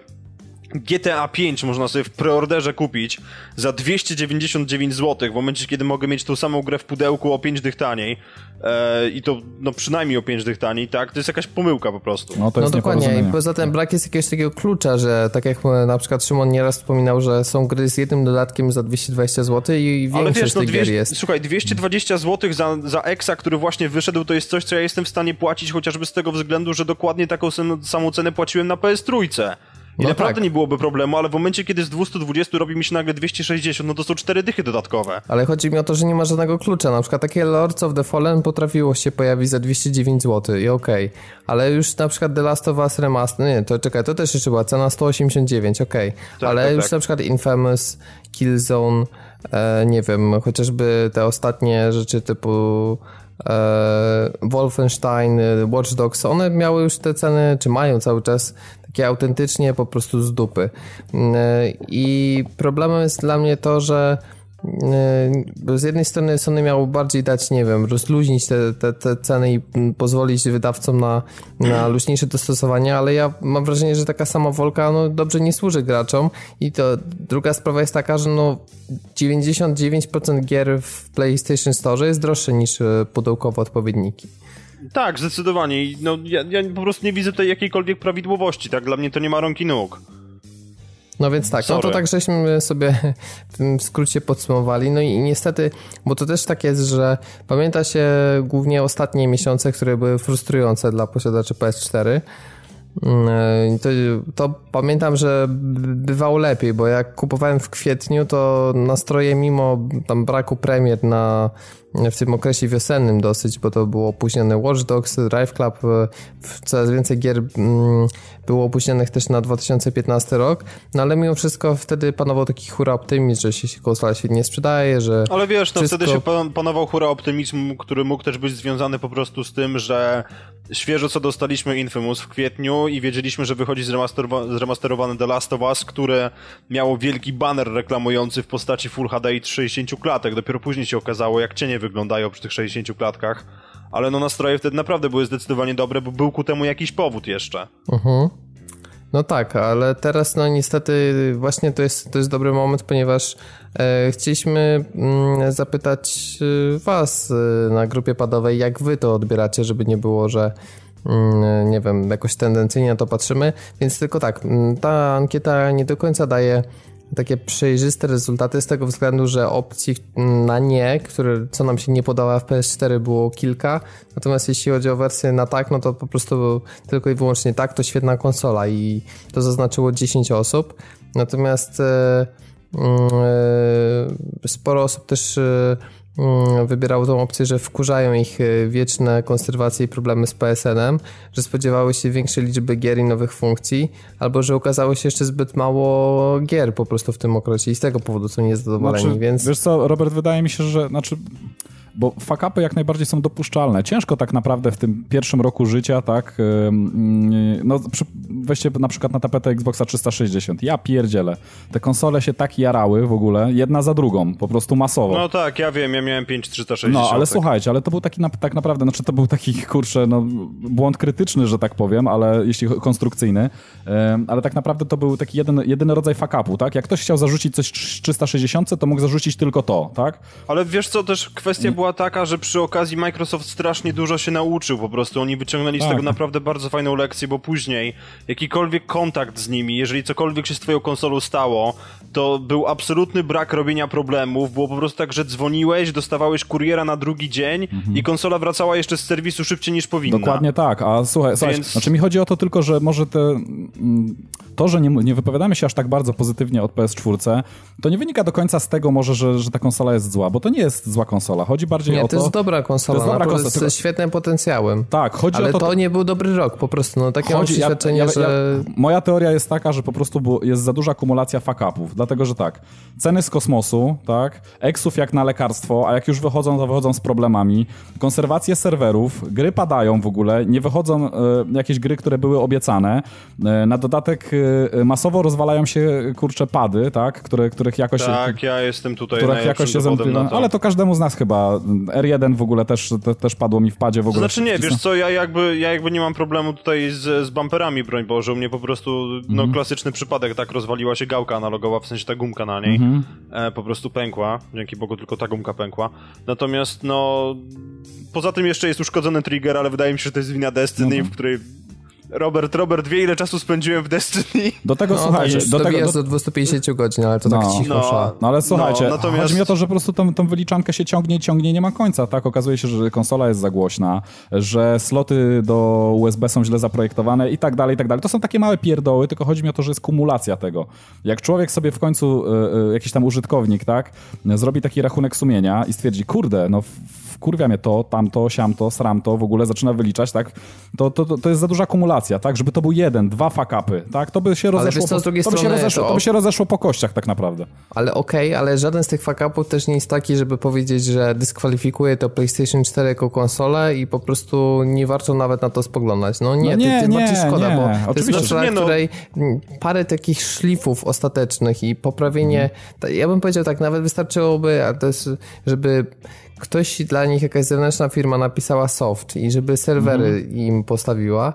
G T A pięć można sobie w preorderze kupić za dwieście dziewięćdziesiąt dziewięć złotych, w momencie, kiedy mogę mieć tą samą grę w pudełku o pięć dych taniej e, i to no przynajmniej o pięć dych taniej, tak? To jest jakaś pomyłka po prostu. No, to jest no dokładnie, i poza tym brak jest jakiegoś takiego klucza, że tak jak na przykład Szymon nieraz wspominał, że są gry z jednym dodatkiem za dwieście dwadzieścia złotych i większość Ale wiesz, no, tych dwieście, gier jest. Słuchaj, dwieście dwadzieścia złotych za, za Exa, który właśnie wyszedł, to jest coś, co ja jestem w stanie płacić chociażby z tego względu, że dokładnie taką samą cenę płaciłem na P S trzy. I no naprawdę tak. nie byłoby problemu, ale w momencie, kiedy z dwieście dwadzieścia robi mi się nagle dwieście sześćdziesiąt, no to są cztery dychy dodatkowe. Ale chodzi mi o to, że nie ma żadnego klucza. Na przykład takie Lords of the Fallen potrafiło się pojawić za dwieście dziewięć złotych i okej. Okay. Ale już na przykład The Last of Us Remaster, nie, to czekaj, to też jeszcze była cena sto osiemdziesiąt dziewięć, okej. Okay. Tak, ale tak, już tak. na przykład Infamous, Killzone, e, nie wiem, chociażby te ostatnie rzeczy typu e, Wolfenstein, Watch Dogs, one miały już te ceny, czy mają cały czas takie autentycznie po prostu z dupy. I problemem jest dla mnie to, że z jednej strony Sony miało bardziej dać, nie wiem, rozluźnić te, te, te ceny i pozwolić wydawcom na, na luźniejsze dostosowanie, ale ja mam wrażenie, że taka samowolka no, dobrze nie służy graczom i to druga sprawa jest taka, że no dziewięćdziesiąt dziewięć procent gier w PlayStation Store jest droższe niż pudełkowe odpowiedniki. Tak, zdecydowanie. No, ja, ja po prostu nie widzę tutaj jakiejkolwiek prawidłowości, tak? Dla mnie to nie ma rąk i nóg. No więc tak, Sorry. no to tak żeśmy sobie w tym skrócie podsumowali. No i niestety, bo to też tak jest, że pamięta się głównie ostatnie miesiące, które były frustrujące dla posiadaczy P S cztery. To, to pamiętam, że bywało lepiej, bo jak kupowałem w kwietniu, to nastroje mimo tam braku premier na, w tym okresie wiosennym dosyć, bo to było opóźnione Watch Dogs, Drive Club, coraz więcej gier było opóźnionych też na dwa tysiące piętnasty rok, no ale mimo wszystko wtedy panował taki hura optymizm, że się konsola świetnie sprzedaje, że ale wiesz, no wszystko... wtedy się panował hura optymizm, który mógł też być związany po prostu z tym, że świeżo co dostaliśmy Infamous w kwietniu i wiedzieliśmy, że wychodzi zremasterowa- zremasterowane The Last of Us, które miało wielki baner reklamujący w postaci Full H D i sześćdziesiąt klatek. Dopiero później się okazało, jak cienie wyglądają przy tych sześćdziesięciu klatkach. Ale no nastroje wtedy naprawdę były zdecydowanie dobre, bo był ku temu jakiś powód jeszcze. Mhm. No tak, ale teraz no niestety właśnie to jest, to jest dobry moment, ponieważ e, chcieliśmy mm, zapytać was e, na grupie padowej, jak wy to odbieracie, żeby nie było, że mm, nie wiem, jakoś tendencyjnie na to patrzymy, więc tylko tak, ta ankieta nie do końca daje takie przejrzyste rezultaty z tego względu, że opcji na nie, które, co nam się nie podoba w P S cztery było kilka, natomiast jeśli chodzi o wersję na tak, no to po prostu tylko i wyłącznie tak, to świetna konsola i to zaznaczyło dziesięć osób, natomiast e, e, sporo osób też e, wybierało tą opcję, że wkurzają ich wieczne konserwacje i problemy z P S N-em, że spodziewały się większej liczby gier i nowych funkcji, albo że ukazało się jeszcze zbyt mało gier po prostu w tym okresie i z tego powodu są niezadowoleni, znaczy, więc... Wiesz co, Robert, wydaje mi się, że znaczy bo fuck-upy jak najbardziej są dopuszczalne. Ciężko tak naprawdę w tym pierwszym roku życia, tak, no weźcie na przykład na tapetę Xboxa trzysta sześćdziesiąt. Ja pierdzielę. Te konsole się tak jarały w ogóle, jedna za drugą, po prostu masowo. No tak, ja wiem, ja miałem pięć trzysta sześćdziesiąt. No, ale słuchajcie, ale to był taki na, tak naprawdę, znaczy to był taki, kurczę, no, błąd krytyczny, że tak powiem, ale jeśli konstrukcyjny, ale tak naprawdę to był taki jeden, jedyny rodzaj fuck-upu, tak? Jak ktoś chciał zarzucić coś trzysta sześćdziesiąt, to mógł zarzucić tylko to, tak? Ale wiesz co, też kwestia Nie. była taka, że przy okazji Microsoft strasznie dużo się nauczył po prostu. Oni wyciągnęli tak. z tego naprawdę bardzo fajną lekcję, bo później jakikolwiek kontakt z nimi, jeżeli cokolwiek się z twoją konsolą stało, to był absolutny brak robienia problemów. Było po prostu tak, że dzwoniłeś, dostawałeś kuriera na drugi dzień mhm. i konsola wracała jeszcze z serwisu szybciej niż powinna. Dokładnie tak, a słuchaj, Więc... słuchaj znaczy mi chodzi o to tylko, że może te, to, że nie, nie wypowiadamy się aż tak bardzo pozytywnie od P S cztery, to nie wynika do końca z tego może, że, że ta konsola jest zła, bo to nie jest zła konsola. Chodzi bardziej nie, o to... to jest dobra konsola, to jest dobra konsola, z tylko... świetnym potencjałem. Tak, chodzi ale o to... Ale to nie był dobry rok po prostu, no takie chodzi, mam przeświadczenie, ja, ja, że... Ja, moja teoria jest taka, że po prostu było, jest za duża kumulacja fuck-upów, dlatego, że tak, ceny z kosmosu, tak, eksów jak na lekarstwo, a jak już wychodzą, to wychodzą z problemami, konserwacje serwerów, gry padają w ogóle, nie wychodzą e, jakieś gry, które były obiecane, e, na dodatek e, masowo rozwalają się, kurcze, pady, tak, które, których jakoś... Tak, ja jestem tutaj których jakoś się zamknę, ale to każdemu z nas chyba. R jeden w ogóle też, te, też padło mi w padzie w ogóle. To znaczy nie, wiesz co, ja jakby, ja jakby nie mam problemu tutaj z, z bumperami, broń Boże, u mnie po prostu, no mm-hmm. klasyczny przypadek, tak, rozwaliła się gałka analogowa, w sensie ta gumka na niej, mm-hmm. e, po prostu pękła, dzięki Bogu tylko ta gumka pękła. Natomiast no, poza tym jeszcze jest uszkodzony trigger, ale wydaje mi się, że to jest wina Destiny, mm-hmm. w której Robert, Robert wie, ile czasu spędziłem w Destiny. Do tego, no, słuchajcie... Tak, do tego do... do dwieście pięćdziesiąt godzin, ale to no, tak cicho no, no ale słuchajcie, no, natomiast... chodzi mi o to, że po prostu tą, tą wyliczankę się ciągnie, ciągnie, nie ma końca, tak? Okazuje się, że konsola jest za głośna, że sloty do U S B są źle zaprojektowane i tak dalej, i tak dalej. To są takie małe pierdoły, tylko chodzi mi o to, że jest kumulacja tego. Jak człowiek sobie w końcu, y, y, jakiś tam użytkownik, tak, zrobi taki rachunek sumienia i stwierdzi, kurde, no wkurwia mnie to, tamto, siamto, sramto, w ogóle zaczyna wyliczać, tak, to, to, to jest za duża kumulacja, tak, żeby to był jeden, dwa fuck-upy, tak, to by się rozeszło, po, to, by się rozeszło to by się rozeszło po kościach tak naprawdę. Ale okej, okay, ale żaden z tych fuck-upów też nie jest taki, żeby powiedzieć, że dyskwalifikuje to PlayStation cztery jako konsolę i po prostu nie warto nawet na to spoglądać. No nie, no nie, tym bardziej szkoda, nie, bo to oczywiście. jest konsola, no. której parę takich szlifów ostatecznych i poprawienie, hmm. ja bym powiedział tak, nawet wystarczyłoby, a to jest, żeby ktoś dla nich, jakaś zewnętrzna firma napisała soft i żeby serwery mm. im postawiła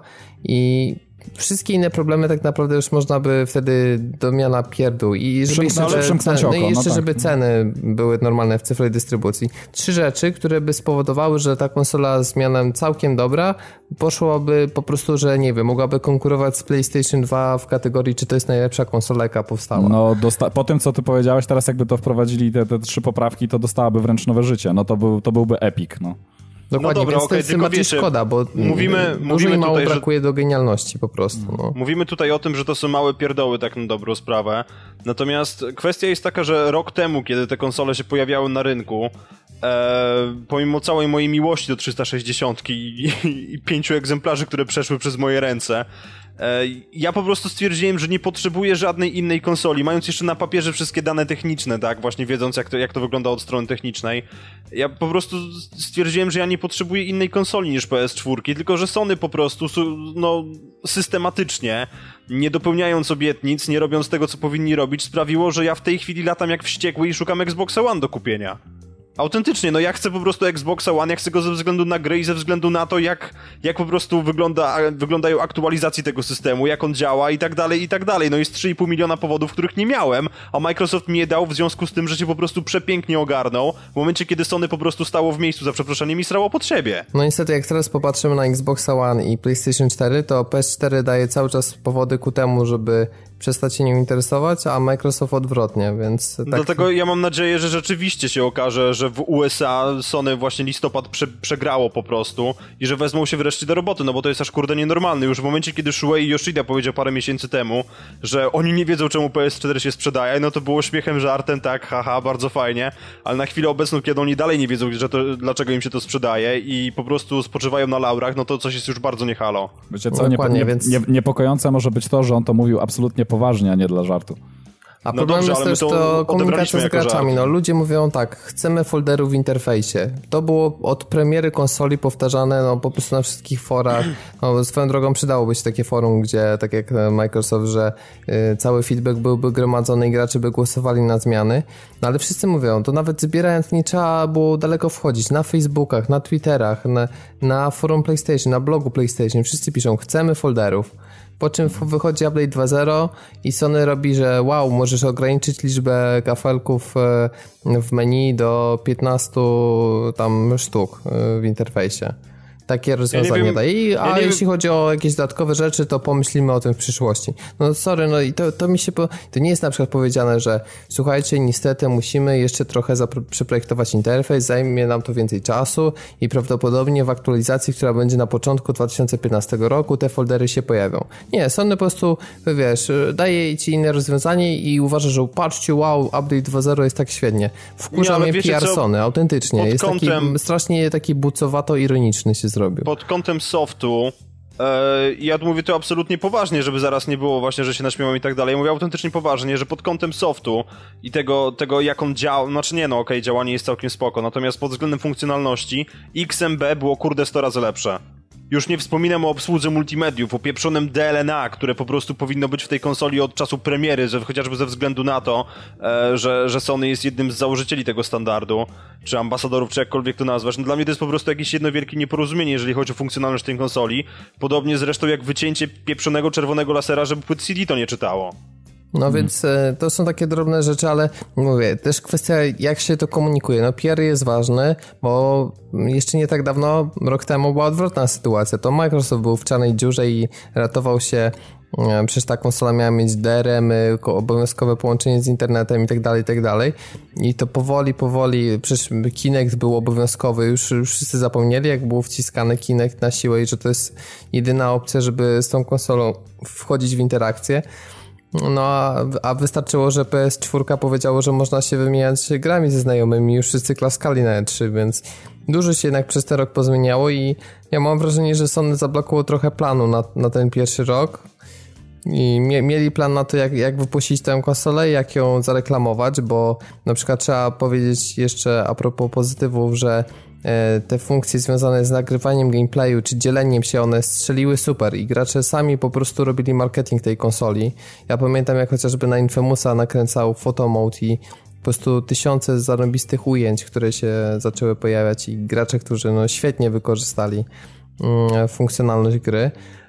i wszystkie inne problemy tak naprawdę już można by wtedy do miana pierdół i żeby jeszcze, ale ceny, oko, no i jeszcze no żeby tak. ceny były normalne w cyfrowej dystrybucji. Trzy rzeczy, które by spowodowały, że ta konsola z mianem całkiem dobra poszłaby po prostu, że nie wiem, mogłaby konkurować z PlayStation dwa w kategorii, czy to jest najlepsza konsola, jaka powstała. No dosta- po tym, co ty powiedziałeś, teraz jakby to wprowadzili te, te trzy poprawki, to dostałaby wręcz nowe życie. No to, był, to byłby epic, no. Dokładnie, no dobra, więc okay, to jest bardziej szkoda, bo mówimy, dużo mówimy i mało tutaj, brakuje że... do genialności po prostu. No. Mówimy tutaj o tym, że to są małe pierdoły, tak na dobrą sprawę. Natomiast kwestia jest taka, że rok temu, kiedy te konsole się pojawiały na rynku, e, pomimo całej mojej miłości do trzysta sześćdziesiąt i, i, i pięciu egzemplarzy, które przeszły przez moje ręce, ja po prostu stwierdziłem, że nie potrzebuję żadnej innej konsoli, mając jeszcze na papierze wszystkie dane techniczne, tak, właśnie wiedząc jak to, jak to wygląda od strony technicznej. Ja po prostu stwierdziłem, że ja nie potrzebuję innej konsoli niż P S cztery, tylko że Sony po prostu, no, systematycznie, nie dopełniając obietnic, nie robiąc tego, co powinni robić, sprawiło, że ja w tej chwili latam jak wściekły i szukam Xboxa One do kupienia. Autentycznie, no ja chcę po prostu Xboxa One, ja chcę go ze względu na gry i ze względu na to, jak, jak po prostu wygląda, wyglądają aktualizacje tego systemu, jak on działa i tak dalej, i tak dalej. No jest trzy i pół miliona powodów, których nie miałem, a Microsoft mi je dał w związku z tym, że się po prostu przepięknie ogarnął w momencie, kiedy Sony po prostu stało w miejscu, za przeproszeniem, i srało pod siebie. No niestety, jak teraz popatrzymy na Xboxa One i PlayStation cztery, to P S cztery daje cały czas powody ku temu, żeby przestać się nią interesować, a Microsoft odwrotnie, więc... Tak... Dlatego ja mam nadzieję, że rzeczywiście się okaże, że w U S A Sony właśnie listopad prze, przegrało po prostu i że wezmą się wreszcie do roboty, no bo to jest aż kurde nienormalne. Już w momencie, kiedy Shuei Yoshida powiedział parę miesięcy temu, że oni nie wiedzą, czemu P S cztery się sprzedaje, no to było śmiechem, żartem, tak, haha, bardzo fajnie, ale na chwilę obecną, kiedy oni dalej nie wiedzą, że to, dlaczego im się to sprzedaje i po prostu spoczywają na laurach, no to coś jest już bardzo nie halo. Wiecie co, no, nie, nie, więc... nie, niepokojące może być to, że on to mówił absolutnie poważnie, a nie dla żartu. A no problem dobrze, jest też to, to komunikacja z graczami. No, ludzie mówią tak, chcemy folderów w interfejsie. To było od premiery konsoli powtarzane no, po prostu na wszystkich forach. No, swoją drogą przydałoby się takie forum, gdzie tak jak Microsoft, że y, cały feedback byłby gromadzony i gracze by głosowali na zmiany. No ale wszyscy mówią, to nawet zbierając nie trzeba było daleko wchodzić. Na Facebookach, na Twitterach, na, na forum PlayStation, na blogu PlayStation. Wszyscy piszą, chcemy folderów. Po czym wychodzi update dwa zero i Sony robi, że wow, możesz ograniczyć liczbę kafelków w menu do piętnastu tam sztuk w interfejsie. Takie rozwiązanie ja daje. A ja jeśli chodzi o jakieś dodatkowe rzeczy, to pomyślimy o tym w przyszłości. No sorry, no i to, to mi się... Po... To nie jest na przykład powiedziane, że słuchajcie, niestety musimy jeszcze trochę zapro- przeprojektować interfejs, zajmie nam to więcej czasu i prawdopodobnie w aktualizacji, która będzie na początku dwa tysiące piętnastego roku, te foldery się pojawią. Nie, Sony po prostu, wiesz, daje ci inne rozwiązanie i uważa, że patrzcie, wow, update dwa zero jest tak świetnie. Wkurza mnie P R Sony, autentycznie. Pod jest kątem... taki strasznie taki bucowato-ironiczny się zrobił. Pod kątem softu, e, ja mówię to absolutnie poważnie, żeby zaraz nie było właśnie, że się naśmiewam i tak dalej. Mówię autentycznie poważnie, że pod kątem softu i tego, tego jak on działa, znaczy nie no, okej, okay, działanie jest całkiem spoko, natomiast pod względem funkcjonalności X M B było kurde sto razy lepsze. Już nie wspominam o obsłudze multimediów, o pieprzonym D L N A, które po prostu powinno być w tej konsoli od czasu premiery, że chociażby ze względu na to, e, że, że Sony jest jednym z założycieli tego standardu, czy ambasadorów, czy jakkolwiek to nazwać. No dla mnie to jest po prostu jakieś jedno wielkie nieporozumienie, jeżeli chodzi o funkcjonalność tej konsoli. Podobnie zresztą jak wycięcie pieprzonego czerwonego lasera, żeby płyt C D to nie czytało. No hmm. więc e, to są takie drobne rzeczy, ale mówię, też kwestia jak się to komunikuje. No P R jest ważny, bo jeszcze nie tak dawno, rok temu była odwrotna sytuacja. To Microsoft był w czarnej dziurze i ratował się, e, przecież ta konsola miała mieć D R M, obowiązkowe połączenie z internetem i tak dalej, i tak dalej. I to powoli, powoli, przecież Kinect był obowiązkowy, już, już wszyscy zapomnieli, jak było wciskane Kinect na siłę i że to jest jedyna opcja, żeby z tą konsolą wchodzić w interakcję. No a, a wystarczyło, że P S cztery powiedziało, że można się wymieniać grami ze znajomymi, już wszyscy klaskali na E trzy, więc dużo się jednak przez ten rok pozmieniało i ja mam wrażenie, że Sony zablokowało trochę planu na, na ten pierwszy rok i mie- mieli plan na to, jak, jak wypuścić tę konsolę, jak ją zareklamować, bo na przykład trzeba powiedzieć jeszcze a propos pozytywów, że te funkcje związane z nagrywaniem gameplayu czy dzieleniem się, one strzeliły super i gracze sami po prostu robili marketing tej konsoli. Ja pamiętam, jak chociażby na Infamousa nakręcał photomode i po prostu tysiące zarąbistych ujęć, które się zaczęły pojawiać i gracze, którzy no świetnie wykorzystali mm, funkcjonalność gry.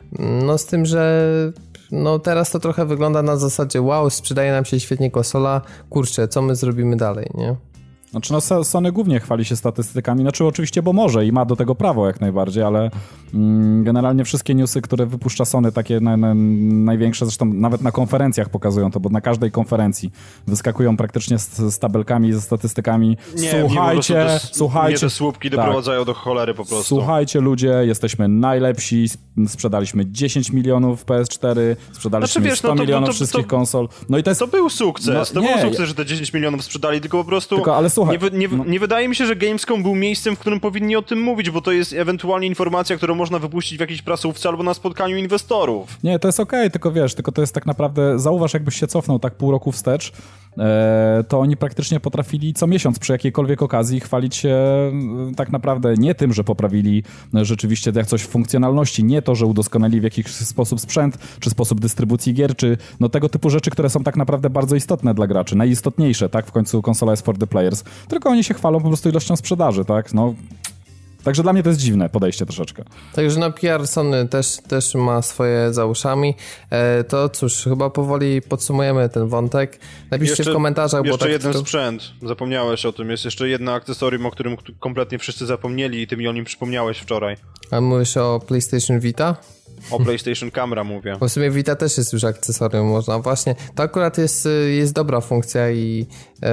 No z tym, że no teraz to trochę wygląda na zasadzie wow, sprzedaje nam się świetnie konsola, kurczę, co my zrobimy dalej, nie? Znaczy no Sony głównie chwali się statystykami, znaczy oczywiście, bo może i ma do tego prawo jak najbardziej, ale mm, generalnie wszystkie newsy, które wypuszcza Sony, takie na, na, największe, zresztą nawet na konferencjach pokazują to, bo na każdej konferencji wyskakują praktycznie z, z tabelkami, ze statystykami. Nie, słuchajcie, nie, te, słuchajcie. Nie te słupki tak, doprowadzają do cholery po prostu. Słuchajcie ludzie, jesteśmy najlepsi, sprzedaliśmy dziesięć milionów P S cztery, sprzedaliśmy znaczy, wiesz, sto no to, milionów to, to, wszystkich to, konsol. No i to jest... To był sukces, no, to nie, był sukces, że te dziesięć milionów sprzedali, tylko po prostu... Tylko, ale słuchaj, nie, nie, no. nie wydaje mi się, że Gamescom był miejscem, w którym powinni o tym mówić, bo to jest ewentualnie informacja, którą można wypuścić w jakiejś prasówce albo na spotkaniu inwestorów. Nie, to jest okej, okay, tylko wiesz, tylko to jest tak naprawdę, zauważ jakbyś się cofnął tak pół roku wstecz, e, to oni praktycznie potrafili co miesiąc przy jakiejkolwiek okazji chwalić się e, tak naprawdę nie tym, że poprawili e, rzeczywiście jak coś w funkcjonalności, nie to, że udoskonalili w jakiś sposób sprzęt, czy sposób dystrybucji gier, czy no tego typu rzeczy, które są tak naprawdę bardzo istotne dla graczy, najistotniejsze, tak, w końcu konsola jest for the players, tylko oni się chwalą po prostu ilością sprzedaży, tak, no. Także dla mnie to jest dziwne podejście troszeczkę. Także no P R Sony też, też ma swoje za uszami. E, to cóż, chyba powoli podsumujemy ten wątek. Napiszcie jeszcze, w komentarzach. Jeszcze bo tak jeden to... sprzęt, zapomniałeś o tym. Jest jeszcze jedno akcesorium, o którym kompletnie wszyscy zapomnieli i ty mi o nim przypomniałeś wczoraj. A mówisz o PlayStation Vita? O PlayStation Camera mówię. Bo w sumie Vita też jest już akcesorium, można właśnie. To akurat jest, jest dobra funkcja i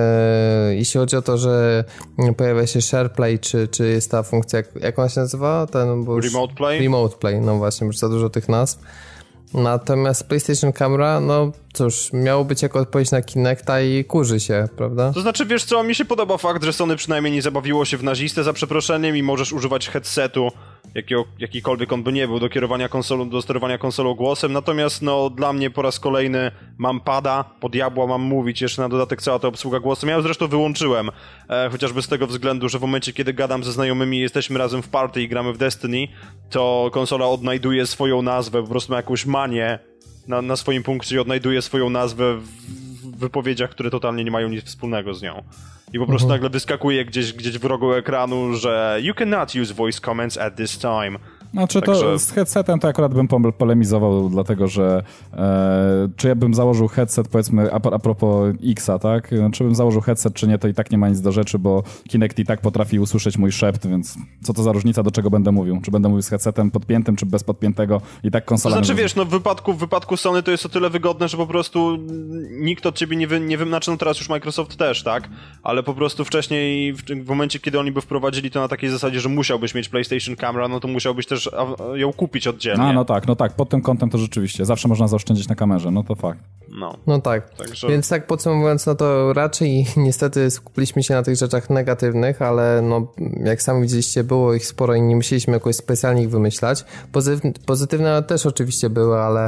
e, jeśli chodzi o to, że pojawia się SharePlay, czy, czy jest ta funkcja, jak ona się nazywa? Ten, bo Remote Play? Remote Play, no właśnie, już za dużo tych nazw. Natomiast PlayStation Camera, no cóż, miało być jako odpowiedź na Kinecta i kurzy się, prawda? To znaczy, wiesz co, mi się podoba fakt, że Sony przynajmniej nie zabawiło się w nazistę za przeproszeniem i możesz używać headsetu jakiego, jakikolwiek on by nie był, do kierowania konsolą, do sterowania konsolą głosem, natomiast no dla mnie po raz kolejny mam pada, po diabła mam mówić, jeszcze na dodatek cała ta obsługa głosem. Ja ją zresztą wyłączyłem, e, chociażby z tego względu, że w momencie, kiedy gadam ze znajomymi, jesteśmy razem w party i gramy w Destiny, to konsola odnajduje swoją nazwę, po prostu ma jakąś manię na, na swoim punkcie i odnajduje swoją nazwę w, w wypowiedziach, które totalnie nie mają nic wspólnego z nią. I po prostu mhm. nagle wyskakuje gdzieś, gdzieś w rogu ekranu, że you cannot use voice comments at this time. Znaczy to Także... z headsetem to akurat bym polemizował, dlatego że e, czy ja bym założył headset, powiedzmy, a, a propos Xa, tak? Czy bym założył headset, czy nie, to i tak nie ma nic do rzeczy, bo Kinect i tak potrafi usłyszeć mój szept, więc co to za różnica, do czego będę mówił? Czy będę mówił z headsetem podpiętym, czy bez podpiętego? I tak konsola... To znaczy, wiesz, no w wypadku, w wypadku Sony to jest o tyle wygodne, że po prostu nikt od ciebie nie wy, nie wy, znaczy no teraz już Microsoft też, tak? Ale po prostu wcześniej, w, w momencie, kiedy oni by wprowadzili to na takiej zasadzie, że musiałbyś mieć PlayStation Camera, no to musiałbyś też ją kupić oddzielnie. A, no tak, no tak, pod tym kątem to rzeczywiście. Zawsze można zaoszczędzić na kamerze, no to fakt. No, no tak, Także... więc tak podsumowując, no to raczej niestety skupiliśmy się na tych rzeczach negatywnych, ale no jak sami widzieliście, było ich sporo i nie musieliśmy jakoś specjalnie ich wymyślać. Pozytywne, pozytywne też oczywiście były, ale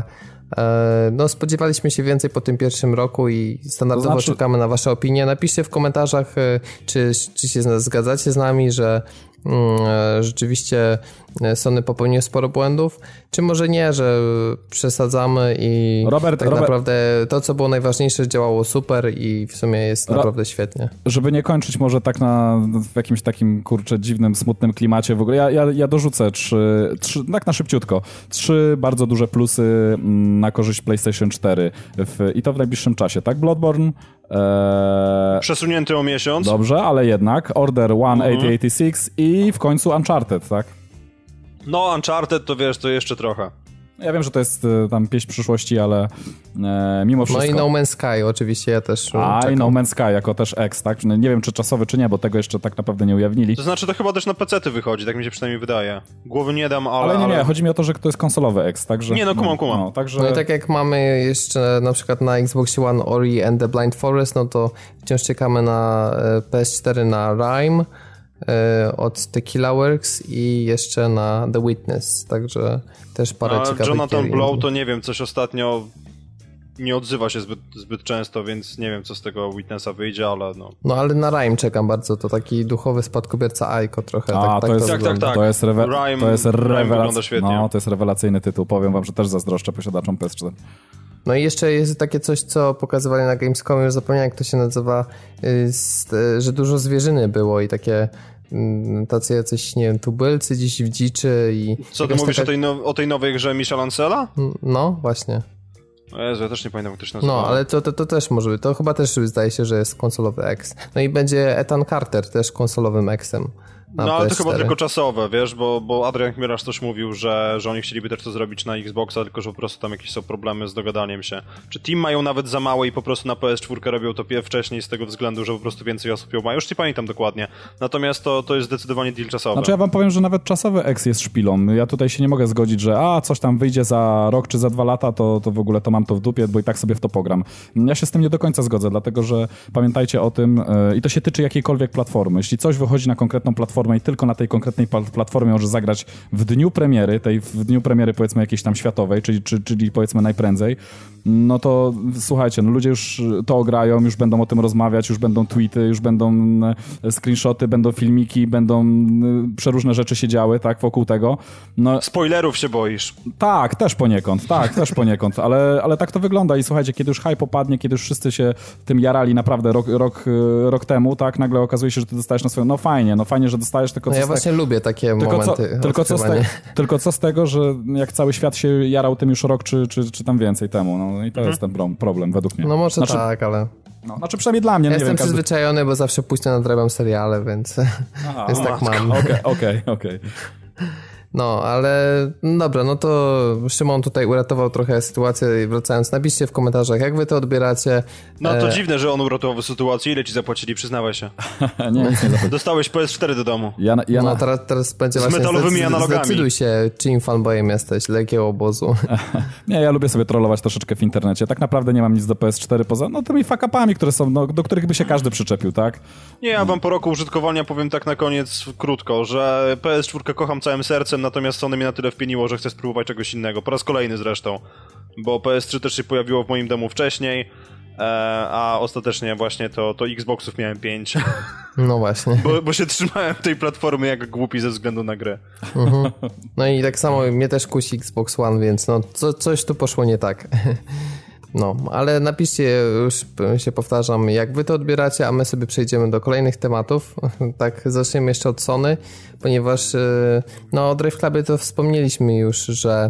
no spodziewaliśmy się więcej po tym pierwszym roku i standardowo to znaczy... czekamy na wasze opinie. Napiszcie w komentarzach, czy, czy się zgadzacie z nami, że rzeczywiście Sony popełniło sporo błędów, czy może nie, że przesadzamy i Robert, tak Robert... naprawdę to, co było najważniejsze, działało super i w sumie jest Ro... naprawdę świetnie. Żeby nie kończyć może tak na w jakimś takim, kurczę, dziwnym, smutnym klimacie w ogóle, ja, ja, ja dorzucę trzy, trzy, tak na szybciutko, trzy bardzo duże plusy na korzyść PlayStation cztery w, i to w najbliższym czasie, tak? Bloodborne, Eee... przesunięty o miesiąc. Dobrze, ale jednak Order tysiąc osiemset osiemdziesiąt sześć i w końcu Uncharted, tak? No, Uncharted to wiesz, to jeszcze trochę. Ja wiem, że to jest tam pieśń przyszłości, ale e, mimo wszystko... No i No Man's Sky oczywiście ja też A, czekam. i No Man's Sky jako też X, tak? Nie wiem, czy czasowy, czy nie, bo tego jeszcze tak naprawdę nie ujawnili. To znaczy, to chyba też na pecety wychodzi, tak mi się przynajmniej wydaje. Głowy nie dam, ale... Ale nie, nie, ale... chodzi mi o to, że to jest konsolowy X, także... Nie, no kumam, kumam. No, także... no i tak jak mamy jeszcze na przykład na Xbox One Ori and the Blind Forest, no to wciąż czekamy na P S cztery na Rime od Tequila Works i jeszcze na The Witness, także też parę A ciekawych Jonathan gier. Blow to nie wiem, coś ostatnio nie odzywa się zbyt, zbyt często, więc nie wiem, co z tego Witnessa wyjdzie, ale no. No ale na Rime czekam bardzo, to taki duchowy spadkobierca Aiko trochę. A, tak, to, tak jest, to, tak, tak, tak. to jest rewe- Rime, to jest rewelac- no, to jest rewelacyjny tytuł, powiem wam, że też zazdroszczę posiadaczom P S cztery. No i jeszcze jest takie coś, co pokazywali na Gamescomie, już zapomniałem, jak to się nazywa, że dużo zwierzyny było i takie tacy jacyś, nie wiem, tubylcy gdzieś w dziczy i... Co ty mówisz taka... o, tej no, o tej nowej grze Michela Ancela? No, właśnie. O Jezu, ja też nie pamiętam, jak to się nazywa. No, ale to, to, to też może być. To chyba też zdaje się, że jest konsolowy X. No i będzie Ethan Carter też konsolowym X-em. No ale P S cztery. To chyba tylko czasowe, wiesz, bo, bo Adrian Chmielarz też mówił, że, że oni chcieliby też to zrobić na Xboxa, tylko że po prostu tam jakieś są problemy z dogadaniem się. Czy Team mają nawet za małe i po prostu na P S cztery robią to wcześniej z tego względu, że po prostu więcej osób ją ma. Już nie pamiętam dokładnie. Natomiast to, to jest zdecydowanie deal czasowy. Znaczy ja wam powiem, że nawet czasowy X jest szpilą. Ja tutaj się nie mogę zgodzić, że a, coś tam wyjdzie za rok czy za dwa lata, to, to w ogóle to mam to w dupie, bo i tak sobie w to pogram. Ja się z tym nie do końca zgodzę, dlatego że pamiętajcie o tym, yy, i to się tyczy jakiejkolwiek platformy. Jeśli coś wychodzi na konkretną platformę i tylko na tej konkretnej platformie może zagrać w dniu premiery, tej w dniu premiery powiedzmy jakiejś tam światowej, czyli, czyli, czyli powiedzmy najprędzej, no to słuchajcie, no ludzie już to ograją, już będą o tym rozmawiać, już będą tweety, już będą screenshoty, będą filmiki, będą przeróżne rzeczy się działy, tak, wokół tego. No, spoilerów się boisz. Tak, też poniekąd, tak, też poniekąd, ale, ale tak to wygląda i słuchajcie, kiedy już hype opadnie, kiedy już wszyscy się tym jarali naprawdę rok, rok, rok temu, tak, nagle okazuje się, że ty dostajesz na swoją, no fajnie, no fajnie, że dostajesz, tylko no co ja właśnie tak... lubię takie tylko momenty. Co, tylko, co z te, tylko co z tego, że jak cały świat się jarał tym już rok czy, czy, czy tam więcej temu, no i to mhm. jest ten problem według mnie. No może znaczy, tak, ale... No, znaczy przynajmniej dla mnie. Ja no, jestem nie wiem, przyzwyczajony, każdy... bo zawsze późno nadrabiam seriale, więc, Aha, więc tak mam. Okej, okej, okej. No, ale no dobra, no to Szymon tutaj uratował trochę sytuację, wracając, napiszcie w komentarzach, jak wy to odbieracie. No to e... dziwne, że on uratował sytuację. Ile ci zapłacili? Przyznawaj się. nie, nic nie zapłacili. Dostałeś P S cztery do domu. Ja, ja no na... teraz, teraz będzie z właśnie metalowymi zdecyd- analogami. Zdecyduj się, czyim fanboyem jesteś, dla jakiego obozu. nie, ja lubię sobie trollować troszeczkę w internecie. Tak naprawdę nie mam nic do P S cztery poza no tymi fuck-upami, które są, no, do których by się każdy przyczepił, tak? Nie, ja wam po roku użytkowania powiem tak na koniec krótko, że P S cztery kocham całym sercem, natomiast Sony mnie na tyle wpieniło, że chcę spróbować czegoś innego. Po raz kolejny zresztą, bo P S trzy też się pojawiło w moim domu wcześniej, a ostatecznie właśnie to, to Xboxów miałem pięć. No właśnie. Bo, bo się trzymałem tej platformy jak głupi ze względu na grę. Mhm. No i tak samo mnie też kusi Xbox One, więc no co, coś tu poszło nie tak. No, ale napiszcie, już się powtarzam, jak wy to odbieracie, a my sobie przejdziemy do kolejnych tematów. Tak, zaczniemy jeszcze od Sony, ponieważ no o Drive Clubie to wspomnieliśmy już, że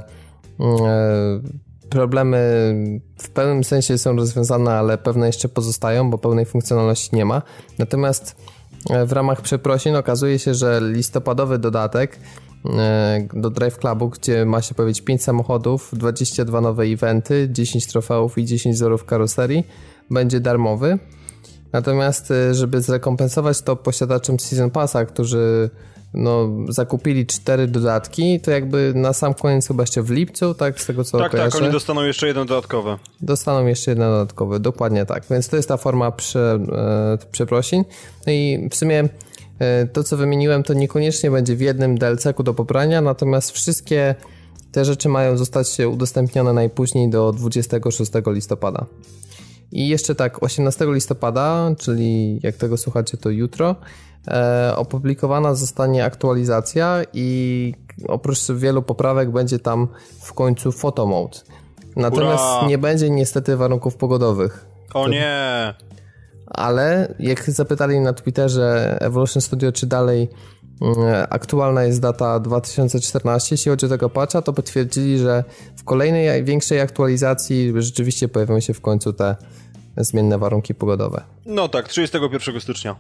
problemy w pewnym sensie są rozwiązane, ale pewne jeszcze pozostają, bo pełnej funkcjonalności nie ma. Natomiast w ramach przeprosin okazuje się, że listopadowy dodatek do Drive Clubu, gdzie ma się pojawić pięć samochodów, dwadzieścia dwa nowe eventy, dziesięć trofeów i dziesięć wzorów karoserii, będzie darmowy. Natomiast żeby zrekompensować to posiadaczom Season Passa, którzy no, zakupili cztery dodatki, to jakby na sam koniec chyba jeszcze w lipcu, tak, z tego co Tak, kojarzę. tak, oni dostaną jeszcze jeden dodatkowy. Dostaną jeszcze jeden dodatkowy, dokładnie tak. Więc to jest ta forma prze, e, przeprosin. No i w sumie e, to, co wymieniłem, to niekoniecznie będzie w jednym D L C-ku do pobrania, natomiast wszystkie te rzeczy mają zostać udostępnione najpóźniej do dwudziestego szóstego listopada. I jeszcze tak, osiemnastego listopada, czyli jak tego słuchacie, to jutro, e, opublikowana zostanie aktualizacja i oprócz wielu poprawek będzie tam w końcu photo mode. Natomiast Ura! nie będzie niestety warunków pogodowych. O nie! Ale jak zapytali na Twitterze Evolution Studio, czy dalej e, aktualna jest data dwa tysiące czternasty, jeśli chodzi o tego patcha, to potwierdzili, że w kolejnej większej aktualizacji rzeczywiście pojawią się w końcu te zmienne warunki pogodowe. No tak, trzydziestego pierwszego stycznia.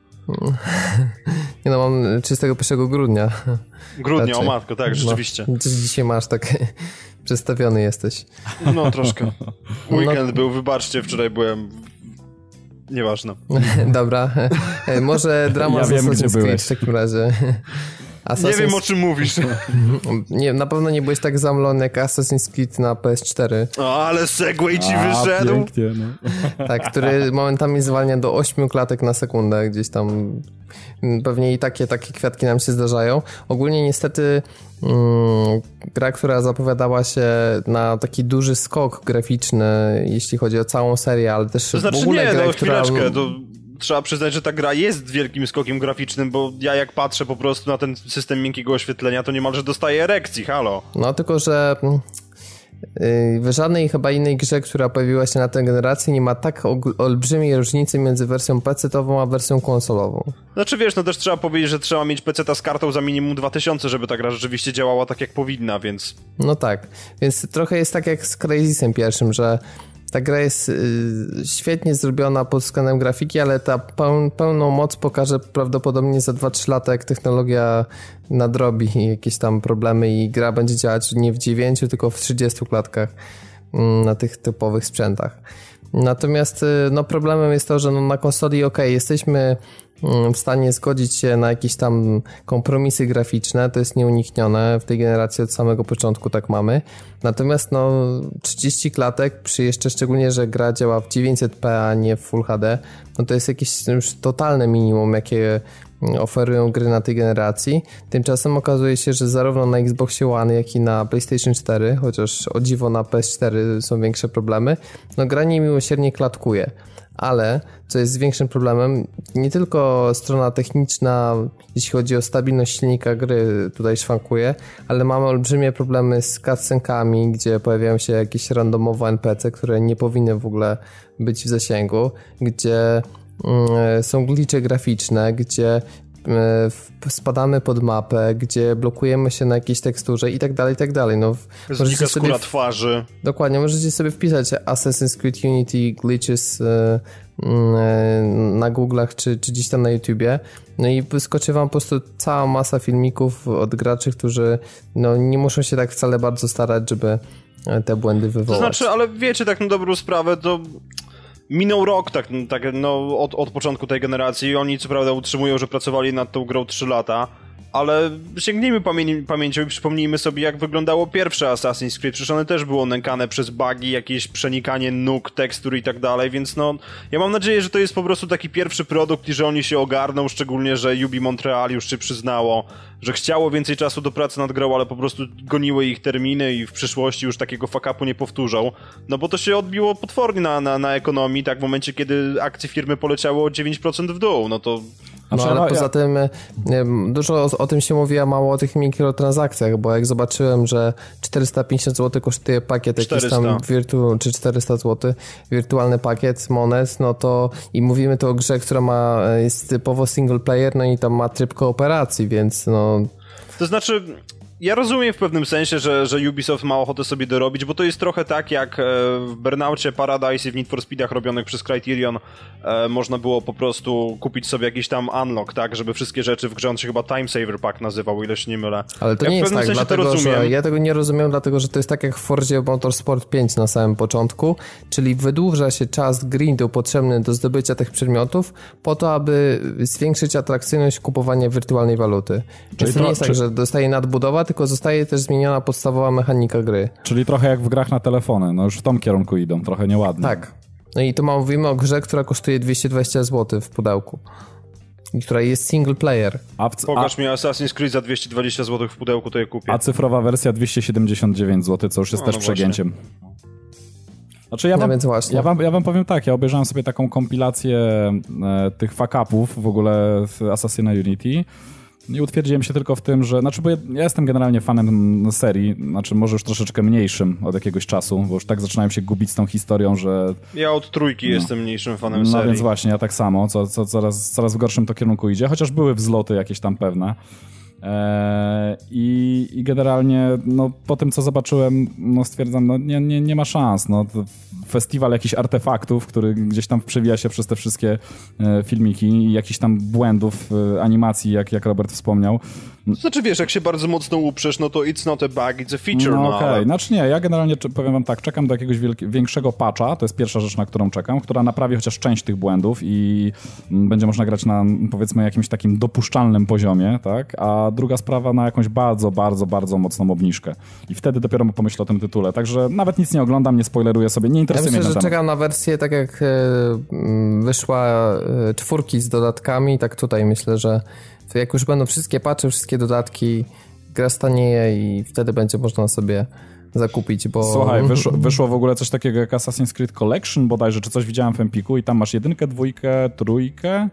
Nie no, mam trzydziestego pierwszego grudnia. Grudnia, raczej. O matko, tak, rzeczywiście. No, dzisiaj masz tak przestawiony jesteś. No troszkę. Weekend no. był, wybaczcie, wczoraj byłem... Nieważne. Dobra, może drama ja z wiem, Assassin's Creed w takim razie. Assassin's... Nie wiem, o czym mówisz. Nie, na pewno nie byłeś tak zamlony jak Assassin's Creed na P S cztery. O, ale segway ci A, wyszedł. Pięknie, no. Tak, który momentami zwalnia do ośmiu klatek na sekundę, gdzieś tam pewnie i takie, takie kwiatki nam się zdarzają. Ogólnie niestety mm, gra, która zapowiadała się na taki duży skok graficzny, jeśli chodzi o całą serię, ale też to znaczy, w ogóle nie, grę, no, która... chwileczkę, to... Trzeba przyznać, że ta gra jest wielkim skokiem graficznym, bo ja jak patrzę po prostu na ten system miękkiego oświetlenia, to niemalże dostaję erekcji, halo. No tylko, że yy, w żadnej chyba innej grze, która pojawiła się na tę generację, nie ma tak olbrzymiej różnicy między wersją pecetową a wersją konsolową. Znaczy wiesz, no też trzeba powiedzieć, że trzeba mieć peceta z kartą za minimum dwa tysiące, żeby ta gra rzeczywiście działała tak jak powinna, więc... No tak, więc trochę jest tak jak z Crysisem pierwszym, że ta gra jest y, świetnie zrobiona pod względem grafiki, ale ta peł, pełną moc pokaże prawdopodobnie za dwa trzy lata, jak technologia nadrobi jakieś tam problemy i gra będzie działać nie w dziewięciu, tylko w trzydziestu klatkach y, na tych typowych sprzętach. Natomiast y, no problemem jest to, że no, na konsoli ok, jesteśmy w stanie zgodzić się na jakieś tam kompromisy graficzne, to jest nieuniknione, w tej generacji od samego początku tak mamy. Natomiast no trzydzieści klatek przy jeszcze szczególnie, że gra działa w dziewięćset p, a nie w Full H D, no to jest jakieś już totalne minimum, jakie oferują gry na tej generacji. Tymczasem okazuje się, że zarówno na Xboxie One, jak i na PlayStation cztery, chociaż o dziwo na P S cztery są większe problemy, no gra niemiłosiernie klatkuje. Ale, co jest większym problemem, nie tylko strona techniczna, jeśli chodzi o stabilność silnika gry, tutaj szwankuje, ale mamy olbrzymie problemy z cutscenkami, gdzie pojawiają się jakieś randomowe N P C, które nie powinny w ogóle być w zasięgu, gdzie mm, są glitche graficzne, gdzie spadamy pod mapę, gdzie blokujemy się na jakiejś teksturze i tak dalej, i tak dalej. No, znika skóra w... twarzy. Dokładnie, możecie sobie wpisać Assassin's Creed Unity glitches yy, yy, na Google'ach czy, czy gdzieś tam na YouTubie. No i wyskoczy wam po prostu cała masa filmików od graczy, którzy no, nie muszą się tak wcale bardzo starać, żeby te błędy wywołać. To znaczy, ale wiecie, tak na dobrą sprawę, to... Minął rok tak, tak no, od, od początku tej generacji. Oni co prawda utrzymują, że pracowali nad tą grą trzy lata, ale sięgnijmy pamię- pamięcią i przypomnijmy sobie, jak wyglądało pierwsze Assassin's Creed. Przecież one też było nękane przez bugi, jakieś przenikanie nóg, tekstury i tak dalej, więc no, ja mam nadzieję, że to jest po prostu taki pierwszy produkt i że oni się ogarną, szczególnie, że Ubi Montreal już się przyznało, że chciało więcej czasu do pracy nad grą, ale po prostu goniły ich terminy i w przyszłości już takiego fuck-upu nie powtórzą. No bo to się odbiło potwornie na, na, na ekonomii, tak w momencie, kiedy akcje firmy poleciały o dziewięć procent w dół, no to... No ale poza tym dużo o, o tym się mówi, a mało o tych mikrotransakcjach, bo jak zobaczyłem, że czterysta pięćdziesiąt złotych kosztuje pakiet jakiś tam wirtu, czy czterysta złotych, wirtualny pakiet monet, no to i mówimy tu o grze, która ma, jest typowo single player, no i tam ma tryb kooperacji, więc no... To znaczy... Ja rozumiem w pewnym sensie, że, że Ubisoft ma ochotę sobie dorobić, bo to jest trochę tak jak w Burnoutie, Paradise i w Need for Speedach robionych przez Criterion e, można było po prostu kupić sobie jakiś tam unlock, tak, żeby wszystkie rzeczy w grze, on się chyba Time Saver Pack nazywał, o ile się nie mylę. Ale to ja nie jest tak, dlatego, że ja tego nie rozumiem, dlatego, że to jest tak jak w Forzie Motorsport pięć na samym początku, czyli wydłuża się czas grindu potrzebny do zdobycia tych przedmiotów po to, aby zwiększyć atrakcyjność kupowania wirtualnej waluty. Czyli to nie jest tak, że dostaje nadbudowa, tylko zostaje też zmieniona podstawowa mechanika gry. Czyli trochę jak w grach na telefony, no już w tom kierunku idą, trochę nieładnie. Tak. No i tu mówimy o grze, która kosztuje dwieście dwadzieścia złotych w pudełku. I która jest single player. A w, Pokaż a, mi Assassin's Creed za dwieście dwadzieścia złotych w pudełku, to je kupię. A cyfrowa wersja dwieście siedemdziesiąt dziewięć złotych, co już jest no, też no przegięciem. Znaczy ja wam, no więc ja, wam, ja wam powiem tak, ja obejrzałem sobie taką kompilację e, tych fuck-upów w ogóle z Assassina Unity. I utwierdziłem się tylko w tym, że... Znaczy, bo ja, ja jestem generalnie fanem serii, znaczy może już troszeczkę mniejszym od jakiegoś czasu, bo już tak zaczynałem się gubić z tą historią, że... Ja od trójki no. jestem mniejszym fanem no, serii. No więc właśnie, ja tak samo, co, co coraz, coraz w gorszym to kierunku idzie, chociaż były wzloty jakieś tam pewne. Eee, i, I generalnie no, po tym, co zobaczyłem, no, stwierdzam, no nie, nie, nie ma szans. No, festiwal jakichś artefaktów, który gdzieś tam przewija się przez te wszystkie e, filmiki i jakichś tam błędów e, animacji, jak, jak Robert wspomniał. To znaczy, wiesz, jak się bardzo mocno uprzesz, no to it's not a bug, it's a feature. No, no okej, okay. ale... Znaczy nie, ja generalnie powiem wam tak, czekam do jakiegoś wielki, większego patcha, to jest pierwsza rzecz, na którą czekam, która naprawi chociaż część tych błędów i m, będzie można grać na, powiedzmy, jakimś takim dopuszczalnym poziomie, tak? A druga sprawa na jakąś bardzo, bardzo, bardzo mocną obniżkę. I wtedy dopiero pomyślę o tym tytule. Także nawet nic nie oglądam, nie spoileruję sobie, nie interesuje mnie ten temat. Ja myślę, że temat. czekam na wersję tak jak y, wyszła y, czwórki z dodatkami, tak tutaj myślę, że jak już będą wszystkie patche, wszystkie dodatki, gra stanieje i wtedy będzie można sobie zakupić, bo... Słuchaj, wyszło, wyszło w ogóle coś takiego jak Assassin's Creed Collection bodajże, czy coś widziałem w Empiku i tam masz jedynkę, dwójkę, trójkę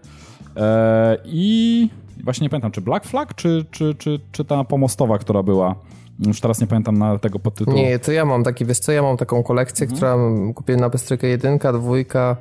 e, i właśnie nie pamiętam, czy Black Flag, czy, czy, czy, czy ta pomostowa, która była. Już teraz nie pamiętam na tego podtytułu. Nie, to ja mam taki, wiesz co, ja mam taką kolekcję, mhm. która kupiłem na Pestrykę jedynka, dwójka,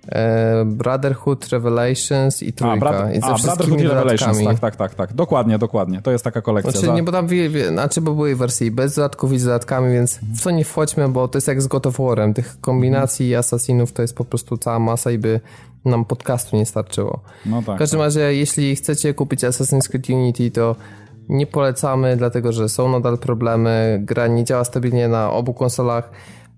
e, Brotherhood, Revelations i trójka. A, brat, I ze a Brotherhood i Revelations, tak, tak, tak, tak. Dokładnie, dokładnie. To jest taka kolekcja. Znaczy, za... nie, bo tam, wie, wie, znaczy, bo były wersje bez dodatków i z dodatkami, więc w to nie wchodźmy, bo to jest jak z God of War'em. Tych kombinacji mhm. Assassinów to jest po prostu cała masa i by nam podcastu nie starczyło. No tak, w każdym tak. razie, jeśli chcecie kupić Assassin's Creed Unity, to nie polecamy, dlatego że są nadal problemy. Gra nie działa stabilnie na obu konsolach.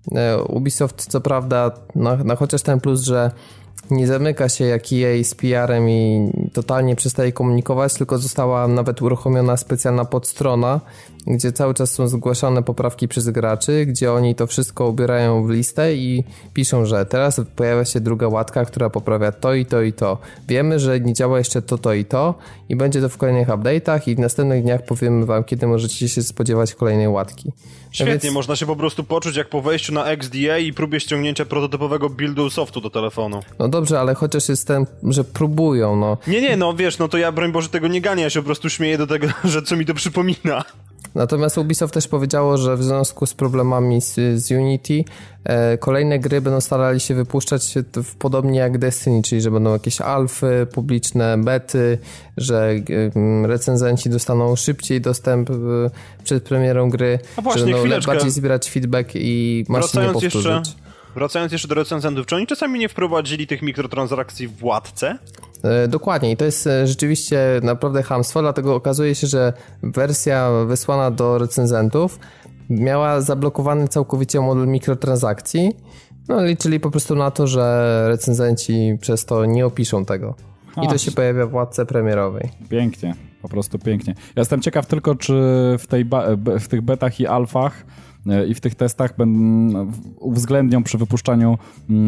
Ubisoft co prawda, no, no chociaż ten plus, że nie zamyka się jak E A z P R-em i totalnie przestaje komunikować, tylko została nawet uruchomiona specjalna podstrona, gdzie cały czas są zgłaszane poprawki przez graczy, gdzie oni to wszystko ubierają w listę i piszą, że teraz pojawia się druga łatka, która poprawia to i to i to. Wiemy, że nie działa jeszcze to, to i to i będzie to w kolejnych update'ach i w następnych dniach powiemy wam, kiedy możecie się spodziewać kolejnej łatki. Świetnie, no więc... można się po prostu poczuć jak po wejściu na X D A i próbie ściągnięcia prototypowego buildu softu do telefonu. No dobrze, ale chociaż jest ten, że próbują, no. Nie, nie, no wiesz, no to ja broń Boże tego nie ganię, ja się po prostu śmieję do tego, że co mi to przypomina. Natomiast Ubisoft też powiedziało, że w związku z problemami z, z Unity e, kolejne gry będą starali się wypuszczać w, podobnie jak Destiny, czyli że będą jakieś alfy publiczne, bety, że e, recenzenci dostaną szybciej dostęp e, przed premierą gry, A właśnie, że będą chwileczkę. bardziej zbierać feedback i masz nie powtórzyć. Jeszcze, wracając jeszcze do recenzentów, czy oni czasami nie wprowadzili tych mikrotransakcji w Władce? Dokładnie i to jest rzeczywiście naprawdę chamstwo, dlatego okazuje się, że wersja wysłana do recenzentów miała zablokowany całkowicie model mikrotransakcji, no liczyli po prostu na to, że recenzenci przez to nie opiszą tego. I to się pojawia w Władce premierowej. Pięknie. Po prostu pięknie. Ja jestem ciekaw tylko, czy w, tej ba- w tych betach i alfach i w tych testach będą, uwzględnią przy wypuszczaniu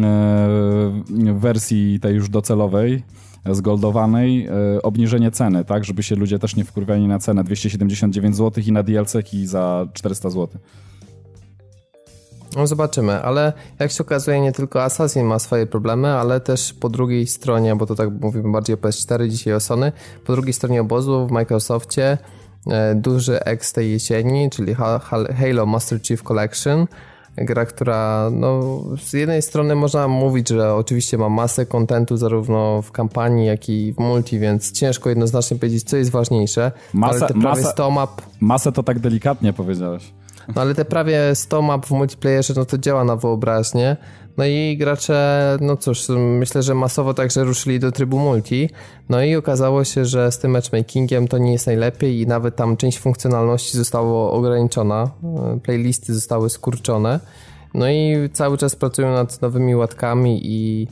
wersji tej już docelowej, zgoldowanej, obniżenie ceny, tak, żeby się ludzie też nie wkurwiali na cenę dwieście siedemdziesiąt dziewięć złotych i na D L C-ki za czterysta złotych. No zobaczymy, ale jak się okazuje, nie tylko Assassin ma swoje problemy, ale też po drugiej stronie, bo to tak mówimy bardziej o P S cztery, dzisiaj o Sony, po drugiej stronie obozu w Microsoftie e, duży X tej jesieni, czyli Halo Master Chief Collection, gra, która no, z jednej strony można mówić, że oczywiście ma masę kontentu zarówno w kampanii, jak i w multi, więc ciężko jednoznacznie powiedzieć, co jest ważniejsze, Masę, ale te prawie masę, sto map... Masę to tak delikatnie powiedziałeś. No ale te prawie sto map w multiplayerze, no to działa na wyobraźnię. No i gracze, no cóż, myślę, że masowo także ruszyli do trybu multi. No i okazało się, że z tym matchmakingiem to nie jest najlepiej i nawet tam część funkcjonalności została ograniczona. Playlisty zostały skurczone. No i cały czas pracują nad nowymi łatkami i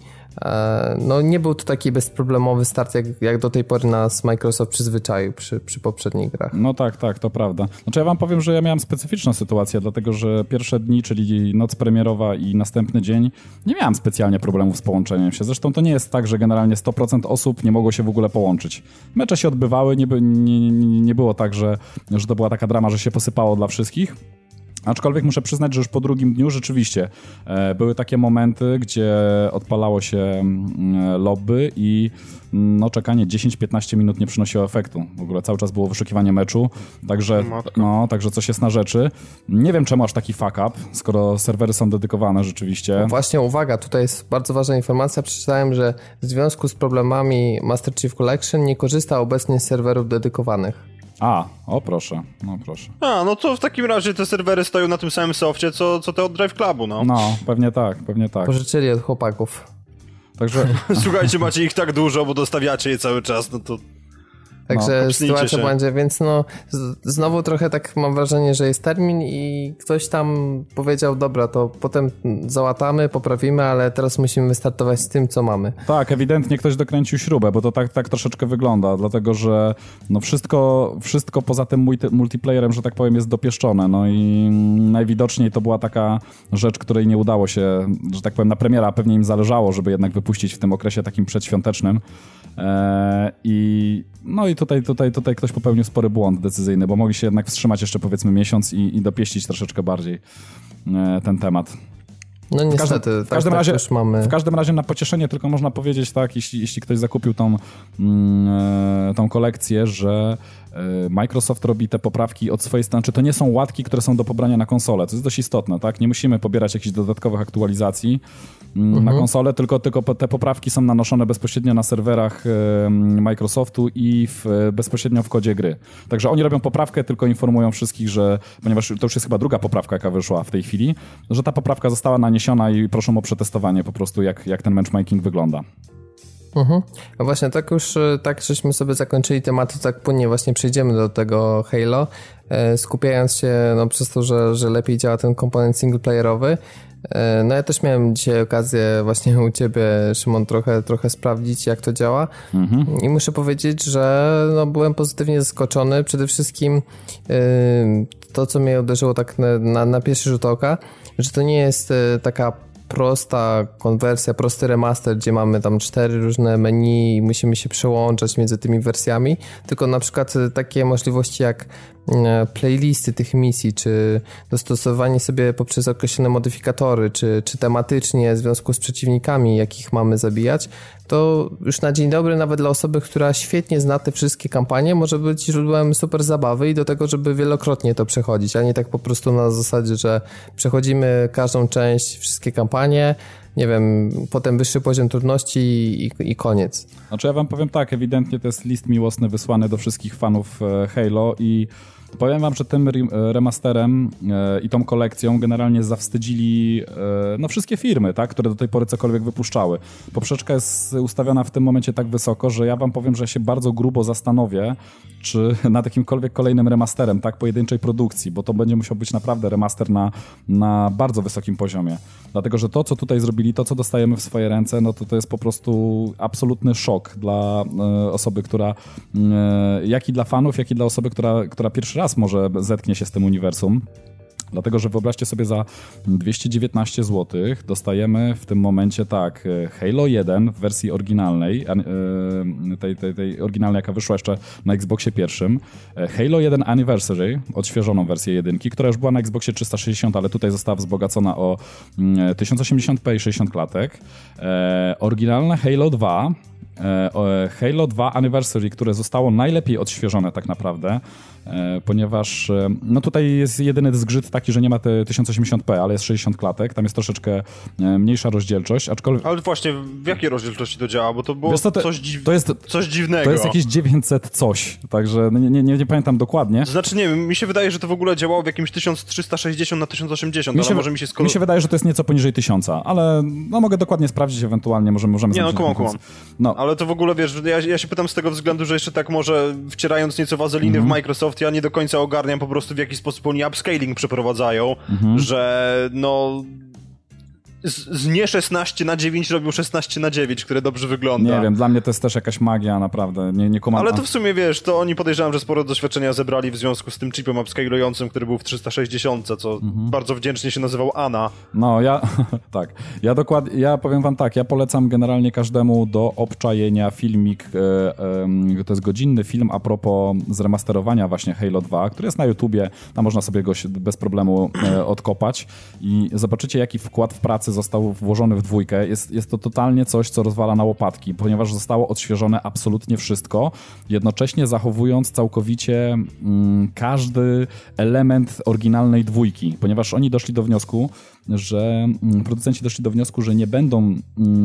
no nie był to taki bezproblemowy start, jak, jak do tej pory nas Microsoft przyzwyczaił przy, przy poprzednich grach. No tak, tak, to prawda. Znaczy ja wam powiem, że ja miałem specyficzną sytuację, dlatego że pierwsze dni, czyli noc premierowa i następny dzień, nie miałem specjalnie problemów z połączeniem się. Zresztą to nie jest tak, że generalnie sto procent osób nie mogło się w ogóle połączyć. Mecze się odbywały, nie, by, nie, nie, nie było tak, że, że to była taka drama, że się posypało dla wszystkich. Aczkolwiek muszę przyznać, że już po drugim dniu rzeczywiście e, były takie momenty, gdzie odpalało się e, lobby i no, czekanie dziesięć piętnaście minut nie przynosiło efektu. W ogóle cały czas było wyszukiwanie meczu, także, no, także coś jest na rzeczy. Nie wiem, czemu aż taki fuck up, skoro serwery są dedykowane rzeczywiście. No właśnie, uwaga, tutaj jest bardzo ważna informacja. Przeczytałem, że w związku z problemami Master Chief Collection nie korzysta obecnie z serwerów dedykowanych. A, o proszę, no proszę. A, no to w takim razie te serwery stoją na tym samym softie, co, co te od Drive Clubu, no. No, pewnie tak, pewnie tak. Pożyczyli od chłopaków. Także... Słuchajcie, macie ich tak dużo, bo dostawiacie je cały czas, no to... Także no, sytuacja się. będzie, więc no z, znowu trochę tak mam wrażenie, że jest termin i ktoś tam powiedział, dobra, to potem załatamy, poprawimy, ale teraz musimy wystartować z tym, co mamy. Tak, ewidentnie ktoś dokręcił śrubę, bo to tak, tak troszeczkę wygląda, dlatego że no wszystko, wszystko poza tym multi- multiplayerem, że tak powiem, jest dopieszczone. No i najwidoczniej to była taka rzecz, której nie udało się, że tak powiem, na premiera pewnie im zależało, żeby jednak wypuścić w tym okresie takim przedświątecznym. Eee, I no i tutaj, tutaj, tutaj ktoś popełnił spory błąd decyzyjny, bo mogli się jednak wstrzymać jeszcze powiedzmy miesiąc i, i dopieścić troszeczkę bardziej e, ten temat. No niestety, w każdym, w każdym tak, razie, tak już mamy. W każdym razie na pocieszenie tylko można powiedzieć tak, jeśli, jeśli ktoś zakupił tą, mm, tą kolekcję, że Microsoft robi te poprawki od swojej strony, czy to nie są łatki, które są do pobrania na konsolę, to jest dość istotne, tak? Nie musimy pobierać jakichś dodatkowych aktualizacji mhm. na konsolę, tylko, tylko te poprawki są nanoszone bezpośrednio na serwerach Microsoftu i w, bezpośrednio w kodzie gry. Także oni robią poprawkę, tylko informują wszystkich, że, ponieważ to już jest chyba druga poprawka, jaka wyszła w tej chwili, że ta poprawka została naniesiona i proszą o przetestowanie po prostu, jak, jak ten matchmaking wygląda. Mhm. No właśnie, tak już, tak żeśmy sobie zakończyli temat, to tak płynnie właśnie przejdziemy do tego Halo, e, skupiając się no, przez to, że, że lepiej działa ten komponent singleplayerowy. E, no ja też miałem dzisiaj okazję właśnie u ciebie, Szymon, trochę, trochę sprawdzić, jak to działa mhm. i muszę powiedzieć, że no, byłem pozytywnie zaskoczony. Przede wszystkim e, to, co mnie uderzyło tak na, na, na pierwszy rzut oka, że to nie jest e, taka prosta konwersja, prosty remaster, gdzie mamy tam cztery różne menu i musimy się przełączać między tymi wersjami, tylko na przykład takie możliwości jak playlisty tych misji, czy dostosowanie sobie poprzez określone modyfikatory, czy, czy tematycznie w związku z przeciwnikami, jakich mamy zabijać, to już na dzień dobry nawet dla osoby, która świetnie zna te wszystkie kampanie, może być źródłem super zabawy i do tego, żeby wielokrotnie to przechodzić, a nie tak po prostu na zasadzie, że przechodzimy każdą część, wszystkie kampanie, nie wiem, potem wyższy poziom trudności i, i koniec. Znaczy ja wam powiem tak, ewidentnie to jest list miłosny wysłany do wszystkich fanów Halo i powiem wam, że tym remasterem e, i tą kolekcją generalnie zawstydzili e, no wszystkie firmy, tak, które do tej pory cokolwiek wypuszczały. Poprzeczka jest ustawiona w tym momencie tak wysoko, że ja wam powiem, że się bardzo grubo zastanowię, czy nad jakimkolwiek kolejnym remasterem, tak, pojedynczej produkcji, bo to będzie musiał być naprawdę remaster na, na bardzo wysokim poziomie. Dlatego, że to, co tutaj zrobili, to, co dostajemy w swoje ręce, no to to jest po prostu absolutny szok dla e, osoby, która, e, jak i dla fanów, jak i dla osoby, która, która pierwszy raz może zetknie się z tym uniwersum. Dlatego, że wyobraźcie sobie, za dwieście dziewiętnaście złotych dostajemy w tym momencie tak, Halo jeden w wersji oryginalnej, tej, tej, tej oryginalnej, jaka wyszła jeszcze na Xboxie pierwszym, Halo jeden Anniversary, odświeżoną wersję jedynki, która już była na Xboxie trzysta sześćdziesiąt, ale tutaj została wzbogacona o tysiąc osiemdziesiąt p i sześćdziesiąt klatek. Oryginalne Halo dwa, Halo dwa Anniversary, które zostało najlepiej odświeżone tak naprawdę, ponieważ no tutaj jest jedyny zgrzyt taki, że nie ma te tysiąc osiemdziesiąt p, ale jest sześćdziesiąt klatek, tam jest troszeczkę mniejsza rozdzielczość, aczkolwiek... Ale właśnie, w jakiej rozdzielczości to działa? Bo to było co, to, coś, dziw... to jest, coś dziwnego. To jest jakieś dziewięćset coś, także nie, nie, nie, nie pamiętam dokładnie. To znaczy, nie wiem, mi się wydaje, że to w ogóle działało w jakimś tysiąc trzysta sześćdziesiąt na tysiąc osiemdziesiąt, mi ale się, może mi się skoro... Mi się wydaje, że to jest nieco poniżej tysiąca, ale no mogę dokładnie sprawdzić, ewentualnie możemy... możemy nie, no kumam, kumam. No. Ale to w ogóle, wiesz, ja, ja się pytam z tego względu, że jeszcze tak może wcierając nieco wazeliny mm-hmm. w Microsoft, ja nie do końca ogarniam po prostu w jaki sposób oni upscaling przeprowadzają, mm-hmm. że no... Z, z nie szesnaście na dziewięć robią szesnaście na dziewięć, które dobrze wygląda. Nie wiem, dla mnie to jest też jakaś magia, naprawdę. Nie, nie kumam. Ale to w sumie, wiesz, to oni podejrzewam, że sporo doświadczenia zebrali w związku z tym chipem upscalującym, który był w trzysta sześćdziesiąt, co mhm. bardzo wdzięcznie się nazywał Ana. No, ja, tak. Ja dokładnie, ja powiem wam tak, ja polecam generalnie każdemu do obczajenia filmik, e, e, to jest godzinny film a propos zremasterowania właśnie Halo dwa, który jest na YouTubie, tam można sobie go bez problemu e, odkopać i zobaczycie, jaki wkład w pracę został włożony w dwójkę. Jest, jest to totalnie coś, co rozwala na łopatki, ponieważ zostało odświeżone absolutnie wszystko, jednocześnie zachowując całkowicie mm, każdy element oryginalnej dwójki, ponieważ oni doszli do wniosku, że mm, producenci doszli do wniosku, że nie będą mm,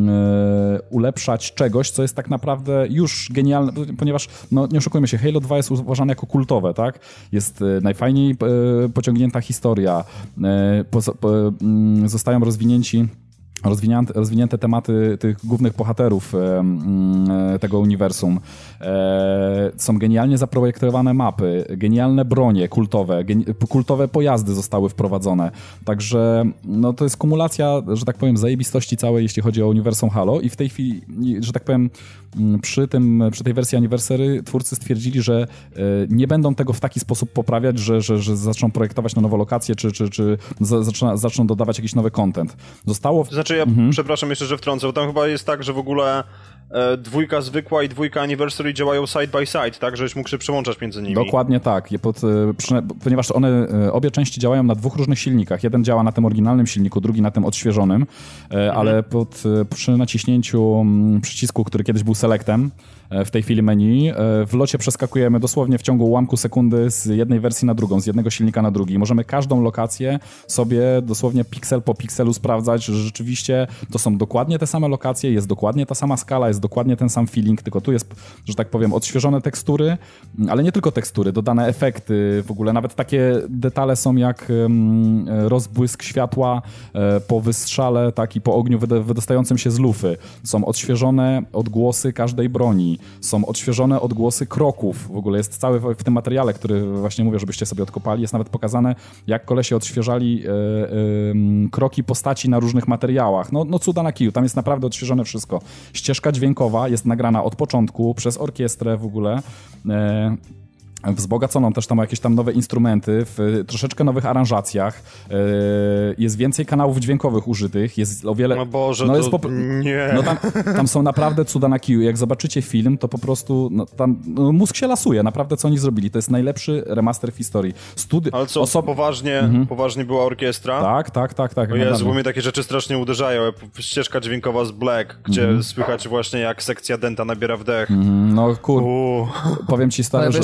ulepszać czegoś, co jest tak naprawdę już genialne, ponieważ, no nie oszukujmy się, Halo dwa jest uważane jako kultowe, tak? Jest e, najfajniej e, pociągnięta historia, e, po, po, mm, zostają rozwinięci Rozwinięte, rozwinięte tematy tych głównych bohaterów e, e, tego uniwersum. E, są genialnie zaprojektowane mapy, genialne bronie kultowe, geni kultowe pojazdy zostały wprowadzone. Także no, to jest kumulacja, że tak powiem, zajebistości całej, jeśli chodzi o uniwersum Halo i w tej chwili, że tak powiem, przy, tym, przy tej wersji Anniversary twórcy stwierdzili, że e, nie będą tego w taki sposób poprawiać, że, że, że zaczną projektować na nowe lokacje, czy, czy, czy zaczną, zaczną dodawać jakiś nowy content. Zostało... W... Znaczy ja mhm. przepraszam jeszcze, że wtrącę, bo tam chyba jest tak, że w ogóle e, dwójka zwykła i dwójka Anniversary działają side by side, tak? Żebyś mógł się przełączać między nimi. Dokładnie tak, Je pod, przy, ponieważ one, obie części działają na dwóch różnych silnikach. Jeden działa na tym oryginalnym silniku, drugi na tym odświeżonym, e, mhm. ale pod, przy naciśnięciu przycisku, który kiedyś był selectem, w tej chwili menu, w locie przeskakujemy dosłownie w ciągu ułamku sekundy z jednej wersji na drugą, z jednego silnika na drugi. Możemy każdą lokację sobie dosłownie piksel po pikselu sprawdzać, że rzeczywiście to są dokładnie te same lokacje, jest dokładnie ta sama skala, jest dokładnie ten sam feeling, tylko tu jest, że tak powiem, odświeżone tekstury, ale nie tylko tekstury, dodane efekty, w ogóle nawet takie detale są jak um, rozbłysk światła e, po wystrzale, tak i po ogniu wydostającym się z lufy. Są odświeżone odgłosy każdej broni. Są odświeżone odgłosy kroków. W ogóle jest cały w tym materiale, który właśnie mówię, żebyście sobie odkopali, jest nawet pokazane, jak kolesie odświeżali e, e, kroki postaci na różnych materiałach. No, no cuda na kiju, tam jest naprawdę odświeżone wszystko. Ścieżka dźwiękowa jest nagrana od początku, przez orkiestrę w ogóle. E, Wzbogaconą też tam jakieś tam nowe instrumenty, w troszeczkę nowych aranżacjach. Yy, jest więcej kanałów dźwiękowych użytych, jest o wiele... No Boże, no to jest po... nie. No tam, tam są naprawdę cuda na kiju. Jak zobaczycie film, to po prostu no, tam no, mózg się lasuje, naprawdę co oni zrobili. To jest najlepszy remaster w historii. Studi... Ale co, Oso... poważnie, mhm. poważnie była orkiestra? Tak, tak, tak. tak o Jezu, bo mnie takie rzeczy strasznie uderzają. Ścieżka dźwiękowa z Black, gdzie mhm. słychać właśnie jak sekcja denta nabiera wdech. Mhm. No kur... powiem ci stary, Ale że... wiesz, no,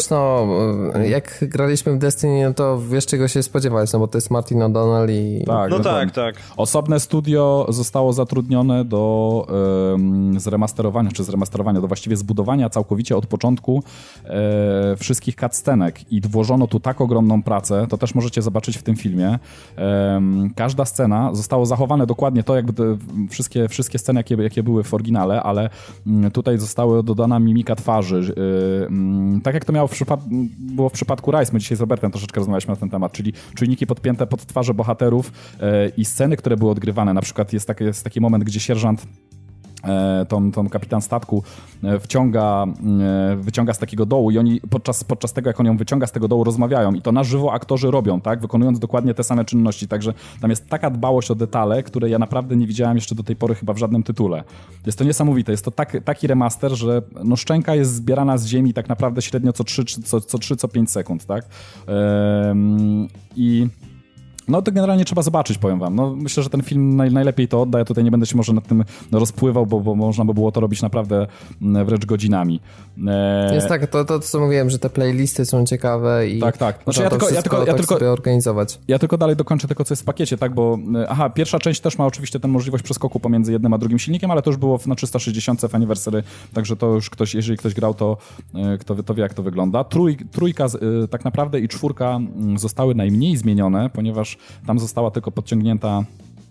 jak graliśmy w Destiny, no to wiesz czego się spodziewać, no bo to jest Martin O'Donnell i... Tak, no, no tak, tak. Osobne studio zostało zatrudnione do um, zremasterowania, czy zremasterowania, do właściwie zbudowania całkowicie od początku e, wszystkich cutscenek i włożono tu tak ogromną pracę, to też możecie zobaczyć w tym filmie. E, każda scena, zostało zachowane dokładnie to, jakby te, wszystkie, wszystkie sceny, jakie, jakie były w oryginale, ale m, tutaj zostały dodana mimika twarzy. E, m, tak jak to miało w przypad- było w przypadku Rise, my dzisiaj z Robertem troszeczkę rozmawialiśmy na ten temat, czyli czujniki podpięte pod twarze bohaterów e, i sceny, które były odgrywane. Na przykład jest taki, jest taki moment, gdzie sierżant Tą, tą kapitan statku wciąga, wyciąga z takiego dołu i oni podczas, podczas tego, jak on ją wyciąga z tego dołu, rozmawiają i to na żywo aktorzy robią, tak, wykonując dokładnie te same czynności, także tam jest taka dbałość o detale, które ja naprawdę nie widziałem jeszcze do tej pory chyba w żadnym tytule. Jest to niesamowite, jest to tak, taki remaster, że no szczęka jest zbierana z ziemi tak naprawdę średnio co trzy, co, co, trzy, co pięć sekund, tak, Ehm, i no to generalnie trzeba zobaczyć, powiem wam. No, myślę, że ten film naj, najlepiej to odda. Ja tutaj nie będę się może nad tym rozpływał, bo, bo można by było to robić naprawdę wręcz godzinami. E... Jest tak, to, to co mówiłem, że te playlisty są ciekawe i tak, tak. Znaczy, to, ja to tylko, ja tylko, ja tak tylko, sobie organizować. Ja tylko dalej dokończę tylko, co jest w pakiecie, tak, bo aha, pierwsza część też ma oczywiście tę możliwość przeskoku pomiędzy jednym a drugim silnikiem, ale to już było na trzysta sześćdziesiąt w Anniversary, także to już ktoś, jeżeli ktoś grał, to kto to wie, jak to wygląda. Trój, trójka tak naprawdę i czwórka zostały najmniej zmienione, ponieważ tam została tylko podciągnięta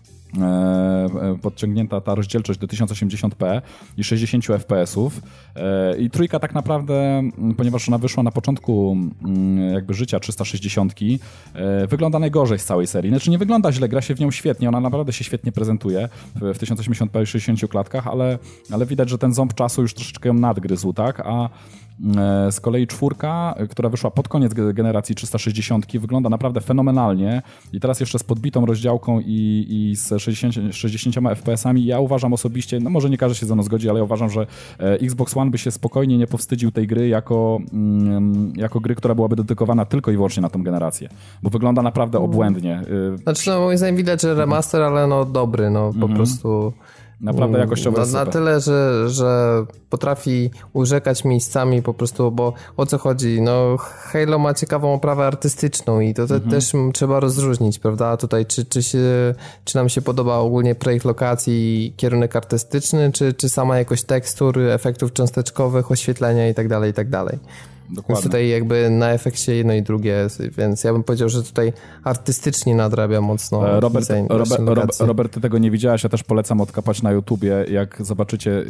podciągnięta ta rozdzielczość do tysiąc osiemdziesiąt p i sześćdziesiąt ef pe esów i trójka tak naprawdę, ponieważ ona wyszła na początku jakby życia trzysta sześćdziesiąt, wygląda najgorzej z całej serii. Znaczy nie wygląda źle, gra się w nią świetnie, ona naprawdę się świetnie prezentuje w tysiąc osiemdziesiąt p i sześćdziesięciu klatkach, ale, ale widać, że ten ząb czasu już troszeczkę ją nadgryzł, tak? A z kolei czwórka, która wyszła pod koniec generacji trzysta sześćdziesiąt, wygląda naprawdę fenomenalnie i teraz jeszcze z podbitą rozdziałką i, i z sześćdziesięcioma ef pe esami. Ja uważam osobiście, no może nie każdy się ze mną zgodzi, ale ja uważam, że Xbox One by się spokojnie nie powstydził tej gry jako, jako gry, która byłaby dedykowana tylko i wyłącznie na tą generację, bo wygląda naprawdę obłędnie. Znaczy no moim zdaniem widać, że remaster, ale no dobry, no po mm-hmm. prostu... Naprawdę jakościowe na, na tyle, że, że potrafi urzekać miejscami po prostu, bo o co chodzi? No Halo ma ciekawą oprawę artystyczną i to te, mhm. też trzeba rozróżnić, prawda? Tutaj czy, czy, się, czy nam się podoba ogólnie projekt lokacji, kierunek artystyczny, czy, czy sama jakość tekstur, efektów cząsteczkowych, oświetlenia i tak dalej, i tak dalej. Dokładnie. Więc tutaj jakby na efekcie jedno i drugie, więc ja bym powiedział, że tutaj artystycznie nadrabia mocno Robert, design. Robert, Robert, Robert, ty tego nie widziałeś, ja też polecam odkapać na YouTubie, jak zobaczycie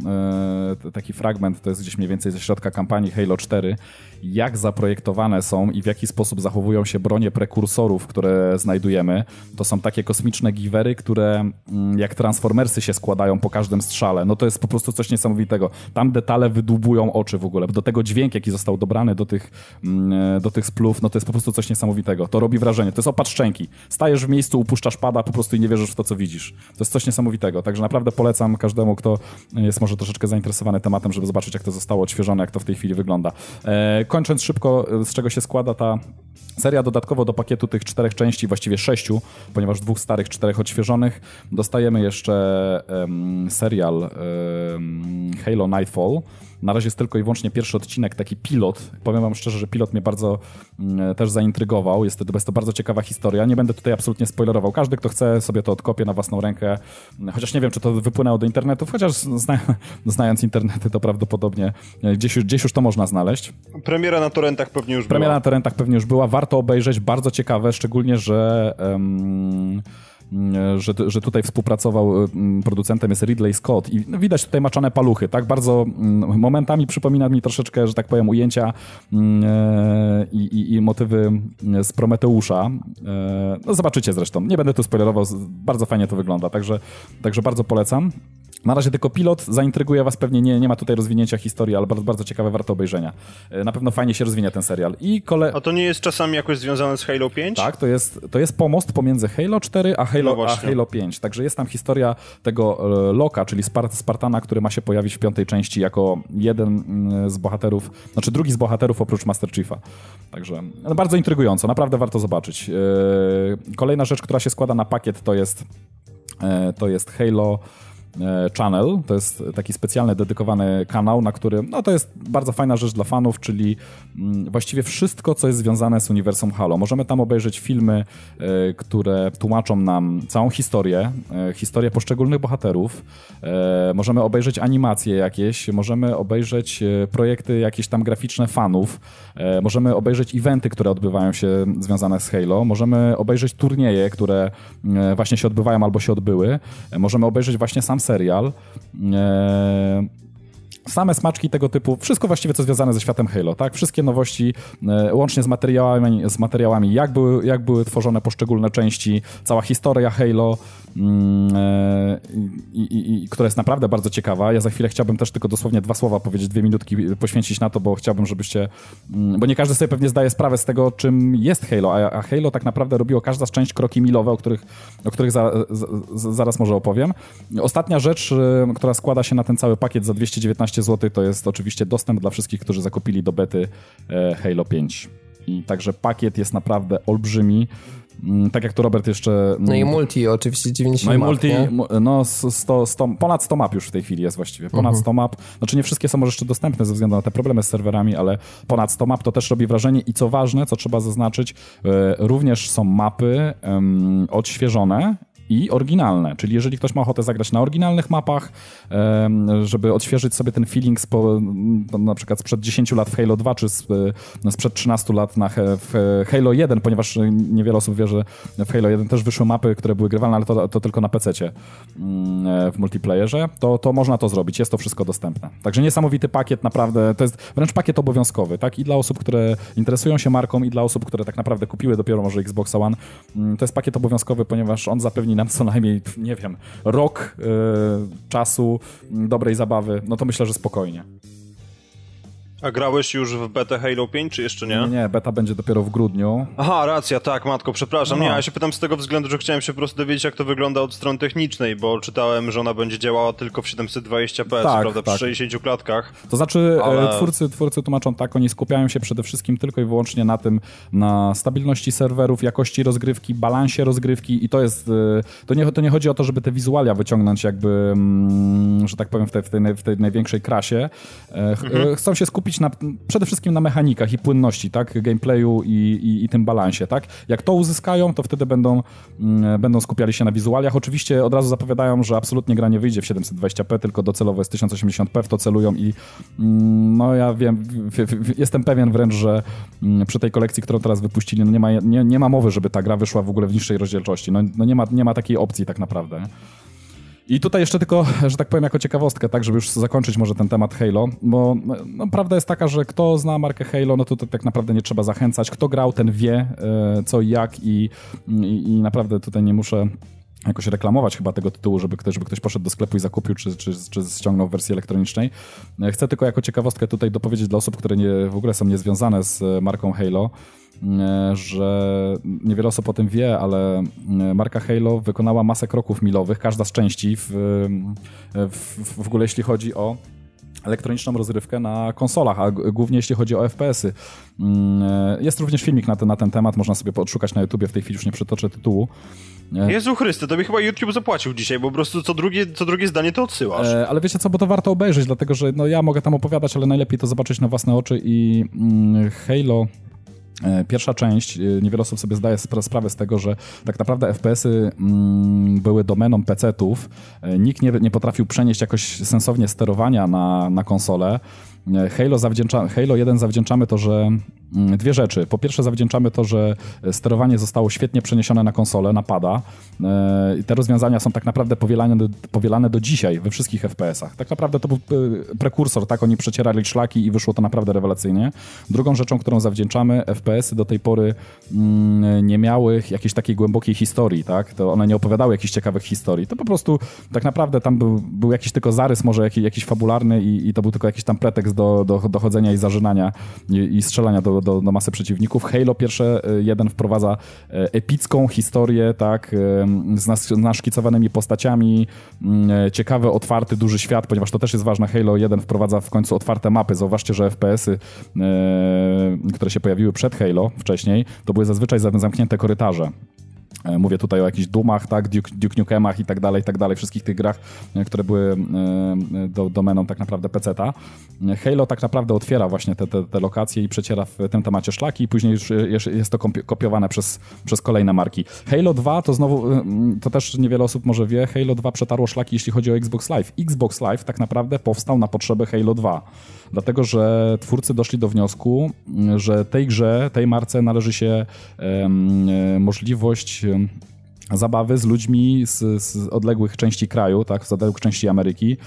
e, taki fragment, to jest gdzieś mniej więcej ze środka kampanii Halo cztery, jak zaprojektowane są i w jaki sposób zachowują się bronie prekursorów, które znajdujemy. To są takie kosmiczne giwery, które jak Transformersy się składają po każdym strzale. No to jest po prostu coś niesamowitego. Tam detale wydłubują oczy w ogóle. Do tego dźwięk, jaki został dobrany do tych, do tych splów, no to jest po prostu coś niesamowitego. To robi wrażenie. To jest opad szczęki. Stajesz w miejscu, upuszczasz pada po prostu i nie wierzysz w to, co widzisz. To jest coś niesamowitego. Także naprawdę polecam każdemu, kto jest może troszeczkę zainteresowany tematem, żeby zobaczyć, jak to zostało odświeżone, jak to w tej chwili wygląda. E, kończąc szybko, z czego się składa ta seria, dodatkowo do pakietu tych czterech części, właściwie sześciu, ponieważ dwóch starych, czterech odświeżonych, dostajemy jeszcze um, serial um, Halo Nightfall. Na razie jest tylko i wyłącznie pierwszy odcinek, taki pilot. Powiem wam szczerze, że pilot mnie bardzo mm, też zaintrygował. Jest to, jest to bardzo ciekawa historia. Nie będę tutaj absolutnie spoilerował. Każdy, kto chce, sobie to odkopie na własną rękę. Chociaż nie wiem, czy to wypłynęło do internetu, chociaż zna, znając internety, to prawdopodobnie gdzieś już, gdzieś już to można znaleźć. Premiera na torrentach pewnie już Premiera była. na torrentach pewnie już była. Warto obejrzeć. Bardzo ciekawe, szczególnie, że... Um, Że, że tutaj współpracował, producentem jest Ridley Scott i widać tutaj maczane paluchy, tak? Bardzo momentami przypomina mi troszeczkę, że tak powiem, ujęcia i, i, i motywy z Prometeusza. No zobaczycie zresztą, nie będę tu spoilerował, bardzo fajnie to wygląda, także, także bardzo polecam. Na razie tylko pilot, zaintryguje was pewnie, nie, nie ma tutaj rozwinięcia historii, ale bardzo, bardzo ciekawe, warto obejrzenia. Na pewno fajnie się rozwinie ten serial. I kole... A to nie jest czasami jakoś związane z Halo pięć? Tak, to jest, to jest pomost pomiędzy Halo cztery a Halo, no a Halo pięć. Także jest tam historia tego Loka, czyli Spartana, który ma się pojawić w piątej części jako jeden z bohaterów, znaczy drugi z bohaterów oprócz Master Chiefa. Także no, bardzo intrygująco, naprawdę warto zobaczyć. Kolejna rzecz, która się składa na pakiet, to jest, to jest Halo Channel. To jest taki specjalny, dedykowany kanał, na którym, no to jest bardzo fajna rzecz dla fanów, czyli właściwie wszystko, co jest związane z uniwersum Halo. Możemy tam obejrzeć filmy, które tłumaczą nam całą historię, historię poszczególnych bohaterów. Możemy obejrzeć animacje jakieś, możemy obejrzeć projekty jakieś tam graficzne fanów, możemy obejrzeć eventy, które odbywają się związane z Halo, możemy obejrzeć turnieje, które właśnie się odbywają albo się odbyły, możemy obejrzeć właśnie sam serial. Same smaczki tego typu, wszystko właściwie, co związane ze światem Halo, tak? Wszystkie nowości, e, łącznie z materiałami, z materiałami jak, były, jak były tworzone poszczególne części, cała historia Halo, mm, e, i, i, i, która jest naprawdę bardzo ciekawa. Ja za chwilę chciałbym też tylko dosłownie dwa słowa powiedzieć, dwie minutki poświęcić na to, bo chciałbym, żebyście, mm, bo nie każdy sobie pewnie zdaje sprawę z tego, czym jest Halo, a, a Halo tak naprawdę robiło każda z część kroki milowe, o których, o których za, z, zaraz może opowiem. Ostatnia rzecz, e, która składa się na ten cały pakiet za dwieście dziewiętnaście złotych, to jest oczywiście dostęp dla wszystkich, którzy zakupili do bety e, Halo pięć. I także pakiet jest naprawdę olbrzymi. Mm, tak jak tu Robert jeszcze... No i multi oczywiście dziewięćdziesiąt No i map, multi, nie? no sto, sto, ponad sto map już w tej chwili jest właściwie. Ponad uh-huh. sto map. Znaczy nie wszystkie są może jeszcze dostępne ze względu na te problemy z serwerami, ale ponad sto map to też robi wrażenie i co ważne, co trzeba zaznaczyć, e, również są mapy um, odświeżone i oryginalne, czyli jeżeli ktoś ma ochotę zagrać na oryginalnych mapach, żeby odświeżyć sobie ten feeling spo, na przykład sprzed dziesięciu lat w Halo dwa, czy sprzed trzynastu lat na, w Halo jeden, ponieważ niewiele osób wie, że w Halo jeden też wyszły mapy, które były grywalne, ale to, to tylko na pececie w multiplayerze, to, to można to zrobić, jest to wszystko dostępne. Także niesamowity pakiet, naprawdę, to jest wręcz pakiet obowiązkowy, tak? I dla osób, które interesują się marką, i dla osób, które tak naprawdę kupiły dopiero może Xbox One, to jest pakiet obowiązkowy, ponieważ on zapewni nam co najmniej, nie wiem, rok yy, czasu, dobrej zabawy, no to myślę, że spokojnie. A grałeś już w betę Halo pięć, czy jeszcze nie? Nie, nie, beta będzie dopiero w grudniu. Aha, racja, tak, matko, przepraszam. No. Nie, ja się pytam z tego względu, że chciałem się po prostu dowiedzieć, jak to wygląda od strony technicznej, bo czytałem, że ona będzie działała tylko w siedemset dwadzieścia p, tak, prawda, tak. przy sześćdziesięciu klatkach. To znaczy, ale... twórcy, twórcy tłumaczą tak, oni skupiają się przede wszystkim tylko i wyłącznie na tym, na stabilności serwerów, jakości rozgrywki, balansie rozgrywki i to jest, to nie, to nie chodzi o to, żeby te wizualia wyciągnąć jakby, że tak powiem, w tej, w tej, w tej największej krasie. Mhm. Chcą się skupić na, przede wszystkim na mechanikach i płynności, tak, gameplayu i, i, i tym balansie, tak. Jak to uzyskają, to wtedy będą, mm, będą skupiali się na wizualiach. Oczywiście od razu zapowiadają, że absolutnie gra nie wyjdzie w siedemset dwadzieścia p, tylko docelowo jest tysiąc osiemdziesiąt p, w to celują i mm, no ja wiem, w, w, jestem pewien wręcz, że mm, przy tej kolekcji, którą teraz wypuścili, no nie ma, nie, nie ma mowy, żeby ta gra wyszła w ogóle w niższej rozdzielczości. No, no nie ma, nie ma takiej opcji tak naprawdę. I tutaj jeszcze tylko, że tak powiem, jako ciekawostkę, tak, żeby już zakończyć może ten temat Halo, bo no, prawda jest taka, że kto zna markę Halo, no to, to tak naprawdę nie trzeba zachęcać. Kto grał, ten wie e, co i jak i, i, i naprawdę tutaj nie muszę jakoś reklamować chyba tego tytułu, żeby ktoś, żeby ktoś poszedł do sklepu i zakupił, czy, czy, czy ściągnął w wersji elektronicznej. Chcę tylko jako ciekawostkę tutaj dopowiedzieć dla osób, które nie, w ogóle są niezwiązane z marką Halo, że niewiele osób o tym wie, ale marka Halo wykonała masę kroków milowych, każda z części w, w, w ogóle jeśli chodzi o elektroniczną rozrywkę na konsolach, a głównie jeśli chodzi o F P S-y. Jest również filmik na ten, na ten temat, można sobie odszukać na YouTubie, w tej chwili już nie przytoczę tytułu. Jezu Chryste, to by chyba YouTube zapłacił dzisiaj, bo po prostu co drugie, co drugie zdanie to odsyłasz. E, ale wiecie co, bo to warto obejrzeć, dlatego że no, ja mogę tam opowiadać, ale najlepiej to zobaczyć na własne oczy i mm, Halo... Pierwsza część, niewiele osób sobie zdaje sprawę z tego, że tak naprawdę F P S-y mm, były domeną pecetów. Nikt nie, nie potrafił przenieść jakoś sensownie sterowania na, na konsolę. Halo, zawdzięcza, Halo jeden zawdzięczamy to, że dwie rzeczy. Po pierwsze zawdzięczamy to, że sterowanie zostało świetnie przeniesione na konsolę, na pada. I te rozwiązania są tak naprawdę powielane do, powielane do dzisiaj we wszystkich F P S-ach. Tak naprawdę to był prekursor, tak? Oni przecierali szlaki i wyszło to naprawdę rewelacyjnie. Drugą rzeczą, którą zawdzięczamy, F P S-y do tej pory mm, nie miały jakiejś takiej głębokiej historii, tak? To one nie opowiadały jakichś ciekawych historii. To po prostu tak naprawdę tam był, był jakiś tylko zarys, może jakiś, jakiś fabularny i, i to był tylko jakiś tam pretekst do, do, do chodzenia i zażynania i, i strzelania do, do, do masy przeciwników. Halo pierwsze jeden wprowadza epicką historię, tak, z nas, naszkicowanymi postaciami, ciekawy, otwarty, duży świat, ponieważ to też jest ważne. Halo jeden wprowadza w końcu otwarte mapy. Zauważcie, że F P S-y, które się pojawiły przed Halo wcześniej, to były zazwyczaj zamknięte korytarze. Mówię tutaj o jakichś Doomach, tak, Duke, Duke Nukemach i tak dalej, i tak dalej, wszystkich tych grach, które były do, domeną tak naprawdę peceta. Halo tak naprawdę otwiera właśnie te, te, te lokacje i przeciera w tym temacie szlaki i później już jest to kopiowane przez, przez kolejne marki. Halo dwa to znowu, to też niewiele osób może wie, Halo dwa przetarło szlaki, jeśli chodzi o Xbox Live. Xbox Live tak naprawdę powstał na potrzeby Halo dwa. Dlatego, że twórcy doszli do wniosku, że tej grze, tej marce należy się um, możliwość zabawy z ludźmi z, z odległych części kraju, tak, z odległych części Ameryki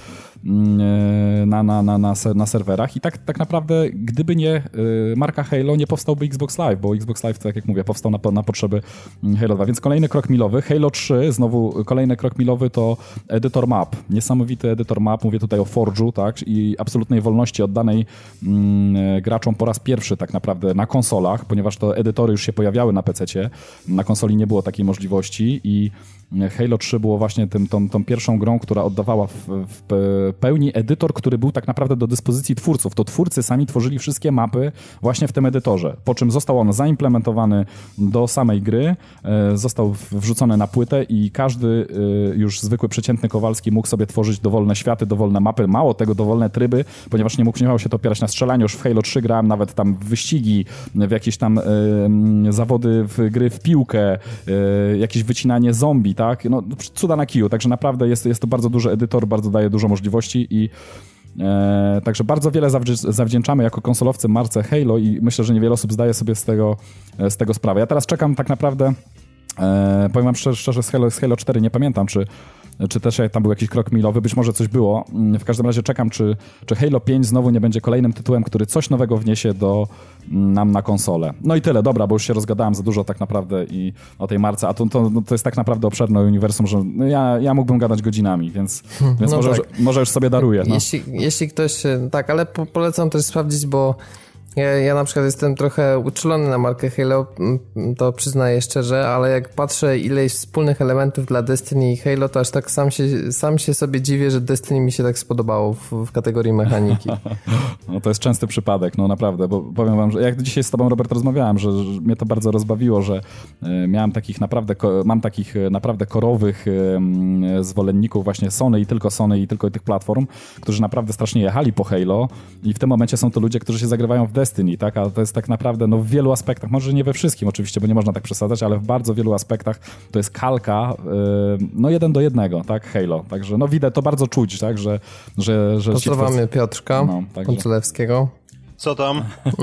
na, na, na, na, na serwerach i tak, tak naprawdę gdyby nie marka Halo, nie powstałby Xbox Live, bo Xbox Live, tak jak mówię, powstał na, na potrzeby Halo dwa, więc kolejny krok milowy. Halo trzy, znowu kolejny krok milowy to edytor map. Niesamowity edytor map, mówię tutaj o Forge'u, tak, i absolutnej wolności oddanej mm, graczom po raz pierwszy tak naprawdę na konsolach, ponieważ to edytory już się pojawiały na pececie, na konsoli nie było takiej możliwości i Halo trzy było właśnie tym, tą, tą pierwszą grą, która oddawała w, w pełni edytor, który był tak naprawdę do dyspozycji twórców. To twórcy sami tworzyli wszystkie mapy właśnie w tym edytorze, po czym został on zaimplementowany do samej gry, został wrzucony na płytę i każdy już zwykły przeciętny Kowalski mógł sobie tworzyć dowolne światy, dowolne mapy, mało tego, dowolne tryby, ponieważ nie mógł, nie miało się to opierać na strzelaniu. Już w Halo trzy grałem nawet tam w wyścigi, w jakieś tam y, zawody w gry w piłkę, y, jakieś wycinanie zombie, tak? No, cuda na kiju, także naprawdę jest, jest to bardzo duży edytor, bardzo daje dużo możliwości i e, także bardzo wiele zawdzię- zawdzięczamy jako konsolowcy marce Halo i myślę, że niewiele osób zdaje sobie z tego, z tego sprawę. Ja teraz czekam tak naprawdę, e, powiem wam szczerze, szczerze z, Halo, z Halo cztery nie pamiętam, czy czy też tam był jakiś krok milowy, być może coś było. W każdym razie czekam, czy, czy Halo pięć znowu nie będzie kolejnym tytułem, który coś nowego wniesie do nam na konsolę. No i tyle, dobra, bo już się rozgadałem za dużo tak naprawdę i o tej marce, a to, to, to jest tak naprawdę obszerne uniwersum, że no ja, ja mógłbym gadać godzinami, więc, więc no może, tak. już, może już sobie daruję. No. Jeśli, jeśli ktoś, tak, ale po, polecam też sprawdzić, bo Ja, ja na przykład jestem trochę uczulony na markę Halo, to przyznaję szczerze, ale jak patrzę ile jest wspólnych elementów dla Destiny i Halo, to aż tak sam się, sam się sobie dziwię, że Destiny mi się tak spodobało w, w kategorii mechaniki. No to jest częsty przypadek, no naprawdę, bo powiem wam, że jak dzisiaj z tobą, Robert, rozmawiałem, że, że mnie to bardzo rozbawiło, że y, miałem takich naprawdę, ko, mam takich naprawdę korowych y, y, zwolenników właśnie Sony i tylko Sony i tylko tych platform, którzy naprawdę strasznie jechali po Halo i w tym momencie są to ludzie, którzy się zagrywają w Destiny, tak? A to jest tak naprawdę no, w wielu aspektach, może nie we wszystkim oczywiście, bo nie można tak przesadzać, ale w bardzo wielu aspektach to jest kalka yy, no jeden do jednego, tak? Halo. Także no widać, to bardzo czuć, tak? Że, że, że Pozdrawiamy twórcy... Piotrka no, Konculewskiego. Co tam?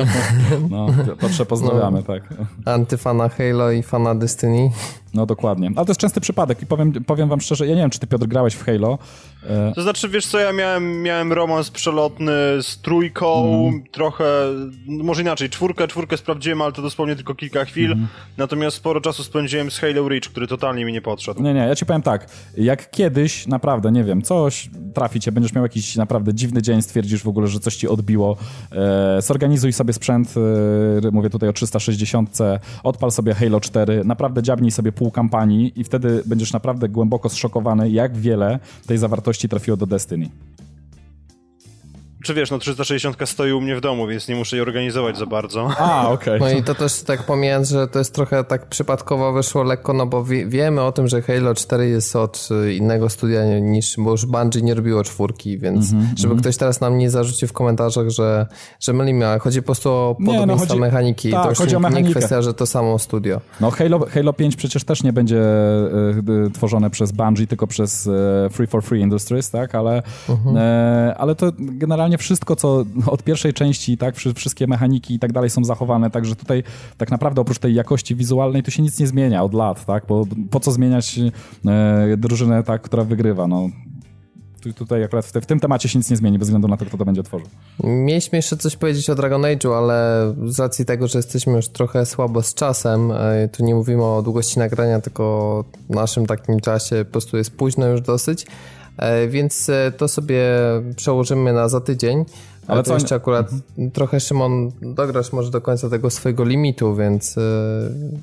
No, Piotrze pozdrawiamy, no, tak. Antyfana Halo i fana Destiny. No dokładnie. Ale to jest częsty przypadek i powiem, powiem wam szczerze, ja nie wiem, czy ty, Piotr, grałeś w Halo. To znaczy, wiesz co, ja miałem, miałem romans przelotny z trójką, mm. trochę, może inaczej, czwórkę, czwórkę sprawdziłem, ale to dosłownie tylko kilka chwil, mm. natomiast sporo czasu spędziłem z Halo Reach, który totalnie mi nie podszedł. Nie, nie, ja ci powiem tak, jak kiedyś, naprawdę, nie wiem, coś trafi cię, będziesz miał jakiś naprawdę dziwny dzień, stwierdzisz w ogóle, że coś ci odbiło, e, zorganizuj sobie sprzęt, e, mówię tutaj o trzysta sześćdziesiąt, odpal sobie Halo cztery, naprawdę dziabnij sobie pół kampanii i wtedy będziesz naprawdę głęboko zszokowany, jak wiele tej zawartości trafiło do Destiny. Czy wiesz, no trzysta sześćdziesiąt stoi u mnie w domu, więc nie muszę jej organizować za bardzo. A, okej. Okay. No i to też tak pomijając, że to jest trochę tak przypadkowo wyszło lekko, no bo wie, wiemy o tym, że Halo cztery jest od innego studia niż, bo już Bungie nie robiło czwórki, więc mm-hmm, żeby mm-hmm. ktoś teraz nam nie zarzucił w komentarzach, że, że mylimy, ale chodzi po prostu o podobieństwa no, chodzi, mechaniki. Ta, to już chodzi nie, o nie kwestia, że to samo studio. No Halo, Halo pięć przecież też nie będzie y, y, tworzone przez Bungie, tylko przez y, Free for Free Industries, tak, ale, mm-hmm. y, ale to generalnie wszystko, co od pierwszej części, tak, wszystkie mechaniki i tak dalej są zachowane, także tutaj tak naprawdę oprócz tej jakości wizualnej to się nic nie zmienia od lat, tak, bo po co zmieniać e, drużynę, tak, która wygrywa, no. Tutaj akurat w, te, w tym temacie się nic nie zmieni, bez względu na to, kto to będzie tworzył. Mieliśmy jeszcze coś powiedzieć o Dragon Age'u, ale z racji tego, że jesteśmy już trochę słabo z czasem, e, tu nie mówimy o długości nagrania, tylko o naszym takim czasie, po prostu jest późno już dosyć, e, więc to sobie przełożymy na za tydzień. Ale to co jeszcze akurat mhm. trochę, Szymon, dograsz może do końca tego swojego limitu, więc...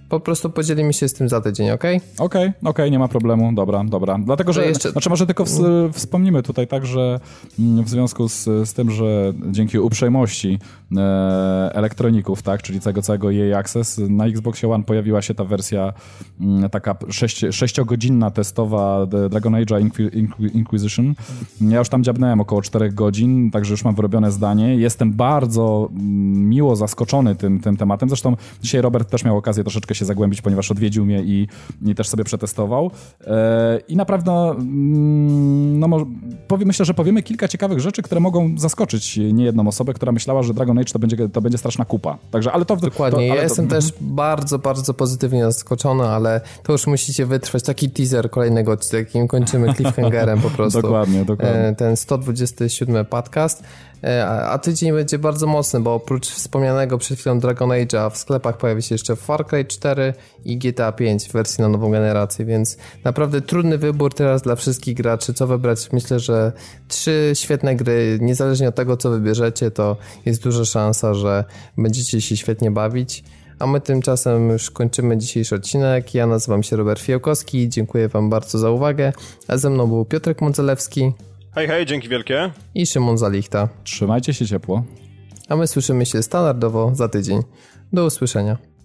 po prostu podzielimy się z tym za tydzień, okej? Okej, okay, okej, okay, nie ma problemu, dobra, dobra. Dlatego, że, jeszcze... znaczy może tylko w, wspomnimy tutaj tak, że w związku z, z tym, że dzięki uprzejmości e, elektroników, tak, czyli tego całego E A Access, na Xboxie One pojawiła się ta wersja m, taka sześć, sześciogodzinna testowa Dragon Age'a Inqu- Inquisition. Ja już tam dziabnąłem około czterech godzin, także już mam wyrobione zdanie. Jestem bardzo miło zaskoczony tym, tym tematem. Zresztą dzisiaj Robert też miał okazję troszeczkę się zagłębić, ponieważ odwiedził mnie i, i też sobie przetestował. E, I naprawdę no, powie, myślę, że powiemy kilka ciekawych rzeczy, które mogą zaskoczyć niejedną osobę, która myślała, że Dragon Age to będzie, to będzie straszna kupa. Także, ale to... Dokładnie, to, ale ja jestem to... też bardzo, bardzo pozytywnie zaskoczony, ale to już musicie wytrwać. Taki teaser kolejnego odcinka, jakim kończymy cliffhangerem po prostu. Dokładnie, dokładnie. Ten sto dwudziesty siódmy podcast. A tydzień będzie bardzo mocny, bo oprócz wspomnianego przed chwilą Dragon Age'a w sklepach pojawi się jeszcze Far Cry cztery i G T A pięć w wersji na nową generację, więc naprawdę trudny wybór teraz dla wszystkich graczy, co wybrać. Myślę, że trzy świetne gry, niezależnie od tego, co wybierzecie, to jest duża szansa, że będziecie się świetnie bawić. A my tymczasem już kończymy dzisiejszy odcinek. Ja nazywam się Robert Fiałkowski, dziękuję wam bardzo za uwagę, a ze mną był Piotrek Modzelewski. Hej, hej, dzięki wielkie. I Szymon Zalichta. Trzymajcie się ciepło. A my słyszymy się standardowo za tydzień. Do usłyszenia.